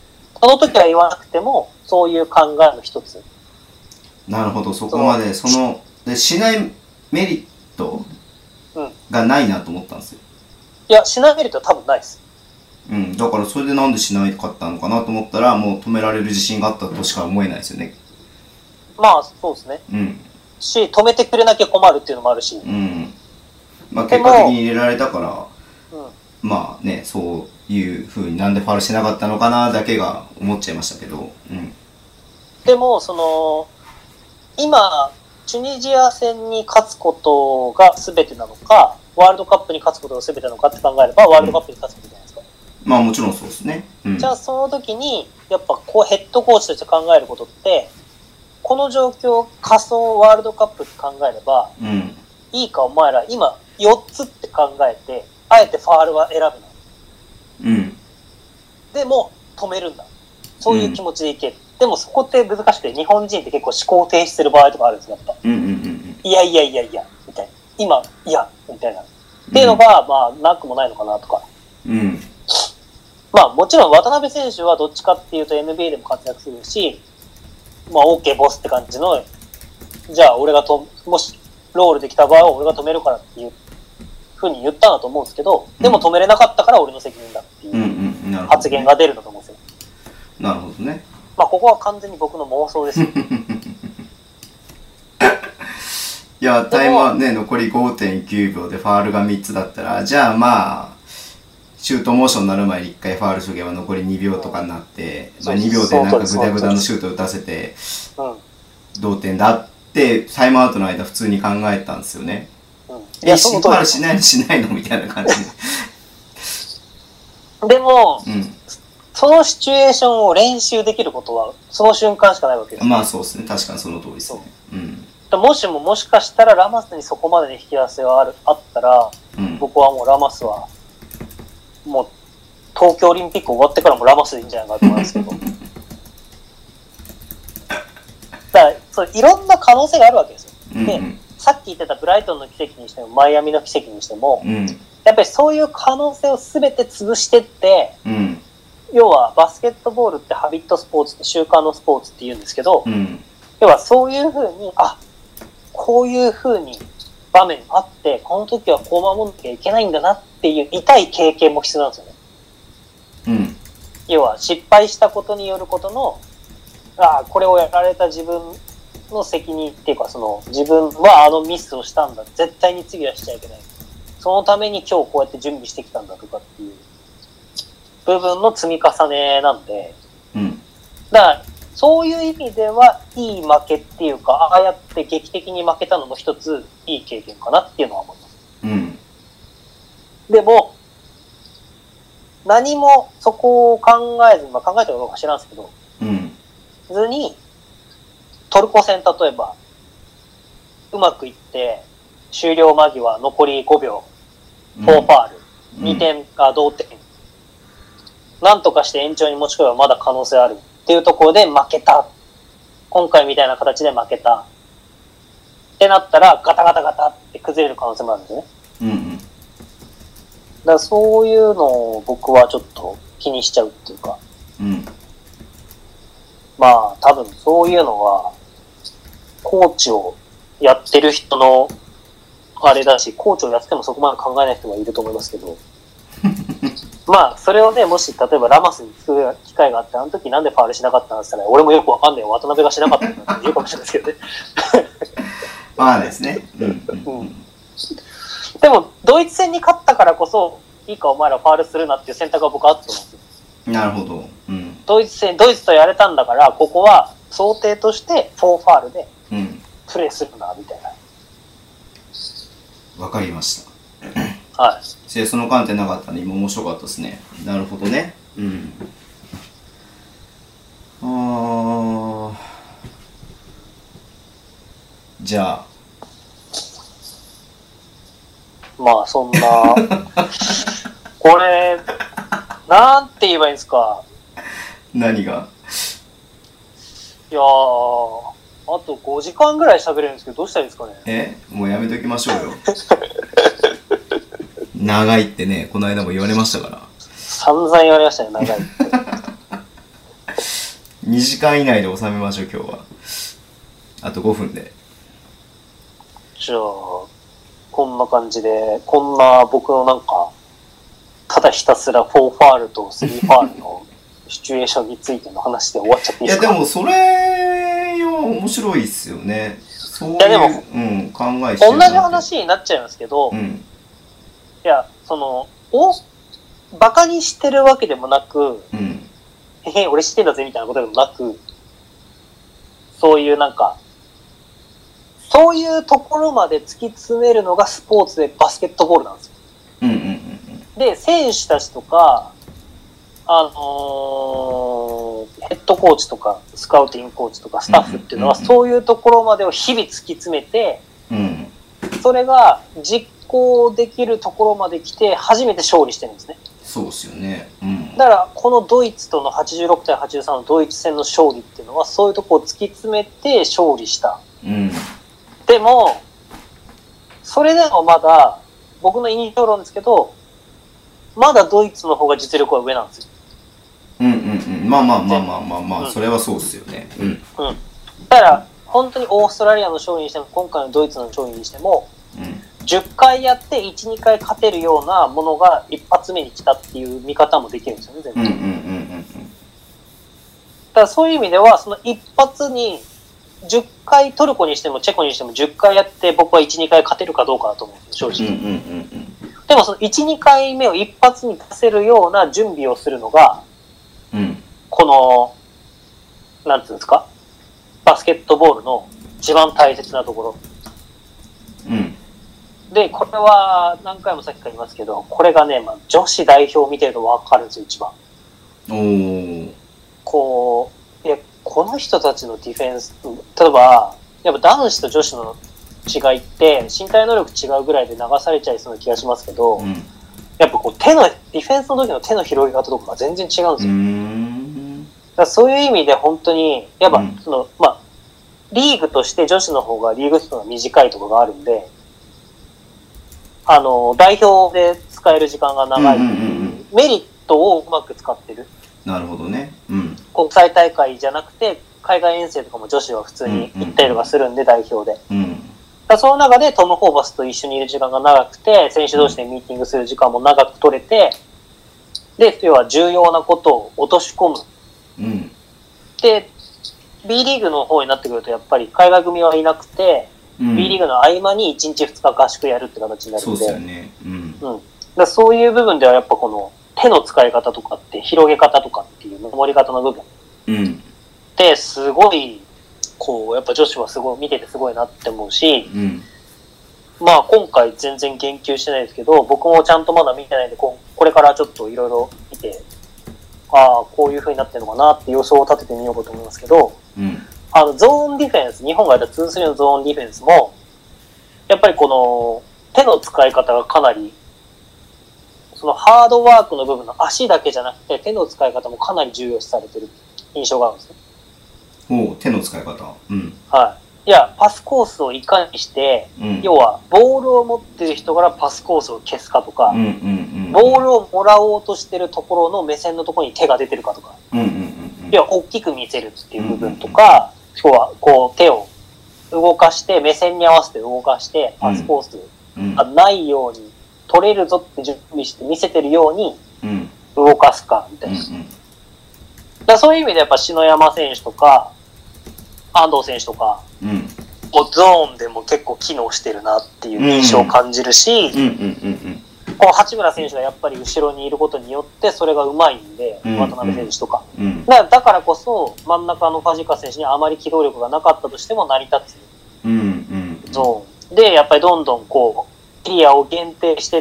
S2: その時は言わなくても、そういう考えの一つ。
S1: なるほど、そこまで、でしないメリットがないなと思ったんですよ。
S2: いや、しないメリットは多分ないです。
S1: うん、だからそれでなんでしなかったのかなと思ったら、もう止められる自信があったとしか思えないですよね。
S2: まあ、そうですね。
S1: うん。
S2: 止めてくれなきゃ困るっていうのもあるし。
S1: うん。まあ結果的に入れられたから、まあね、そういう風になんでファウルしなかったのかなだけが思っちゃいましたけど。うん。
S2: でも、今、チュニジア戦に勝つことが全てなのか、ワールドカップに勝つことが全てなのかって考えれば、ワールドカップに勝つことじゃないですか。
S1: まあもちろんそうですね。
S2: じゃあその時に、やっぱヘッドコーチとして考えることって、この状況、仮想ワールドカップって考えれば、いいかお前ら今4つって考えて、あえてファールは選ぶな。でも止めるんだ。そういう気持ちでいける。でもそこって難しくて、日本人って結構思考停止する場合とかあるんですよ、やっぱ。いや、みたいな。今、いや、みたいな。っていうのが、まあ、なくもないのかなとか。まあ、もちろん渡辺選手はどっちかっていうと NBA でも活躍するし、まあ、OK ボスって感じの、じゃあ俺がもしロールできた場合は俺が止めるからっていうふうに言ったんだと思うんですけど、でも止めれなかったから俺の責任だっていう発言が出るんだと思うんですよ。
S1: なるほどね。
S2: まあ、ここは完全に僕の妄想ですよ。
S1: いや、タイムはね、残り 5.9 秒でファールが3つだったら、じゃあまあ、シュートモーションになる前に1回ファールしとけば残り2秒とかになって、まあ2秒でなんかグダグダのシュート打たせて、同点だってタイムアウトの間普通に考えたんですよね。ファールしないのみたいな感じ
S2: で。でも、そのシチュエーションを練習できることはその瞬間しかないわけです。
S1: まあそうですね、確かにその通りですね。
S2: もしかしたらラマスにそこまでの引き合わせがあったら、僕はもうラマスはもう東京オリンピック終わってからもラマスでいいんじゃないかと思いますけど。だからそういろんな可能性があるわけですよ。で、さっき言ってたブライトンの奇跡にしてもマイアミの奇跡にしても、やっぱりそういう可能性を全て潰してって、要はバスケットボールってハビットスポーツって習慣のスポーツって言うんですけど、要はそういうふうにこういうふうに場面あってこの時はこう守んなきゃいけないんだなっていう痛い経験も必要なんですよね。要は失敗したことによることのこれをやられた自分の責任っていうか自分はあのミスをしたんだ絶対に次はしちゃいけないそのために今日こうやって準備してきたんだとかっていう部分の積み重ねなんで、だからそういう意味ではいい負けっていうかああやって劇的に負けたのも一ついい経験かなっていうのは思います。でも何もそこを考えずに、考えたかどうか知らんすけど、ずにトルコ戦例えばうまくいって終了間際残り5秒4ファール、2点同点なんとかして延長に持ち込めばまだ可能性あるっていうところで負けた今回みたいな形で負けたってなったらガタガタガタって崩れる可能性もあるんですよね。だからそういうのを僕はちょっと気にしちゃうっていうか、まあ多分そういうのはコーチをやってる人のあれだしコーチをやっててもそこまで考えない人もいると思いますけどまあそれをねもし例えばラマスに聞く機会があってあの時なんでファウルしなかったんですかね俺もよくわかんないよ渡辺がしなかったんだって言うかもしれないですけどね
S1: まあですね、
S2: でもドイツ戦に勝ったからこそいいかお前らファウルするなっていう選択が僕はあったと思うんですよ。
S1: なるほど、
S2: ドイツとやれたんだからここは想定として4ファールでプレーするなみたい
S1: な。わかりました。
S2: はい。
S1: その観点なかったんで今面白かったですね。なるほどね。じゃあ
S2: まあそんなこれなんて言えばいいんですか。
S1: 何が？
S2: いやーあと5時間ぐらい喋れるんですけどどうしたらいいですかね。
S1: もうやめときましょうよ長いってねこの間も言われましたから。
S2: 散々言われましたね長いって
S1: 2時間以内で収めましょう今日は。あと5分で。
S2: じゃあこんな感じで、こんな僕のなんかただひたすら4ファールと3ファールのシチュエーションについての話で終わっちゃっていいですか？
S1: いやでもそれは面白いっすよね。そういう、
S2: いやでも、
S1: 考えして
S2: 同じ話になっちゃいますけど、いやバカにしてるわけでもなく、俺知ってんだぜみたいなことでもなく、そういうなんかそういうところまで突き詰めるのがスポーツでバスケットボールなんですよ。で、選手たちとか、ヘッドコーチとか、スカウティングコーチとか、スタッフっていうのは、そういうところまでを日々突き詰めて、それが実行できるところまで来て、初めて勝利してるんですね。
S1: そうですよね。
S2: だから、このドイツとの86対83のドイツ戦の勝利っていうのは、そういうところを突き詰めて勝利した。でも、それでもまだ、僕の印象論ですけど、まだドイツの方が実力は上なんですよ。
S1: まあ、それはそうですよね。
S2: だから、本当にオーストラリアの勝利にしても、今回のドイツの勝利にしても、10回やって1、2回勝てるようなものが一発目に来たっていう見方もできるんですよね、全然。だからそういう意味では、その一発に、10回トルコにしてもチェコにしても10回やって僕は1、2回勝てるかどうかだと思うんですよ、正直。でもその1、2回目を一発に出せるような準備をするのが、この、なんていうんですか、バスケットボールの一番大切なところ。で、これは何回もさっきから言いますけど、これがね、女子代表を見てると分かるんですよ、一番。この人たちのディフェンス、例えば、やっぱ男子と女子の違いって、身体能力違うぐらいで流されちゃいそうな気がしますけど、やっぱこうディフェンスの時の手の広げ方とかが全然違うんですよ。だからそういう意味で本当に、やっぱリーグとして女子の方がリーグ数が短いところがあるんで、代表で使える時間が長い、メリットをうまく使ってる。
S1: なるほどね。
S2: 国際大会じゃなくて、海外遠征とかも女子は普通に行ったりとかするんで、代表で。その中でトム・ホーバスと一緒にいる時間が長くて、選手同士でミーティングする時間も長く取れて、で、要は重要なことを落とし込む。で、B リーグの方になってくると、やっぱり海外組はいなくて、B リーグの合間に1日2日合宿やるって形になるので、
S1: そうですよね。
S2: だそういう部分ではやっぱこの手の使い方とかって広げ方とかっていう守り方の部分ってすごいやっぱ女子はすごい見ててすごいなって思うし、今回全然言及してないですけど、僕もちゃんとまだ見てないんでこれからちょっといろいろ見て、こういう風になってるのかなって予想を立ててみようかと思いますけど、ゾーンディフェンス、日本がやった 2-3 のゾーンディフェンスも、やっぱりこの手の使い方がかなり、そのハードワークの部分の足だけじゃなくて手の使い方もかなり重要視されてる印象があるんですね。
S1: 手の使い方。
S2: はい。いや、パスコースをいかにして、要はボールを持ってる人からパスコースを消すかとか、ボールをもらおうとしてるところの目線のところに手が出てるかとか、要は大きく見せるっていう部分とか、要は手を動かして目線に合わせて動かしてパスコースがないように取れるぞって準備して見せてるように動かすかみたいな。だそういう意味でやっぱ篠山選手とか安藤選手とか、ゾーンでも結構機能してるなっていう印象を感じるし、この八村選手がやっぱり後ろにいることによってそれがうまいんで、渡辺選手とか。だからこそ真ん中のファジカス選手にあまり機動力がなかったとしても成り立つゾーンで、やっぱりどんどんエリアを限定してって、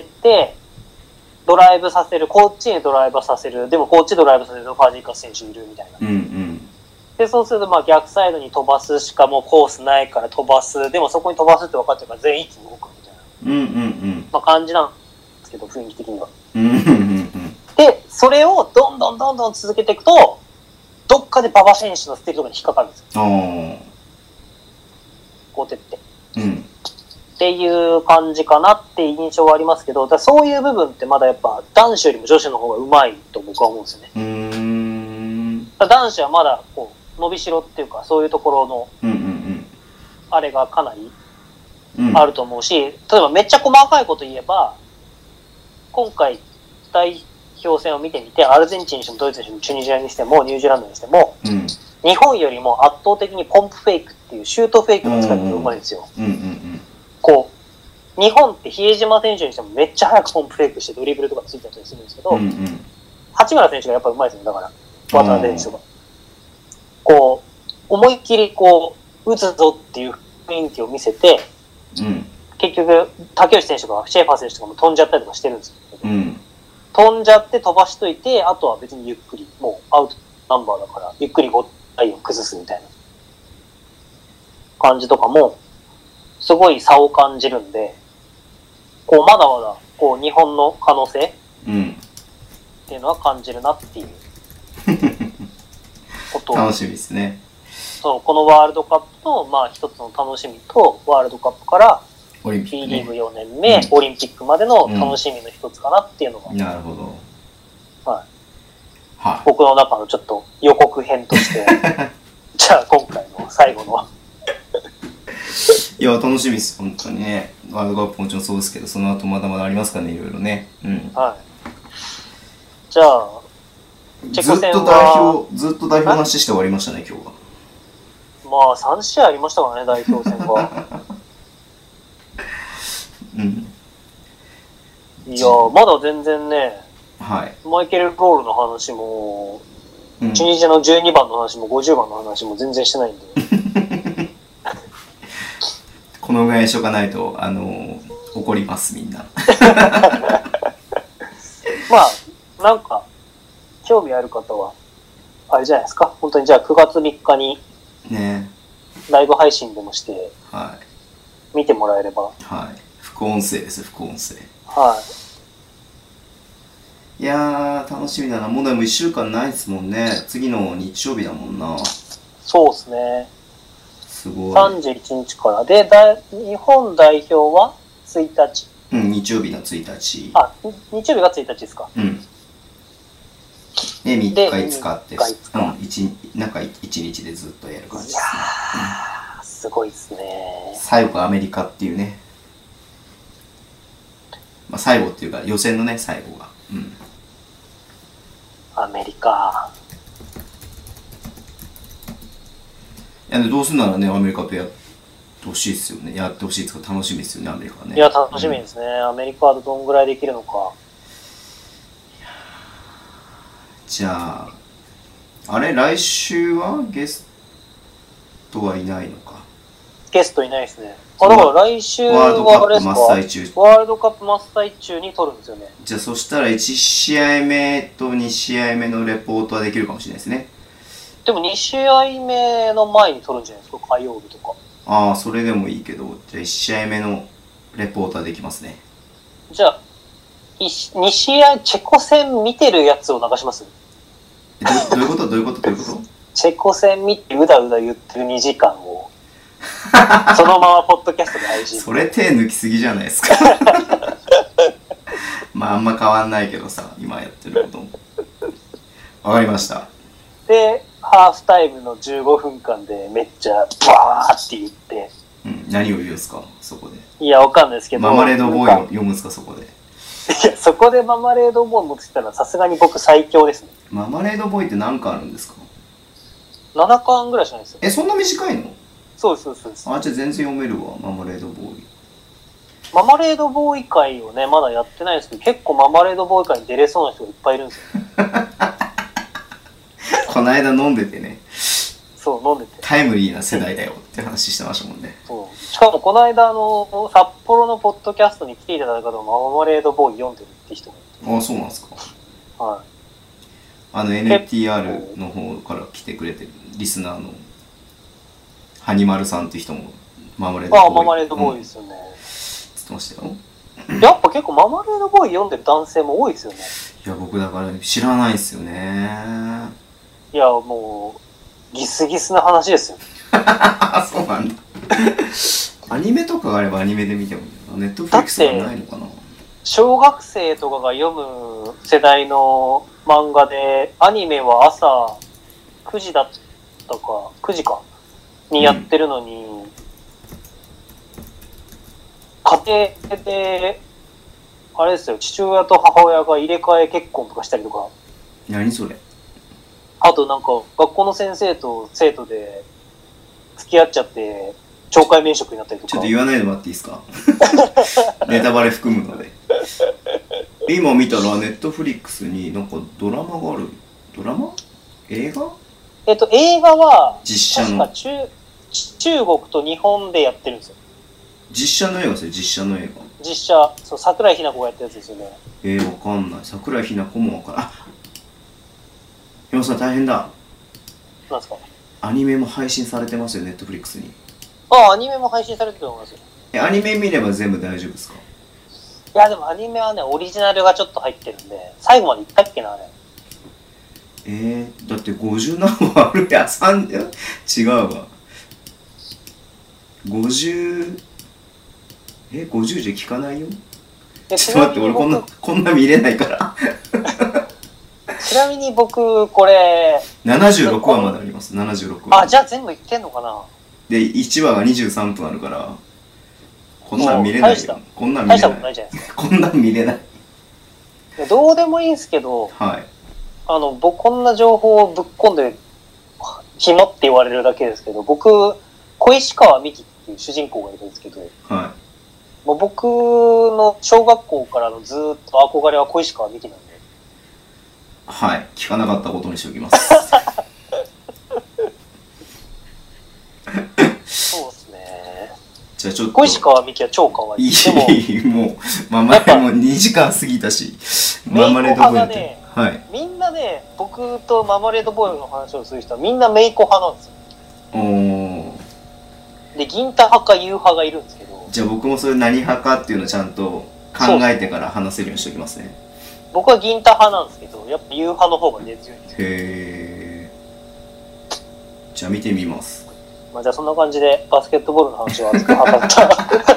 S2: ドライブさせる、こっちにドライブさせる、でもこっちドライブさせるとファジカス選手いるみたいな。で、そうすると逆サイドに飛ばすしかもうコースないから飛ばす、でもそこに飛ばすって分かってるから全員一気に動くみたいな感じなんですけど、雰囲気的には。で、それをどんどん続けていくと、どっかで馬場選手のスティールとかに引っかかるんですよ。って。っていう感じかなっていう印象はありますけど、そういう部分ってまだやっぱ男子よりも女子の方がうまいと僕は思うんですよね。 男子はまだこう伸びしろっていうかそういうところのあれがかなりあると思うし、例えばめっちゃ細かいこと言えば今回代表戦を見てみてアルゼンチンにしてもドイツにしてもチュニジアにしてもニュージーランドにしても、日本よりも圧倒的にポンプフェイクっていうシュートフェイクの使い方がうまいんですよ。こう日本って比江島選手にしてもめっちゃ早くポンプフェイクしてドリブルとかついちゃったりするんですけど、八村選手がやっぱうまいですよ。だから渡辺選手がこう思いっきりこう打つぞっていう雰囲気を見せて、結局竹内選手とかシェーファー選手とかも飛んじゃったりとかしてるんですけど、飛んじゃって飛ばしといて、あとは別にゆっくりもうアウトナンバーだからゆっくり5台を崩すみたいな感じとかもすごい差を感じるんで、こうまだまだこう日本の可能性っていうのは感じるなっていうことを
S1: 楽しみですね。
S2: このワールドカップのまあ一つの楽しみと、ワールドカップから
S1: オリンピック、
S2: B リーグ4年目、オリンピックまでの楽しみの一つかなっていうのが、
S1: なるほど、
S2: 僕の中のちょっと予告編としてじゃあ今回の最後の
S1: いや楽しみです本当にね。ワールドカップもちろんそうですけど、その後まだまだありますからね、いろいろね。
S2: じゃあチェコ戦は
S1: ずっと代表なしして終わりましたね今日は。
S2: まあ3試合ありましたからね、代表戦がいやまだ全然ね、マイケル・ロールの話も、チュニジアの12番の話も50番の話も全然してないんで
S1: このぐらいにしとかないと怒りますみんな
S2: まあなんか興味ある方はあれじゃないですか、本当にじゃあ9月3日に
S1: ね
S2: ライブ配信でもして見てもらえれば、
S1: 副音声です、副音声。いやー楽しみだな。もうでも1週間ないですもんね。次の日曜日だもんな。
S2: そうですね、
S1: すごい。
S2: 31日からで、日本代表は1日。
S1: 日曜日の1日。
S2: 日曜日が1日ですか。
S1: で3日5日って中1日でずっとやる感じですね。
S2: いやーすごいですね。
S1: 最後がアメリカっていうね、まあ最後っていうか予選のね最後が
S2: アメリカ。
S1: いやどうすんならねアメリカとやってほしいですよね。やってほしいですか、楽しみですよねアメリカはね。
S2: いや楽しみですね、アメリカはどんぐらいできるのか。
S1: じゃあれ来週はゲストはいないのか。
S2: ゲストいないですね。だから来週は
S1: ワールドカップ真っ最中。
S2: ワールドカップ真っ最中に撮るんですよね。
S1: じゃあそしたら1試合目と2試合目のレポートはできるかもしれないですね。
S2: でも2試合目の前に撮るんじゃないですか、火曜日とか。
S1: それでもいいけど、じゃあ1試合目のレポートはできますね。
S2: じゃあ2試合チェコ戦見てるやつを流します。
S1: どういうこと
S2: チェコ戦見てうだうだ言ってる2時間をそのままポッドキャストで配信。
S1: それ手抜きすぎじゃないですかまああんま変わんないけどさ、今やってることも。わかりました。
S2: でハーフタイムの15分間でめっちゃバーって言って、
S1: 何を言うんですかそこで。
S2: いやわかんないですけど、
S1: ママレードボーイを読むんですかそこで。
S2: いやそこでママレードボーイ持ってたらさすがに僕最強ですね。
S1: ママレードボーイって何巻あるんですか。
S2: 7巻ぐらいしかないですよ。
S1: そんな短いの。
S2: そうです。
S1: じゃあ全然読めるわ、ママレードボーイ。
S2: ママレードボーイ会をねまだやってないんですけど、結構ママレードボーイ会に出れそうな人がいっぱいいるんですよ
S1: この間飲んでてね。
S2: そう飲んでて
S1: タイムリーな世代だよって話してましたもんね。
S2: しかもこの間札幌のポッドキャストに来ていただいた方もママレードボーイ読んでるって人も。
S1: そうなんですか。
S2: はい。
S1: NTR の方から来てくれてるリスナーのハニマルさんっていう人もママレードボーイ。
S2: ママレードボーイですよね。
S1: つってましたよ。
S2: やっぱ結構ママレードボーイ読んでる男性も多いですよね。い
S1: や僕だから知らないですよね。
S2: いやもうギスギスな話ですよ
S1: そうなんだアニメとかがあればアニメで見てもいいの。ネットフリックスがないのかな。
S2: 小学生とかが読む世代の漫画でアニメは朝 9時だったか、9時か、にやってるのに、家庭で、あれですよ、父親と母親が入れ替え結婚とかしたりとか。
S1: 何それ？
S2: あとなんか、学校の先生と生徒で付き合っちゃって、懲戒免職になったりとか。
S1: ちょっと言わないでもらっていいですか？ネタバレ含むので。今見たらネットフリックスになんかドラマがある。ドラマ？映画？
S2: 映画は、
S1: 実写の。
S2: 確か中国と日本でやってるんですよ。
S1: 実写の映画ですよ、実写の映画。
S2: 実写、そう、桜井日奈子がやったやつですよね。
S1: わかんない。桜井日奈子もわかんない。あ、山本さん大変だ。
S2: なんですか？
S1: アニメも配信されてますよ、ネットフリックスに。
S2: あ、アニメも配信されてると思いますよ。
S1: アニメ見れば全部大丈夫ですか？
S2: いや、でもアニメはね、オリジナルがちょっと入ってるんで、最後までいったっけな、あれ。
S1: だって50何話あるや、違うわ。50じゃ聞かないよ。ちょっと待って、俺こんな見れないから。
S2: ちなみに僕、これ、
S1: 76話まであります、76話。
S2: あ、じゃあ全部いってんのかな？
S1: で、1話が23分あるから、こんなん見れないよ。こんなん見れない。
S2: 大したことないじゃないですか。
S1: こんなん見れない。
S2: どうでもいいんすけど、
S1: はい。
S2: 僕こんな情報をぶっ込んで、暇って言われるだけですけど、僕、小石川美希っていう主人公がいるんですけど、
S1: はい。
S2: もう僕の小学校からのずーっと憧れは小石川美希なんで。
S1: はい。聞かなかったことにしておきます。
S2: そうですね。
S1: じゃあちょっと。
S2: 小石川美希は超可愛い。
S1: でも、もう、ママレも2時間過ぎたし、ママレードボーイって。はい。
S2: みんなね、僕とママレードボーイの話をする人はみんなメイコ派なんですよ。で、銀太派か優派がいるんですけど。
S1: じゃあ僕もそれ何派かっていうのをちゃんと考えてから話せるようにしておきますね。
S2: 僕は銀太派なんですけど、やっぱ優派の方が根強いんですよ。
S1: へー。じゃあ見てみます。
S2: まあじゃあそんな感じでバスケットボールの話を熱く語った。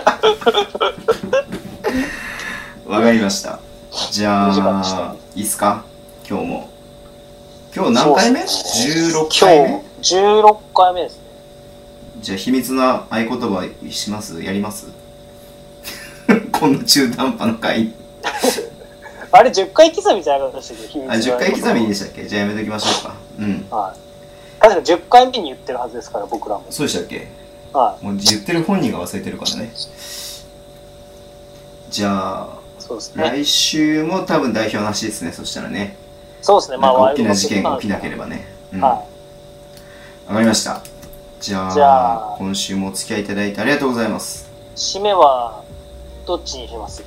S1: わかりました。じゃあ、いいっすか？今日も。今日何回目？ 16 回目？
S2: 今日16回目ですね。
S1: じゃあ秘密の合言葉します？やります？こんな中途半端な回。
S2: あれ10回刻みじゃなかったでしたっけ？
S1: あ、10回刻みでしたっけ？じゃあやめときましょうか。うん。はい。
S2: 確か10回目に言ってるはずですから、僕らも。
S1: そうでしたっけ？
S2: はい。
S1: もう言ってる本人が忘れてるからね。じゃあ、
S2: そうですね。
S1: 来週も多分代表なしですね、そしたらね。
S2: そうですね、まあ、
S1: 大きな事件が起きなければね。うん。
S2: はい。
S1: わかりました。じゃあ、今週もお付き合いいただいてありがとうございます。
S2: 締めは、どっちにします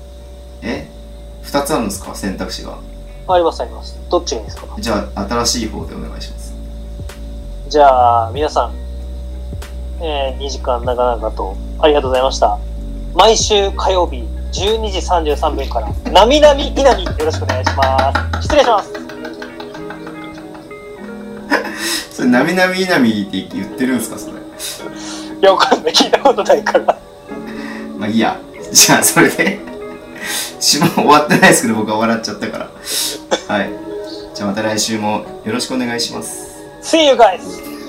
S1: ？2つあるんですか、選択肢が。
S2: あります、あります。どっちがいいですか？
S1: じゃあ、新しい方でお願いします。
S2: じゃあ、皆さん、2時間長々とありがとうございました。毎週火曜日12時33分から、なみなみいなみよろしくお願いします。失礼します。
S1: それ、なみなみいなみって言ってるんですか、それ。
S2: いや、わかんない。聞いたことないから。
S1: まあいいや。じゃあ、それで終わってないですけど、僕は笑っちゃったから。はい。じゃあまた来週もよろしくお願いします。
S2: See you guys!